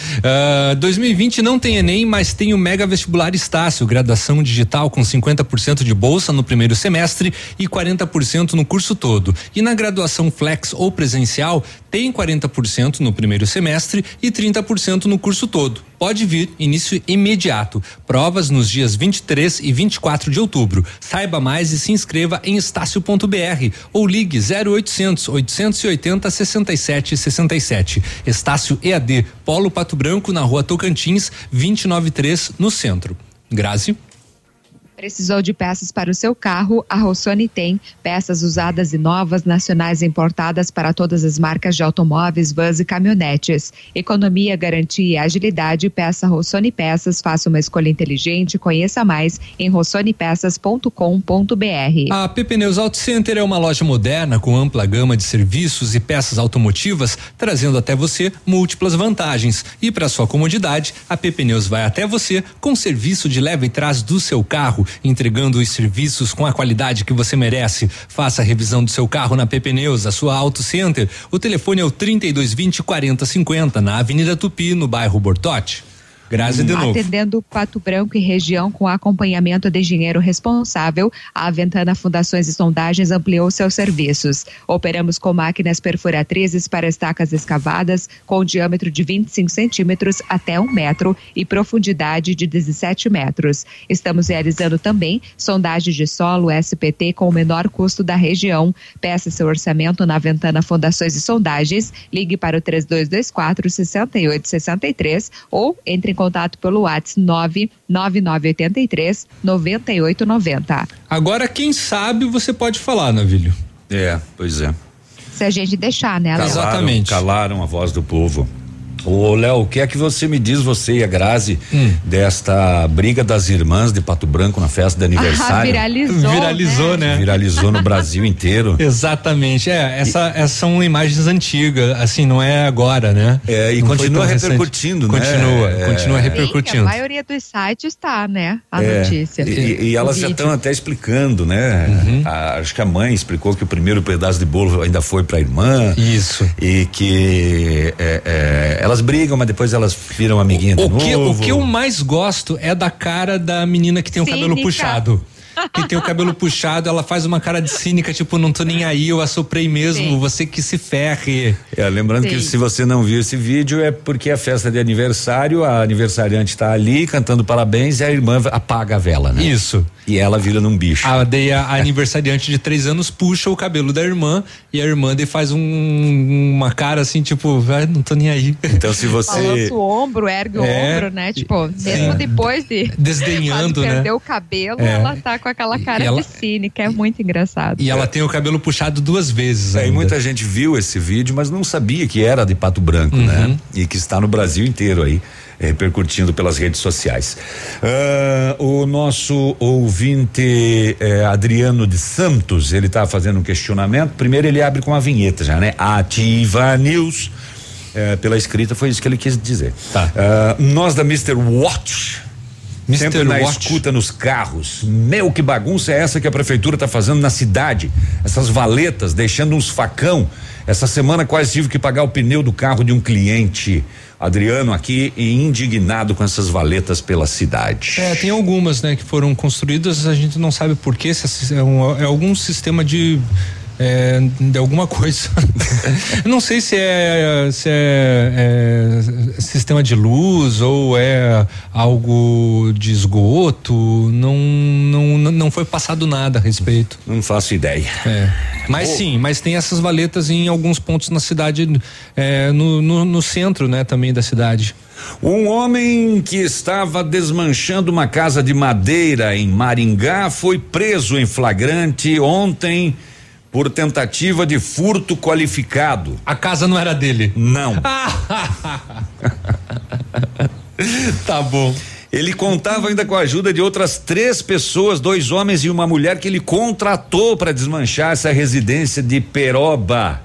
Uh, dois mil e vinte não tem Enem, mas tem o Mega Vestibular Estácio, graduação digital com cinquenta por cento de bolsa no primeiro semestre e quarenta por cento no curso todo. E na graduação Flex ou presencial, tem quarenta por cento no primeiro semestre e trinta por cento no curso todo. Pode vir, início imediato. Provas nos dias vinte e três e vinte e quatro de outubro. Saiba mais e se inscreva em estácio ponto br ou ligue zero oitocentos, oitocentos e oitenta, sessenta e sete sessenta e sete. Estácio E A D, Polo Pato Branco, na rua Tocantins, vinte e nove três, no centro. Grazi? Precisou de peças para o seu carro? A Rossoni tem peças usadas e novas, nacionais e importadas para todas as marcas de automóveis, vans e caminhonetes. Economia, garantia e agilidade. Peça Rossoni Peças. Faça uma escolha inteligente. Conheça mais em rossoni peças ponto com ponto br. A P Pneus Auto Center é uma loja moderna com ampla gama de serviços e peças automotivas, trazendo até você múltiplas vantagens. E para sua comodidade, a P Pneus vai até você com serviço de leva e trás do seu carro, entregando os serviços com a qualidade que você merece. Faça a revisão do seu carro na P Pneus, a sua Auto Center. O telefone é o trinta e dois vinte, quarenta cinquenta, na Avenida Tupi, no bairro Bortote. Grazi de novo. Atendendo Pato Branco e região com acompanhamento de engenheiro responsável, a Ventana Fundações e Sondagens ampliou seus serviços. Operamos com máquinas perfuratrizes para estacas escavadas com diâmetro de vinte e cinco centímetros até um metro e profundidade de dezessete metros. Estamos realizando também sondagem de solo S P T com o menor custo da região. Peça seu orçamento na Ventana Fundações e Sondagens. Ligue para o três dois dois quatro, seis oito seis três ou entre em contato pelo WhatsApp nove nove nove oito três, nove oito nove zero. Agora, quem sabe você pode falar, Navilho. É, pois é. Se a gente deixar, né, Léo? Exatamente. Calaram a voz do povo. Ô, Léo, o que é que você me diz, você e a Grazi, hum. desta briga das irmãs de Pato Branco na festa de aniversário? Ah, viralizou. Viralizou, né? né? Viralizou no Brasil inteiro. Exatamente. É, essa, e, essas são imagens antigas, assim, não é agora, né? É, e não continua repercutindo, recente. né? Continua, é, continua repercutindo. Sim, a maioria dos sites está, né? A é, notícia. E, e elas já estão até explicando, né? Uhum. A, acho que a mãe explicou que o primeiro pedaço de bolo ainda foi pra irmã. Isso. E que é, é, elas brigam, mas depois elas viram amiguinha de o novo. Que, o que eu mais gosto é da cara da menina que tem o Cínica. cabelo puxado. Que tem o cabelo puxado, ela faz uma cara de cínica, tipo, não tô nem aí, eu assoprei mesmo, Sim. você que se ferre. É, lembrando Sim. que se você não viu esse vídeo é porque é festa de aniversário, a aniversariante tá ali cantando parabéns e a irmã apaga a vela, né? Isso. E ela vira num bicho. A, daí a, a aniversariante de três anos puxa o cabelo da irmã e a irmã daí faz um, uma cara assim, tipo, ah, não tô nem aí. Então se você... Balança o ombro, ergue o é, ombro, né? Tipo, mesmo é, depois de... Desdenhando, né? Perder o cabelo, é. ela tá com aquela cara ela, de cínica, é muito engraçado. E ela tem o cabelo puxado duas vezes. É, e muita gente viu esse vídeo, mas não sabia que era de Pato Branco, uhum. né? E que está no Brasil inteiro aí, repercutindo pelas redes sociais. Uh, o nosso ouvinte eh, Adriano de Santos, ele está fazendo um questionamento. Primeiro ele abre com uma vinheta já, né? Ativa News. Eh, pela escrita foi isso que ele quis dizer. Tá. Uh, nós da mister Watch mister sempre na Watch. escuta nos carros. Meu, que bagunça é essa que a prefeitura está fazendo na cidade? Essas valetas deixando uns facão. Essa semana quase tive que pagar o pneu do carro de um cliente. Adriano aqui indignado com essas valetas pela cidade. É, tem algumas, né, que foram construídas, a gente não sabe por quê, se é, um, é algum sistema de É, de alguma coisa. Não sei se é, se é, é sistema de luz ou é algo de esgoto, não, não, não foi passado nada a respeito. Não faço ideia. É. Mas oh. sim, mas tem essas valetas em alguns pontos na cidade, é, no, no, no centro, né, também da cidade. Um homem que estava desmanchando uma casa de madeira em Maringá foi preso em flagrante ontem por tentativa de furto qualificado. A casa não era dele? Não. Tá bom. Ele contava ainda com a ajuda de outras três pessoas, dois homens e uma mulher que ele contratou para desmanchar essa residência de Peroba.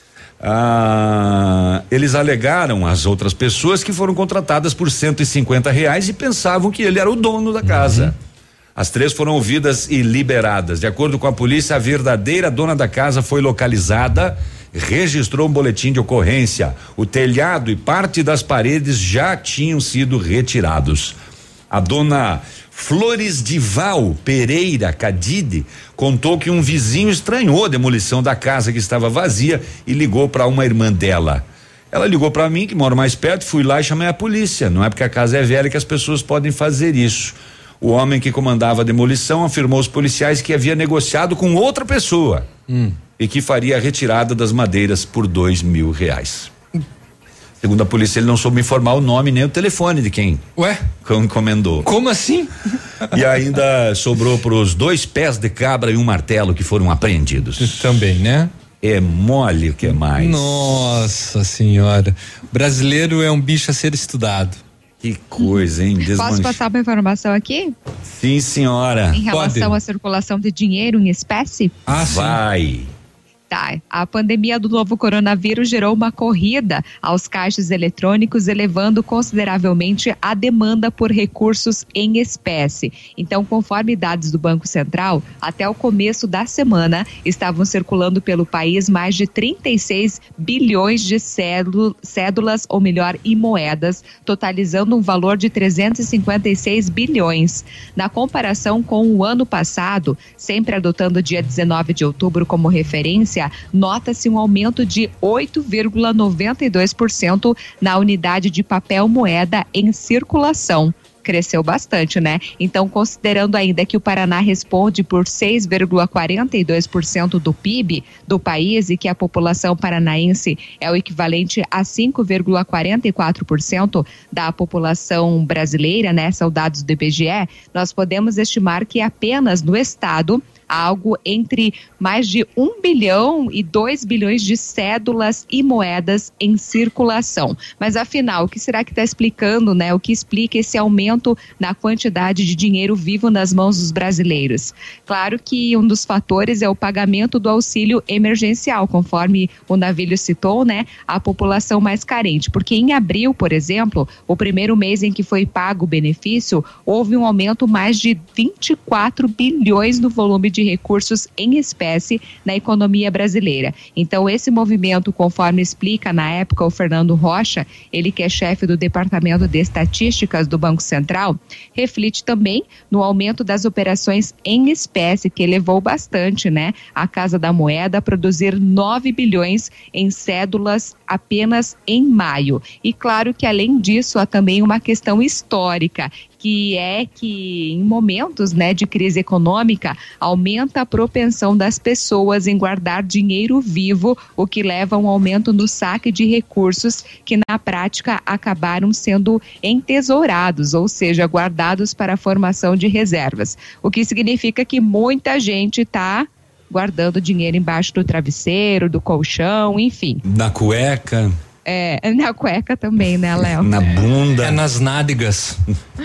Ah, eles alegaram às outras pessoas que foram contratadas por cento e cinquenta reais e pensavam que ele era o dono da casa. Uhum. As três foram ouvidas e liberadas. De acordo com a polícia, a verdadeira dona da casa foi localizada, registrou um boletim de ocorrência. O telhado e parte das paredes já tinham sido retirados. A dona Flores Dival Pereira Cadide contou que um vizinho estranhou a demolição da casa que estava vazia e ligou para uma irmã dela. Ela ligou para mim, que moro mais perto, fui lá e chamei a polícia. Não é porque a casa é velha que as pessoas podem fazer isso. O homem que comandava a demolição afirmou aos policiais que havia negociado com outra pessoa hum. e que faria a retirada das madeiras por dois mil reais. Segundo a polícia, ele não soube informar o nome nem o telefone de quem Ué? encomendou. Como assim? E ainda sobrou para os dois pés de cabra e um martelo que foram apreendidos. Também, né? É mole o que mais. Nossa senhora. Brasileiro é um bicho a ser estudado. Que coisa, hein? Desmanche... Posso passar uma informação aqui? Sim, senhora. Em relação Pode. à circulação de dinheiro em espécie? Ah, vai. Tá. A pandemia do novo coronavírus gerou uma corrida aos caixas eletrônicos, elevando consideravelmente a demanda por recursos em espécie. Então, conforme dados do Banco Central, até o começo da semana estavam circulando pelo país mais de trinta e seis bilhões de cédulas, ou melhor, e moedas, totalizando um valor de trezentos e cinquenta e seis bilhões. Na comparação com o ano passado, sempre adotando o dia dezenove de outubro como referência, nota-se um aumento de oito vírgula noventa e dois por cento na unidade de papel moeda em circulação. Cresceu bastante, né? Então, considerando ainda que o Paraná responde por seis vírgula quarenta e dois por cento do P I B do país e que a população paranaense é o equivalente a cinco vírgula quarenta e quatro por cento da população brasileira, né? São dados do I B G E, nós podemos estimar que apenas no estado algo entre mais de um bilhão e dois bilhões de cédulas e moedas em circulação. Mas afinal, o que será que está explicando, né? O que explica esse aumento na quantidade de dinheiro vivo nas mãos dos brasileiros? Claro que um dos fatores é o pagamento do auxílio emergencial, conforme o Navilho citou, né? A população mais carente, porque em abril, por exemplo, o primeiro mês em que foi pago o benefício, houve um aumento mais de vinte e quatro bilhões no volume de de recursos em espécie na economia brasileira. Então, esse movimento, conforme explica na época o Fernando Rocha, ele que é chefe do Departamento de Estatísticas do Banco Central, reflete também no aumento das operações em espécie, que elevou bastante, né? A Casa da Moeda a produzir nove bilhões em cédulas apenas em maio. E claro que, além disso, há também uma questão histórica, que é que em momentos, né, de crise econômica, aumenta a propensão das pessoas em guardar dinheiro vivo, o que leva a um aumento no saque de recursos que na prática acabaram sendo entesourados, ou seja, guardados para a formação de reservas, o que significa que muita gente está guardando dinheiro embaixo do travesseiro, do colchão, enfim. Na cueca. É, na cueca também, né, Léo? Na bunda. É nas nádegas.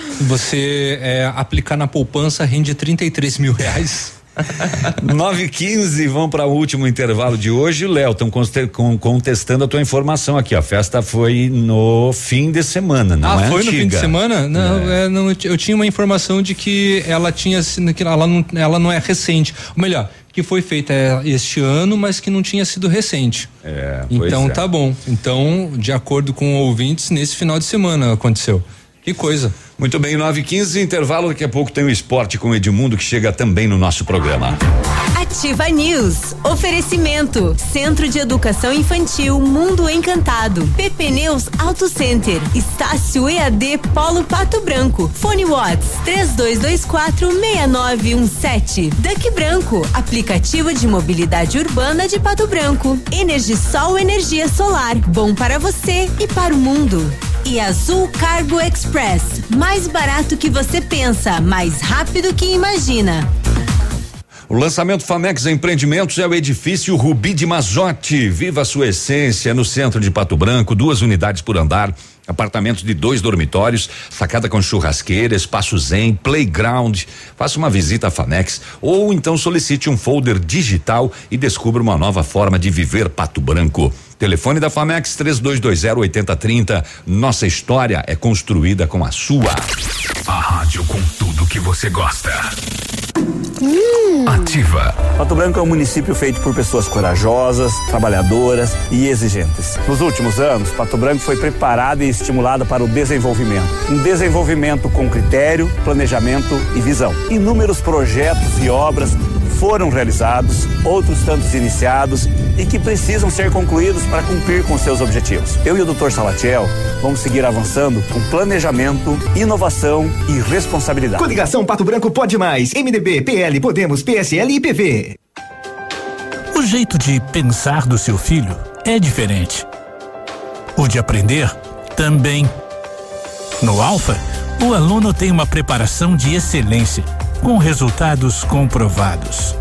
Você é, aplicar na poupança rende trinta e três mil reais. nove e quinze, vamos para o último intervalo de hoje. Léo, estão contestando a tua informação aqui. A festa foi no fim de semana, não ah, é? Ah, foi antiga. No fim de semana? Não, é. É, não, eu tinha uma informação de que ela tinha, que ela não, ela não é recente. Ou melhor, que foi feita este ano, mas que não tinha sido recente. É, então é. Tá bom. Então, de acordo com ouvintes, nesse final de semana aconteceu. Que coisa. Muito bem, nove e quinze, intervalo, daqui a pouco tem o esporte com o Edmundo, que chega também no nosso programa. Ativa News. Oferecimento. Centro de Educação Infantil Mundo Encantado. Pepe Neus Auto Center. Estácio E A D Polo Pato Branco. Fone Watts três dois dois quatro seis nove um sete. Duck Branco. Aplicativo de mobilidade urbana de Pato Branco. Energisol energia solar. Bom para você e para o mundo. E Azul Cargo Express. Mais barato que você pensa, mais rápido que imagina. O lançamento Famex Empreendimentos é o edifício Rubi de Mazotti. Viva a sua essência no centro de Pato Branco, duas unidades por andar, apartamentos de dois dormitórios, sacada com churrasqueira, espaço zen, playground. Faça uma visita à Famex ou então solicite um folder digital e descubra uma nova forma de viver Pato Branco. Telefone da Famex três dois dois zero oito zero três zero. Nossa história é construída com a sua. A rádio com tudo que você gosta. Hum. Ativa. Pato Branco é um município feito por pessoas corajosas, trabalhadoras e exigentes. Nos últimos anos, Pato Branco foi preparada e estimulada para o desenvolvimento. Um desenvolvimento com critério, planejamento e visão. Inúmeros projetos e obras foram realizados, outros tantos iniciados e que precisam ser concluídos para cumprir com seus objetivos. Eu e o doutor Salatiel vamos seguir avançando com planejamento, inovação e responsabilidade. Coligação Pato Branco Pode Mais, M D B, P L, Podemos, P S L e P V. O jeito de pensar do seu filho é diferente. O de aprender também. No Alfa, o aluno tem uma preparação de excelência, com resultados comprovados.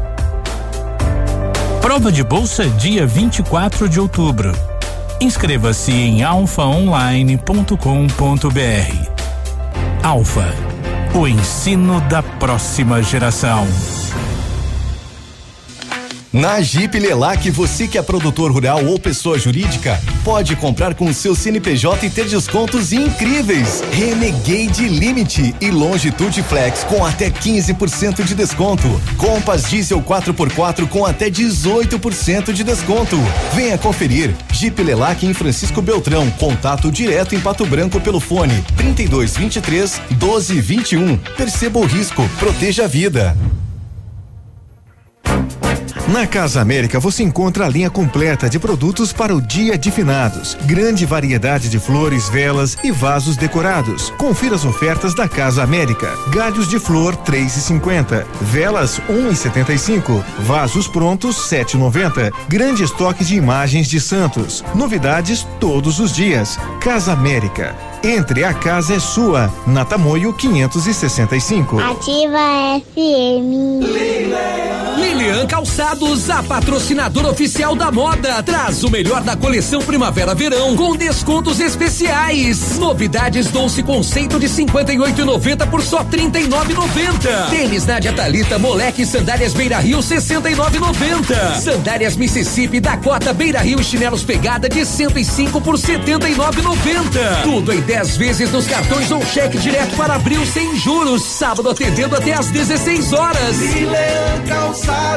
Prova de bolsa dia vinte e quatro de outubro. Inscreva-se em alfa online ponto com ponto br. Alfa, o ensino da próxima geração. Na Jeep Lelac, você que é produtor rural ou pessoa jurídica, pode comprar com o seu C N P J e ter descontos incríveis. Renegade Limite e Longitude Flex com até quinze por cento de desconto. Compass Diesel quatro por quatro com até dezoito por cento de desconto. Venha conferir. Jeep Lelac em Francisco Beltrão. Contato direto em Pato Branco pelo fone trinta e dois, vinte e três, doze, vinte e um. Perceba o risco, proteja a vida. Na Casa América você encontra a linha completa de produtos para o Dia de Finados. Grande variedade de flores, velas e vasos decorados. Confira as ofertas da Casa América. Galhos de flor três e cinquenta, velas um e setenta e cinco, vasos prontos sete e noventa. Grande estoque de imagens de santos. Novidades todos os dias. Casa América. Entre, a casa é sua. Na Tamoio quinhentos e sessenta e cinco. Ativa F M. Lilian Calçados, a patrocinadora oficial da moda, traz o melhor da coleção Primavera-Verão com descontos especiais. Novidades Doce Conceito de cinquenta e oito reais e noventa centavos por só trinta e nove reais e noventa centavos. Tênis Nádia Thalita Moleque Sandálias Beira Rio sessenta e nove reais e noventa centavos. Sandálias Mississippi Dakota Beira Rio e chinelos Pegada de cento e cinco por setenta e nove reais e noventa centavos. Tudo em dez vezes nos cartões ou cheque direto para abril sem juros. Sábado atendendo até às dezesseis horas. Lilian Calçados.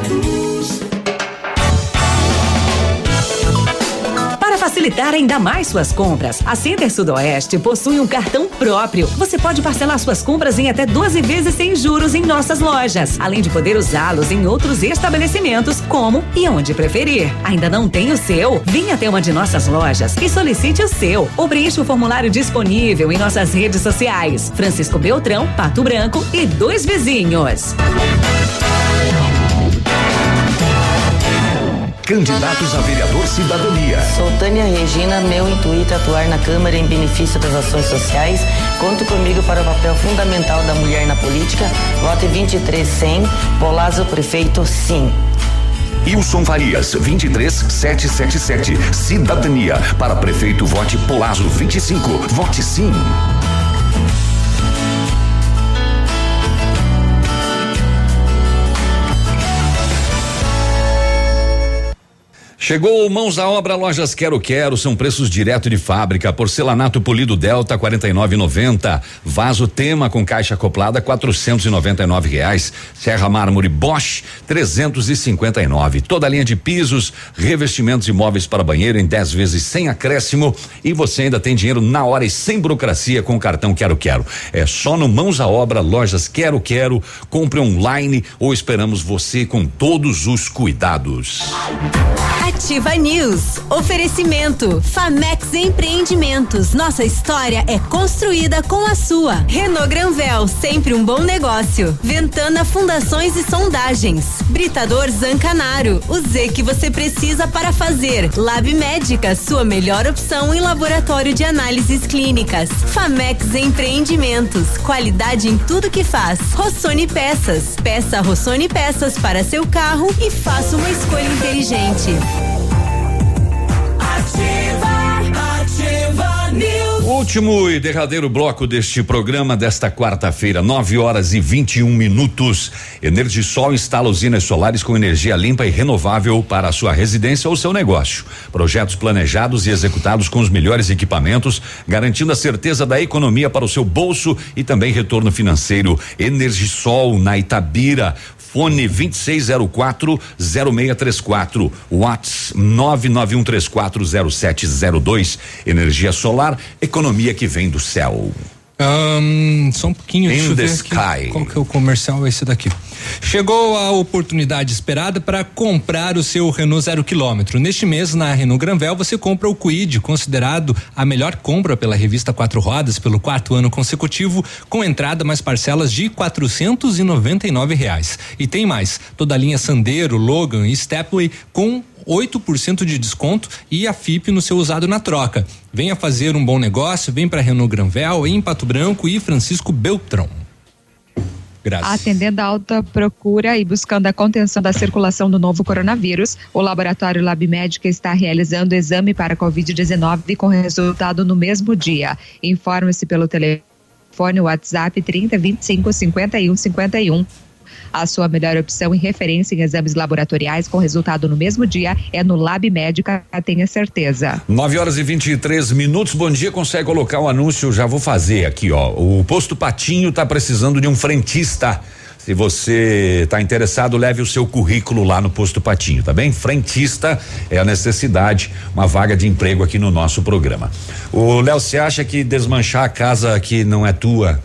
Para facilitar ainda mais suas compras, a Center Sudoeste possui um cartão próprio. Você pode parcelar suas compras em até doze vezes sem juros em nossas lojas, além de poder usá-los em outros estabelecimentos, como e onde preferir. Ainda não tem o seu? Venha até uma de nossas lojas e solicite o seu, ou preencha o formulário disponível em nossas redes sociais. Francisco Beltrão, Pato Branco e dois vizinhos. Candidatos a vereador Cidadania. Sou Tânia Regina, meu intuito é atuar na Câmara em benefício das ações sociais. Conto comigo para o papel fundamental da mulher na política. Vote vinte e três cem, Polazzo Prefeito, sim. Wilson Farias, vinte e três, setecentos e setenta e sete. Cidadania. Para prefeito, vote Polazzo vinte e cinco. Vote sim. Chegou Mãos à Obra, Lojas Quero Quero, são preços direto de fábrica. Porcelanato polido Delta quarenta e nove e noventa, vaso Tema com caixa acoplada quatrocentos e noventa e nove reais, Serra Mármore Bosch trezentos e cinquenta e nove. Toda a linha de pisos, revestimentos e móveis para banheiro em dez vezes sem acréscimo e você ainda tem dinheiro na hora e sem burocracia com o cartão Quero Quero. É só no Mãos à Obra, Lojas Quero Quero. Compre online ou esperamos você com todos os cuidados. Ativa News. Oferecimento Famex Empreendimentos. Nossa história é construída com a sua. Renault Granvel, sempre um bom negócio. Ventana Fundações e Sondagens. Britador Zancanaro. O Z que você precisa para fazer. Lab Médica, sua melhor opção em laboratório de análises clínicas. Famex Empreendimentos. Qualidade em tudo que faz. Rossoni Peças. Peça Rossoni Peças para seu carro e faça uma escolha inteligente. Ativa, Ativa News. Último e derradeiro bloco deste programa desta quarta-feira, nove horas e vinte e um minutos. Energisol instala usinas solares com energia limpa e renovável para a sua residência ou seu negócio. Projetos planejados e executados com os melhores equipamentos, garantindo a certeza da economia para o seu bolso e também retorno financeiro. Energisol na Itabira. Fone vinte e seis zero quatro zero seis três quatro, WhatsApp nove nove um três quatro zero sete zero dois. Energia solar, economia que vem do céu. Um, só um pouquinho. In deixa eu the ver sky. Aqui, qual que é o comercial? Esse daqui. Chegou a oportunidade esperada para comprar o seu Renault zero quilômetro. Neste mês, na Renault Granvel, você compra o Kwid, considerado a melhor compra pela revista Quatro Rodas pelo quarto ano consecutivo, com entrada mais parcelas de quatrocentos e noventa e nove reais. E tem mais, toda a linha Sandero, Logan e Stepway com oito por cento de desconto e a F I P no seu usado na troca. Venha fazer um bom negócio, vem para Renault Granvel, em Pato Branco e Francisco Beltrão. Graças. Atendendo a alta procura e buscando a contenção da circulação do novo coronavírus, o laboratório Lab Médica está realizando exame para covid dezenove com resultado no mesmo dia. Informe-se pelo telefone WhatsApp trinta, vinte e cinco, cinquenta e um, cinquenta e um. A sua melhor opção e referência em exames laboratoriais com resultado no mesmo dia é no Lab Médica, tenha certeza. nove horas e vinte e três minutos. Bom dia, consegue colocar o anúncio? Já vou fazer aqui, ó. O Posto Patinho está precisando de um frentista. Se você está interessado, leve o seu currículo lá no Posto Patinho, tá bem? Frentista é a necessidade, uma vaga de emprego aqui no nosso programa. O Léo, você acha que desmanchar a casa que não é tua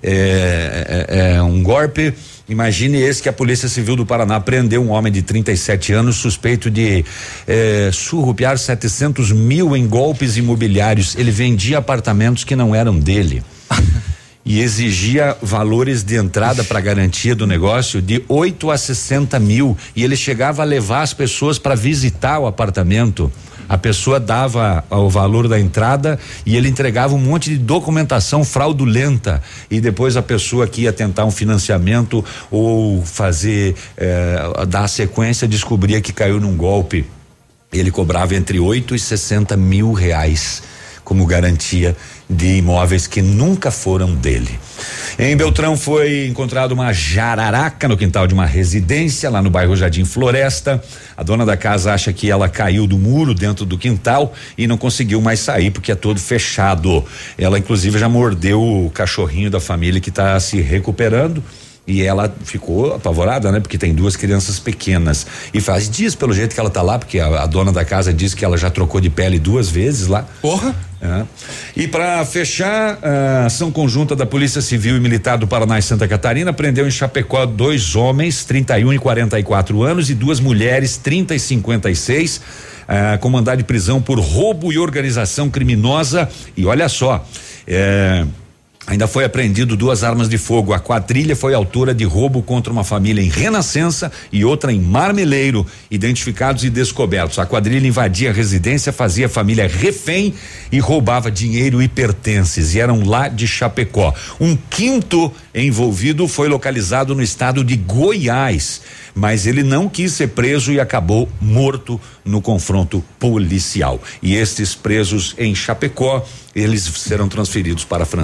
é, é, é um golpe? Imagine esse que a Polícia Civil do Paraná prendeu um homem de trinta e sete anos suspeito de eh, surrupiar setecentos mil em golpes imobiliários. Ele vendia apartamentos que não eram dele e exigia valores de entrada para garantia do negócio de oito a sessenta mil e ele chegava a levar as pessoas para visitar o apartamento. A pessoa dava o valor da entrada e ele entregava um monte de documentação fraudulenta e depois a pessoa que ia tentar um financiamento ou fazer eh, dar sequência descobria que caiu num golpe. Ele cobrava entre oito e sessenta mil reais como garantia de imóveis que nunca foram dele. Em Beltrão foi encontrada uma jararaca no quintal de uma residência lá no bairro Jardim Floresta. A dona da casa acha que ela caiu do muro dentro do quintal e não conseguiu mais sair porque é todo fechado. Ela inclusive já mordeu o cachorrinho da família que está se recuperando. E ela ficou apavorada, né? Porque tem duas crianças pequenas. E faz dias pelo jeito que ela tá lá, porque a, a dona da casa diz que ela já trocou de pele duas vezes lá. Porra! É. E para fechar, a ação conjunta da Polícia Civil e Militar do Paraná e Santa Catarina prendeu em Chapecó dois homens, trinta e um e quarenta e quatro anos, e duas mulheres, trinta e cinquenta e seis, uh, com mandado de prisão por roubo e organização criminosa. E olha só, é. Ainda foi apreendido duas armas de fogo. A quadrilha foi autora de roubo contra uma família em Renascença e outra em Marmeleiro, identificados e descobertos. A quadrilha invadia a residência, fazia a família refém e roubava dinheiro e pertences, e eram lá de Chapecó. Um quinto envolvido foi localizado no estado de Goiás, mas ele não quis ser preso e acabou morto no confronto policial. E estes presos em Chapecó, eles serão transferidos para Francisco Beltrão.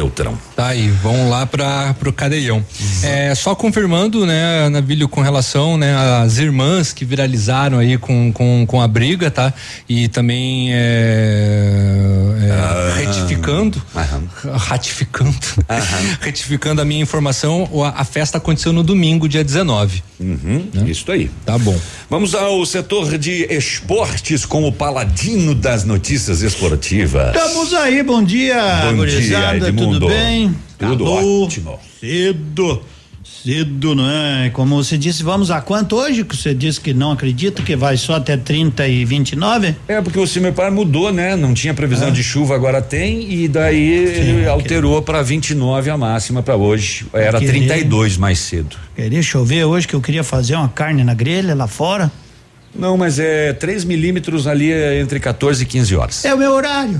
Beltrão. Tá aí, vamos lá para pro Cadeião. Uhum. É, só confirmando, né, Navílio, com relação, né, às irmãs que viralizaram aí com, com, com a briga, tá? E também é, é, ah, retificando, aham. ratificando, aham. retificando a minha informação, a, a festa aconteceu no domingo, dia dezenove. Uhum, né? Isso aí. Tá bom. Vamos ao setor de esportes com o paladino das notícias esportivas. Estamos aí, bom dia, bom gurizada, dia, Edmundo. Tudo bem? Tudo Alô, ótimo. Cedo, cedo, não é? Como você disse, vamos a quanto hoje? Que você disse que não acredita, que vai só até trinta e vinte e nove? É, porque o CIMEPAR mudou, né? Não tinha previsão ah. de chuva, agora tem, e daí Sim, ele alterou para vinte e nove a máxima para hoje. Era queria, trinta e dois mais cedo. Queria chover hoje, que eu queria fazer uma carne na grelha lá fora. Não, mas é três milímetros ali entre quatorze e quinze horas. É o meu horário.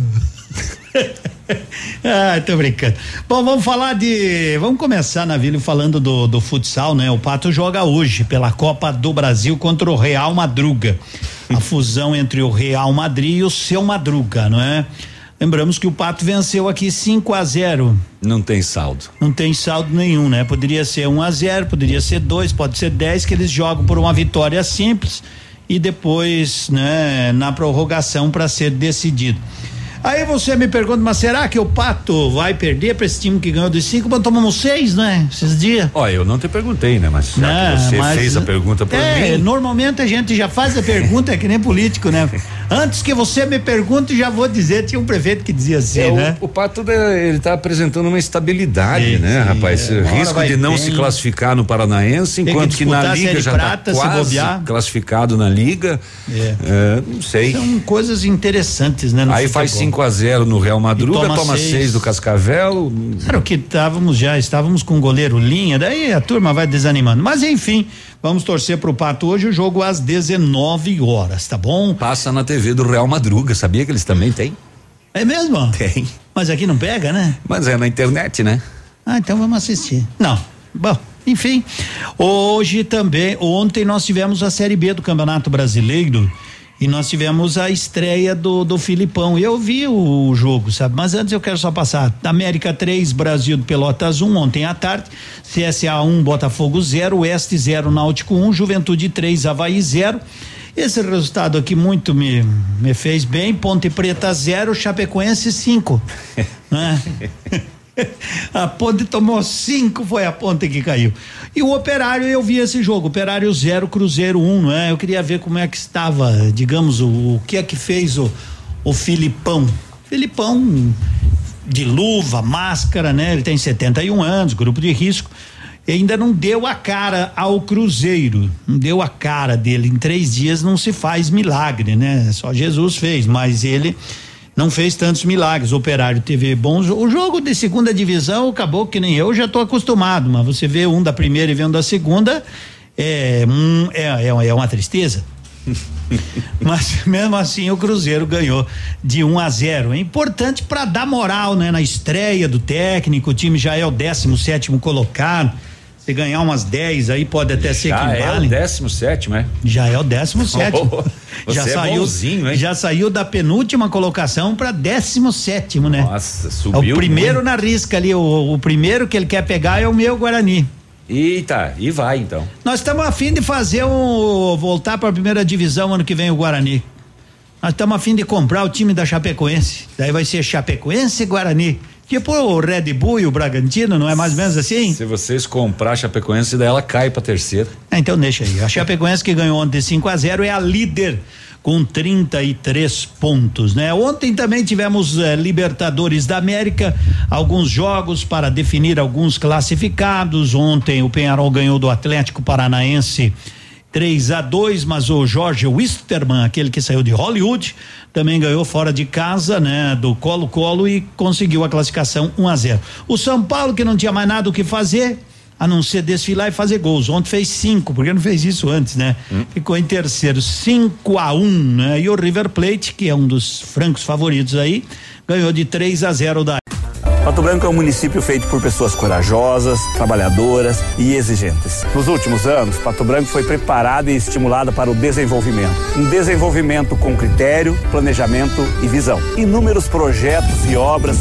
Ah, tô brincando. Bom, vamos falar de. Vamos começar, Navílio, falando do, do futsal, né? O Pato joga hoje pela Copa do Brasil contra o Real Madruga. A fusão entre o Real Madrid e o Seu Madruga, não é? Lembramos que o Pato venceu aqui cinco a zero. Não tem saldo. Não tem saldo nenhum, né? Poderia ser um a zero, poderia ser dois, pode ser dez, que eles jogam por uma vitória simples e depois, né, na prorrogação para ser decidido. Aí você me pergunta, mas será que o Pato vai perder para esse time que ganhou dos cinco? Mas tomamos seis, né? Esses dias. Ó, eu não te perguntei, né? Mas já não, que você mas, fez a pergunta por é, mim. Normalmente a gente já faz a pergunta, é que nem político, né? Antes que você me pergunte, já vou dizer, tinha um prefeito que dizia assim, é, né? O, o Pato, ele tá apresentando uma estabilidade, sim, né, sim, rapaz? É. Risco de não bem. se classificar no Paranaense, enquanto que, que na Liga já prata, tá quase classificado na Liga. É. É, não sei. São coisas interessantes, né? Aí faz cinco a zero no Real Madruga, toma, toma seis do Cascavel. Claro que estávamos já, estávamos com o goleiro Linha, daí a turma vai desanimando. Mas enfim, vamos torcer pro Pato hoje, o jogo às dezenove horas, tá bom? Passa na T V do Real Madruga, sabia que eles também têm? É mesmo? Tem. Mas aqui não pega, né? Mas é na internet, né? Ah, então vamos assistir. Não, bom, enfim, hoje também, ontem nós tivemos a Série B do Campeonato Brasileiro e nós tivemos a estreia do, do Filipão. Eu vi o, o jogo, sabe? Mas antes eu quero só passar. América três, Brasil do Pelotas um, ontem à tarde. C S A um, Botafogo zero, Oeste zero, Náutico um, Juventude três, Avaí zero. Esse resultado aqui muito me, me fez bem. Ponte Preta zero, Chapecoense cinco. Né? A Ponte tomou cinco, foi a Ponte que caiu. E o Operário, eu vi esse jogo, Operário zero, Cruzeiro um, não é? Eu queria ver como é que estava, digamos, o, o que é que fez o, o Filipão. Filipão de luva, máscara, né? Ele tem setenta e um anos, grupo de risco. E ainda não deu a cara ao Cruzeiro, não deu a cara dele. Em três dias não se faz milagre, né? Só Jesus fez, mas ele não fez tantos milagres. O Operário teve bons. O jogo de segunda divisão acabou que nem eu já tô acostumado, mas você vê um da primeira e vê um da segunda, é, um, é, é, é uma tristeza. Mas mesmo assim o Cruzeiro ganhou de um a zero. É importante para dar moral, né? Na estreia do técnico, o time já é o décimo sétimo colocado. Se ganhar umas dez aí pode até ser que vale. Já é o décimo sétimo, é? Já é o décimo sétimo. Oh, já saiu, é bonzinho, hein? Já saiu da penúltima colocação para décimo sétimo, né? Nossa, subiu. É o primeiro muito. Na risca ali, o, o primeiro que ele quer pegar é o meu Guarani. Eita, e vai então. Nós estamos a fim de fazer um voltar para a primeira divisão ano que vem o Guarani. Nós estamos a fim de comprar o time da Chapecoense. Daí vai ser Chapecoense e Guarani. Tipo o Red Bull e o Bragantino, não é mais ou menos assim? Se vocês comprar a Chapecoense, daí ela cai pra terceira. É, então deixa aí. A Chapecoense que ganhou ontem cinco a zero é a líder com trinta e três pontos, né? Ontem também tivemos eh, Libertadores da América, alguns jogos para definir alguns classificados. Ontem o Peñarol ganhou do Atlético Paranaense três a dois, mas o Jorge Wisterman, aquele que saiu de Hollywood, também ganhou fora de casa, né, do Colo-Colo e conseguiu a classificação um a zero. O São Paulo, que não tinha mais nada o que fazer, a não ser desfilar e fazer gols. Ontem fez cinco, porque não fez isso antes, né? Hum. Ficou em terceiro, cinco a um, né? E o River Plate, que é um dos francos favoritos aí, ganhou de três a zero da. Pato Branco é um município feito por pessoas corajosas, trabalhadoras e exigentes. Nos últimos anos, Pato Branco foi preparada e estimulada para o desenvolvimento. Um desenvolvimento com critério, planejamento e visão. Inúmeros projetos e obras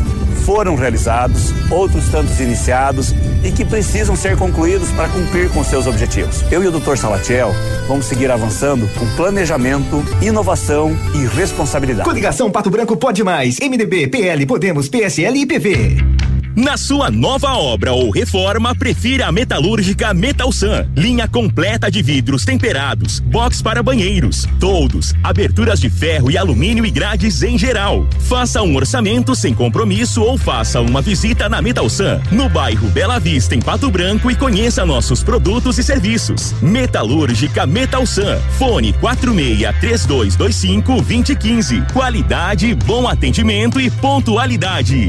foram realizados, outros tantos iniciados e que precisam ser concluídos para cumprir com seus objetivos. Eu e o doutor Salatiel vamos seguir avançando com planejamento, inovação e responsabilidade. Coligação Pato Branco Pode Mais, M D B, P L, Podemos, P S L e P V. Na sua nova obra ou reforma, prefira a metalúrgica Metalsan. Linha completa de vidros temperados, box para banheiros, toldos, aberturas de ferro e alumínio e grades em geral. Faça um orçamento sem compromisso ou faça uma visita na Metalsan, no bairro Bela Vista, em Pato Branco, e conheça nossos produtos e serviços. Metalúrgica Metalsan. Fone quatro seis três dois dois cinco dois zero um cinco. Qualidade, bom atendimento e pontualidade.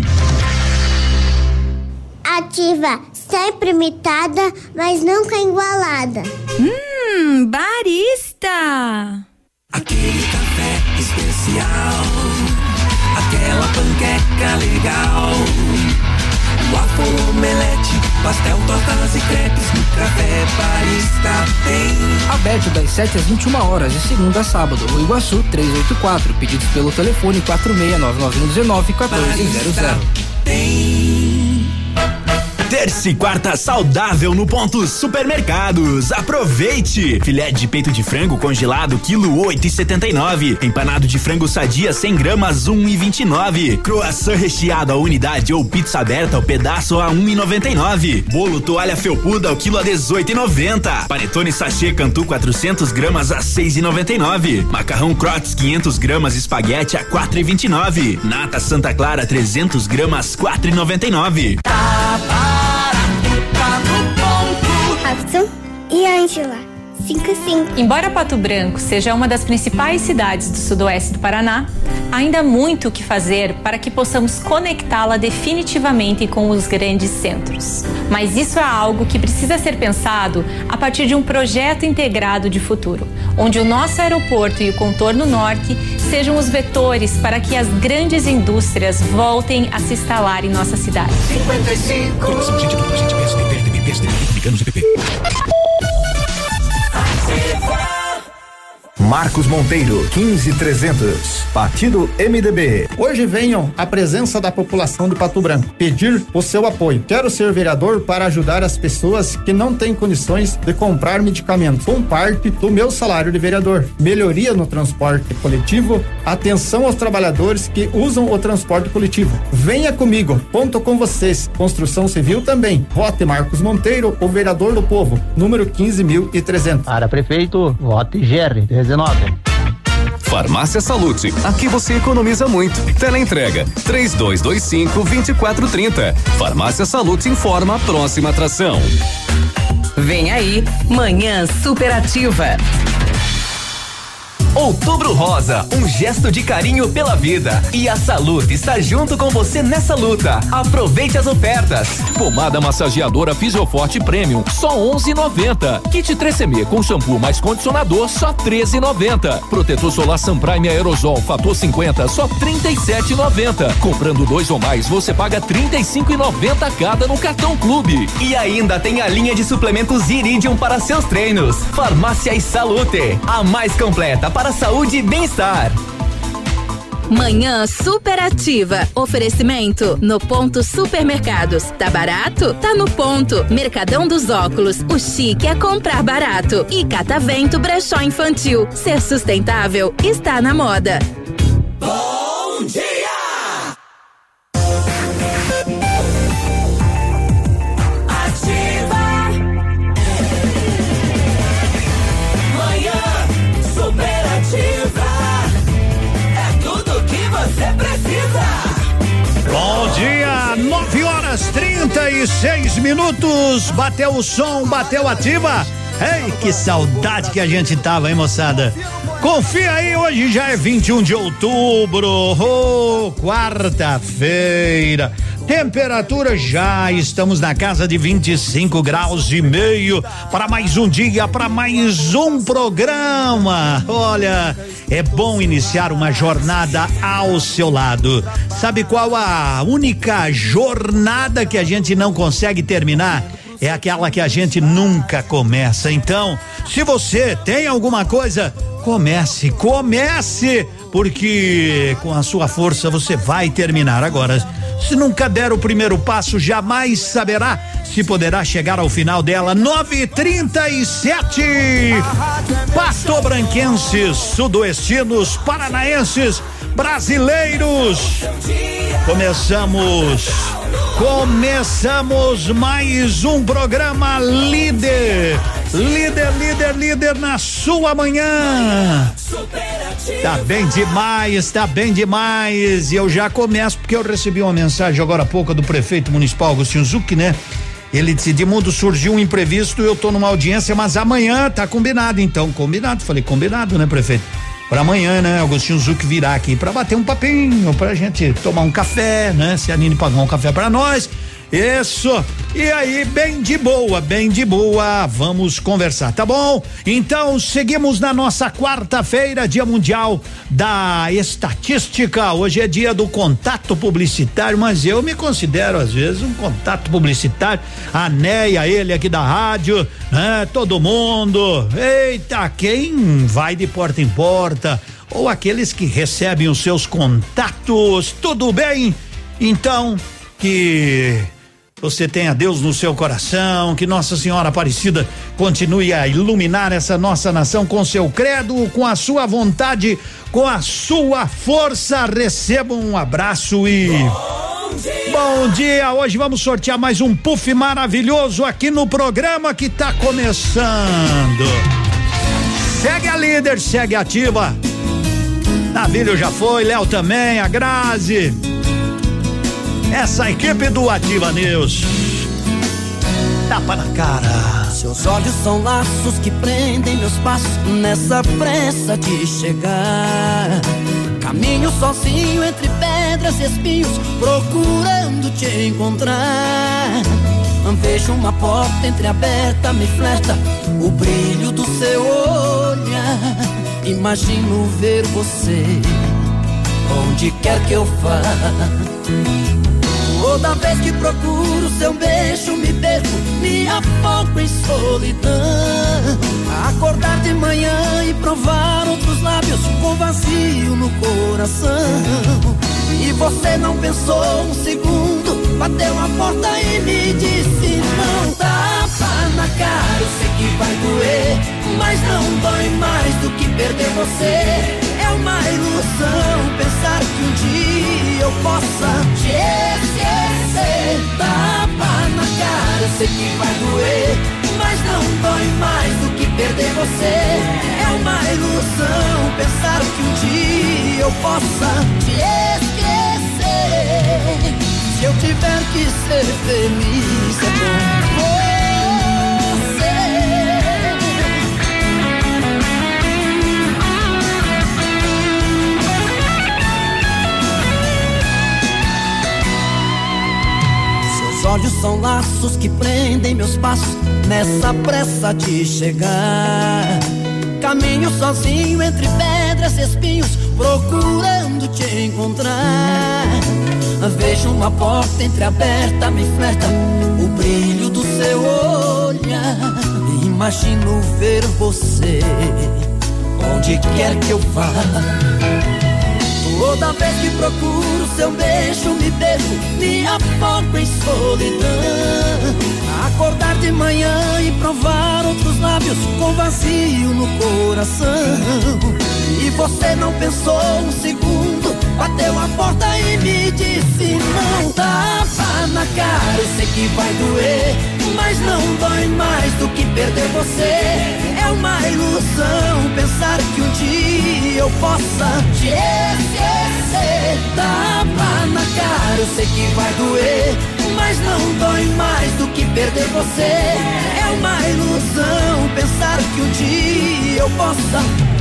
Ativa, sempre imitada, mas nunca igualada. Hum, barista! Aquele café especial, aquela panqueca legal, waffle, omelete, pastel, tortas e crepes, no Café Barista tem. Aberto das sete às vinte e uma horas, de segunda a sábado, no Iguaçu trezentos e oitenta e quatro. Pedidos pelo telefone quatro seis nove nove um um nove um quatro zero zero. Terça e quarta saudável no Ponto Supermercados. Aproveite! Filé de peito de frango congelado, quilo oito e setenta e nove. Empanado de frango sadia, cem gramas, um e vinte e nove. Croissant recheado a unidade ou pizza aberta ao pedaço a um e noventa e nove. Bolo toalha felpuda ao quilo a dezoito e noventa. Panetone sachê Cantu quatrocentos gramas a seis e noventa e nove. Macarrão Crotes quinhentos gramas espaguete a quatro e vinte e nove. Nata Santa Clara trezentos gramas, quatro e noventa e nove. Robson e Ângela, cinco cinco. Embora Pato Branco seja uma das principais cidades do sudoeste do Paraná, ainda há muito o que fazer para que possamos conectá-la definitivamente com os grandes centros. Mas isso é algo que precisa ser pensado a partir de um projeto integrado de futuro, onde o nosso aeroporto e o contorno norte sejam os vetores para que as grandes indústrias voltem a se instalar em nossa cidade. cinquenta e cinco. Coligação Gente Dupla Gente P S D B, P R T B, P S D B, Republicanos e P P. Marcos Monteiro, quinze trezentos, Partido M D B. Hoje venho à presença da população de Pato Branco pedir o seu apoio. Quero ser vereador para ajudar as pessoas que não têm condições de comprar medicamentos com parte do meu salário de vereador. Melhoria no transporte coletivo, atenção aos trabalhadores que usam o transporte coletivo. Venha comigo, conto com vocês. Construção civil também. Vote Marcos Monteiro, o vereador do povo, número quinze mil e trezentos. Para prefeito, vote Gerry, dezenove. Farmácia Salute, aqui você economiza muito. Teleentrega, três dois dois cinco, dois quatro três zero. Farmácia Salute informa a próxima atração. Vem aí, Manhã Superativa. Outubro Rosa, um gesto de carinho pela vida. E a Salute está junto com você nessa luta. Aproveite as ofertas. Pomada massageadora Fisioforte Premium, só onze e noventa. Kit três C M com shampoo mais condicionador, só treze e noventa. Protetor solar Sunprime Aerosol Fator cinquenta, só trinta e sete e noventa. Comprando dois ou mais, você paga trinta e cinco e noventa cada no cartão Clube. E ainda tem a linha de suplementos Iridium para seus treinos. Farmácia e Salute, a mais completa para saúde e bem-estar. Manhã Superativa. Oferecimento no Ponto Supermercados. Tá barato? Tá no Ponto. Mercadão dos Óculos. O chique é comprar barato. E Catavento Brechó Infantil. Ser sustentável está na moda. Bom dia! Bom dia, nove horas trinta e seis minutos. Bateu o som, bateu ativa. Ei, que saudade que a gente tava, hein, moçada? Confia aí, hoje já é vinte e um de outubro, oh, quarta-feira. Temperatura já estamos na casa de vinte e cinco graus e meio para mais um dia, para mais um programa. Olha, é bom iniciar uma jornada ao seu lado. Sabe qual a única jornada que a gente não consegue terminar? É aquela que a gente nunca começa. Então, se você tem alguma coisa, comece, comece, porque com a sua força você vai terminar. Agora, se nunca der o primeiro passo, jamais saberá se poderá chegar ao final dela. nove e trinta e sete. Patobranquenses, sudoestinos, paranaenses, brasileiros. Começamos, começamos mais um programa líder, líder, líder, líder na sua manhã. Tá bem demais, tá bem demais. E eu já começo porque eu recebi uma mensagem agora há pouco do prefeito municipal Agostinho Zucchi, né? Ele disse: Edmundo, surgiu um imprevisto, eu tô numa audiência, mas amanhã tá combinado. Então, combinado. Falei, combinado, né, prefeito? Pra amanhã, né, Agostinho Zucchi virá aqui pra bater um papinho, pra gente tomar um café, né? Se a Nini pagar um café pra nós. Isso. E aí, bem de boa, bem de boa, vamos conversar, tá bom? Então, seguimos na nossa quarta-feira, Dia Mundial da Estatística. Hoje é dia do contato publicitário, mas eu me considero às vezes um contato publicitário. A Neia, ele aqui da rádio, né? Todo mundo. Eita, quem vai de porta em porta ou aqueles que recebem os seus contatos, tudo bem? Então, que você tenha Deus no seu coração, que Nossa Senhora Aparecida continue a iluminar essa nossa nação com seu credo, com a sua vontade, com a sua força. Receba um abraço e bom dia. Bom dia. Hoje vamos sortear mais um puff maravilhoso aqui no programa que tá começando. Segue a líder, segue a ativa. Navílio já foi, Léo também, a Grazi. Essa equipe do Ativa News. Tapa na cara. Seus olhos são laços que prendem meus passos nessa pressa de chegar. Caminho sozinho entre pedras e espinhos, procurando te encontrar. Vejo uma porta entreaberta, me flerta o brilho do seu olhar. Imagino ver você onde quer que eu vá. Toda vez que procuro seu beijo, me perco, me afogo em solidão. Acordar de manhã e provar outros lábios com vazio no coração. E você não pensou um segundo, bateu a porta e me disse não. Tapa na cara, eu sei que vai doer, mas não dói mais do que perder você. É uma ilusão pensar que um dia eu possa te esquecer. Tapa na cara, eu sei que vai doer, mas não dói mais do que perder você. É uma ilusão pensar que um dia eu possa te esquecer. Se eu tiver que ser feliz, é com você. Olhos são laços que prendem meus passos nessa pressa de chegar. Caminho sozinho entre pedras e espinhos, procurando te encontrar. Vejo uma porta entreaberta, me flerta o brilho do seu olhar. Imagino ver você onde quer que eu vá. Toda vez que procuro seu beijo, me perco, me afogo em solidão. Acordar de manhã e provar outros lábios com vazio no coração. E você não pensou um segundo, bateu a porta e me disse não. Tapa na cara, eu sei que vai doer, mas não dói mais do que perder você. É uma ilusão pensar que um dia eu possa te esquecer. Tapa na cara, eu sei que vai doer, mas não dói mais do que perder você. É uma ilusão pensar que um dia eu possa.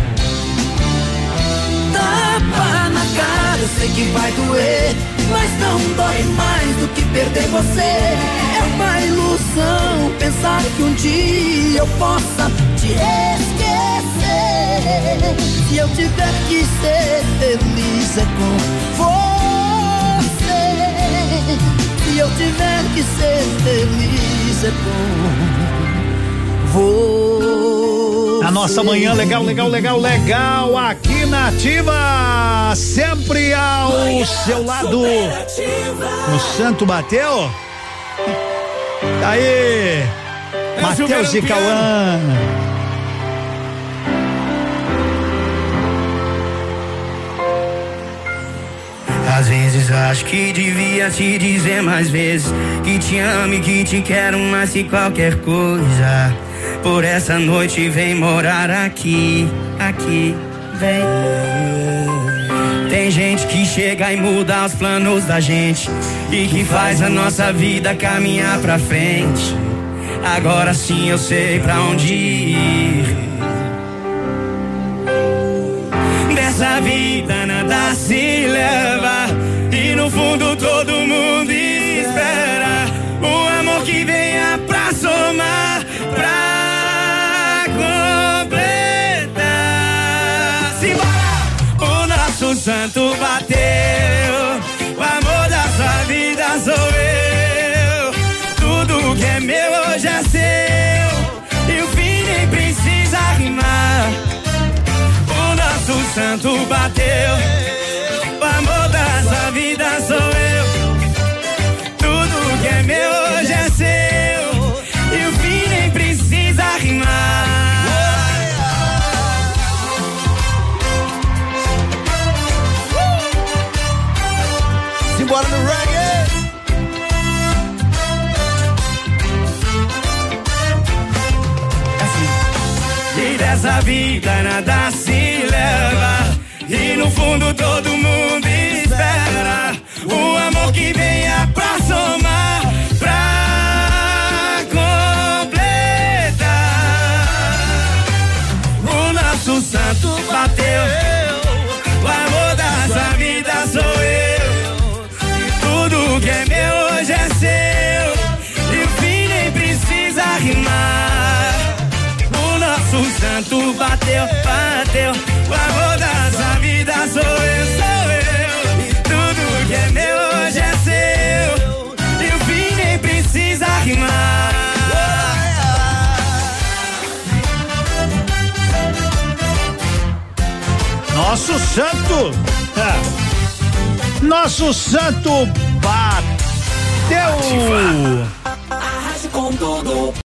Tapa na cara, eu sei que vai doer, mas não dói mais do que perder você. É uma ilusão pensar que um dia eu possa te esquecer. Se eu tiver que ser feliz é com você. Se eu tiver que ser feliz é com você. A nossa manhã legal, legal, legal, legal aqui na Ativa, sempre ao manhã seu lado. O Santo bateu? Aí, Matheus e Cauã. Às vezes acho que devia te dizer mais vezes que te amo e que te quero mais que qualquer coisa. Por essa noite vem morar aqui, aqui, vem. Tem gente que chega e muda os planos da gente e que faz a nossa vida caminhar pra frente. Agora sim eu sei pra onde ir. Dessa vida nada se leva e no fundo todo mundo espera o amor que venha pra somar, pra completar. Simbora! O nosso santo bateu, o amor da sua vida sou eu. Tudo que é meu hoje é seu e o fim nem precisa rimar. O santo bateu, o amor dessa vida sou eu. Tudo que é meu hoje é seu e o fim nem precisa rimar. Simbora no reggae. Assim. E dessa vida nada se e no fundo todo mundo espera o amor que venha pra somar, pra completar. O nosso santo bateu, o amor dessa vida sou eu. Tudo que é meu hoje é seu e o fim nem precisa rimar. O nosso santo bateu, bateu. O amor dessa vida sou eu, sou eu. Tudo que é meu hoje é seu e o fim nem precisa rimar. Nosso santo, é. Nosso santo bateu. Arrase com tudo.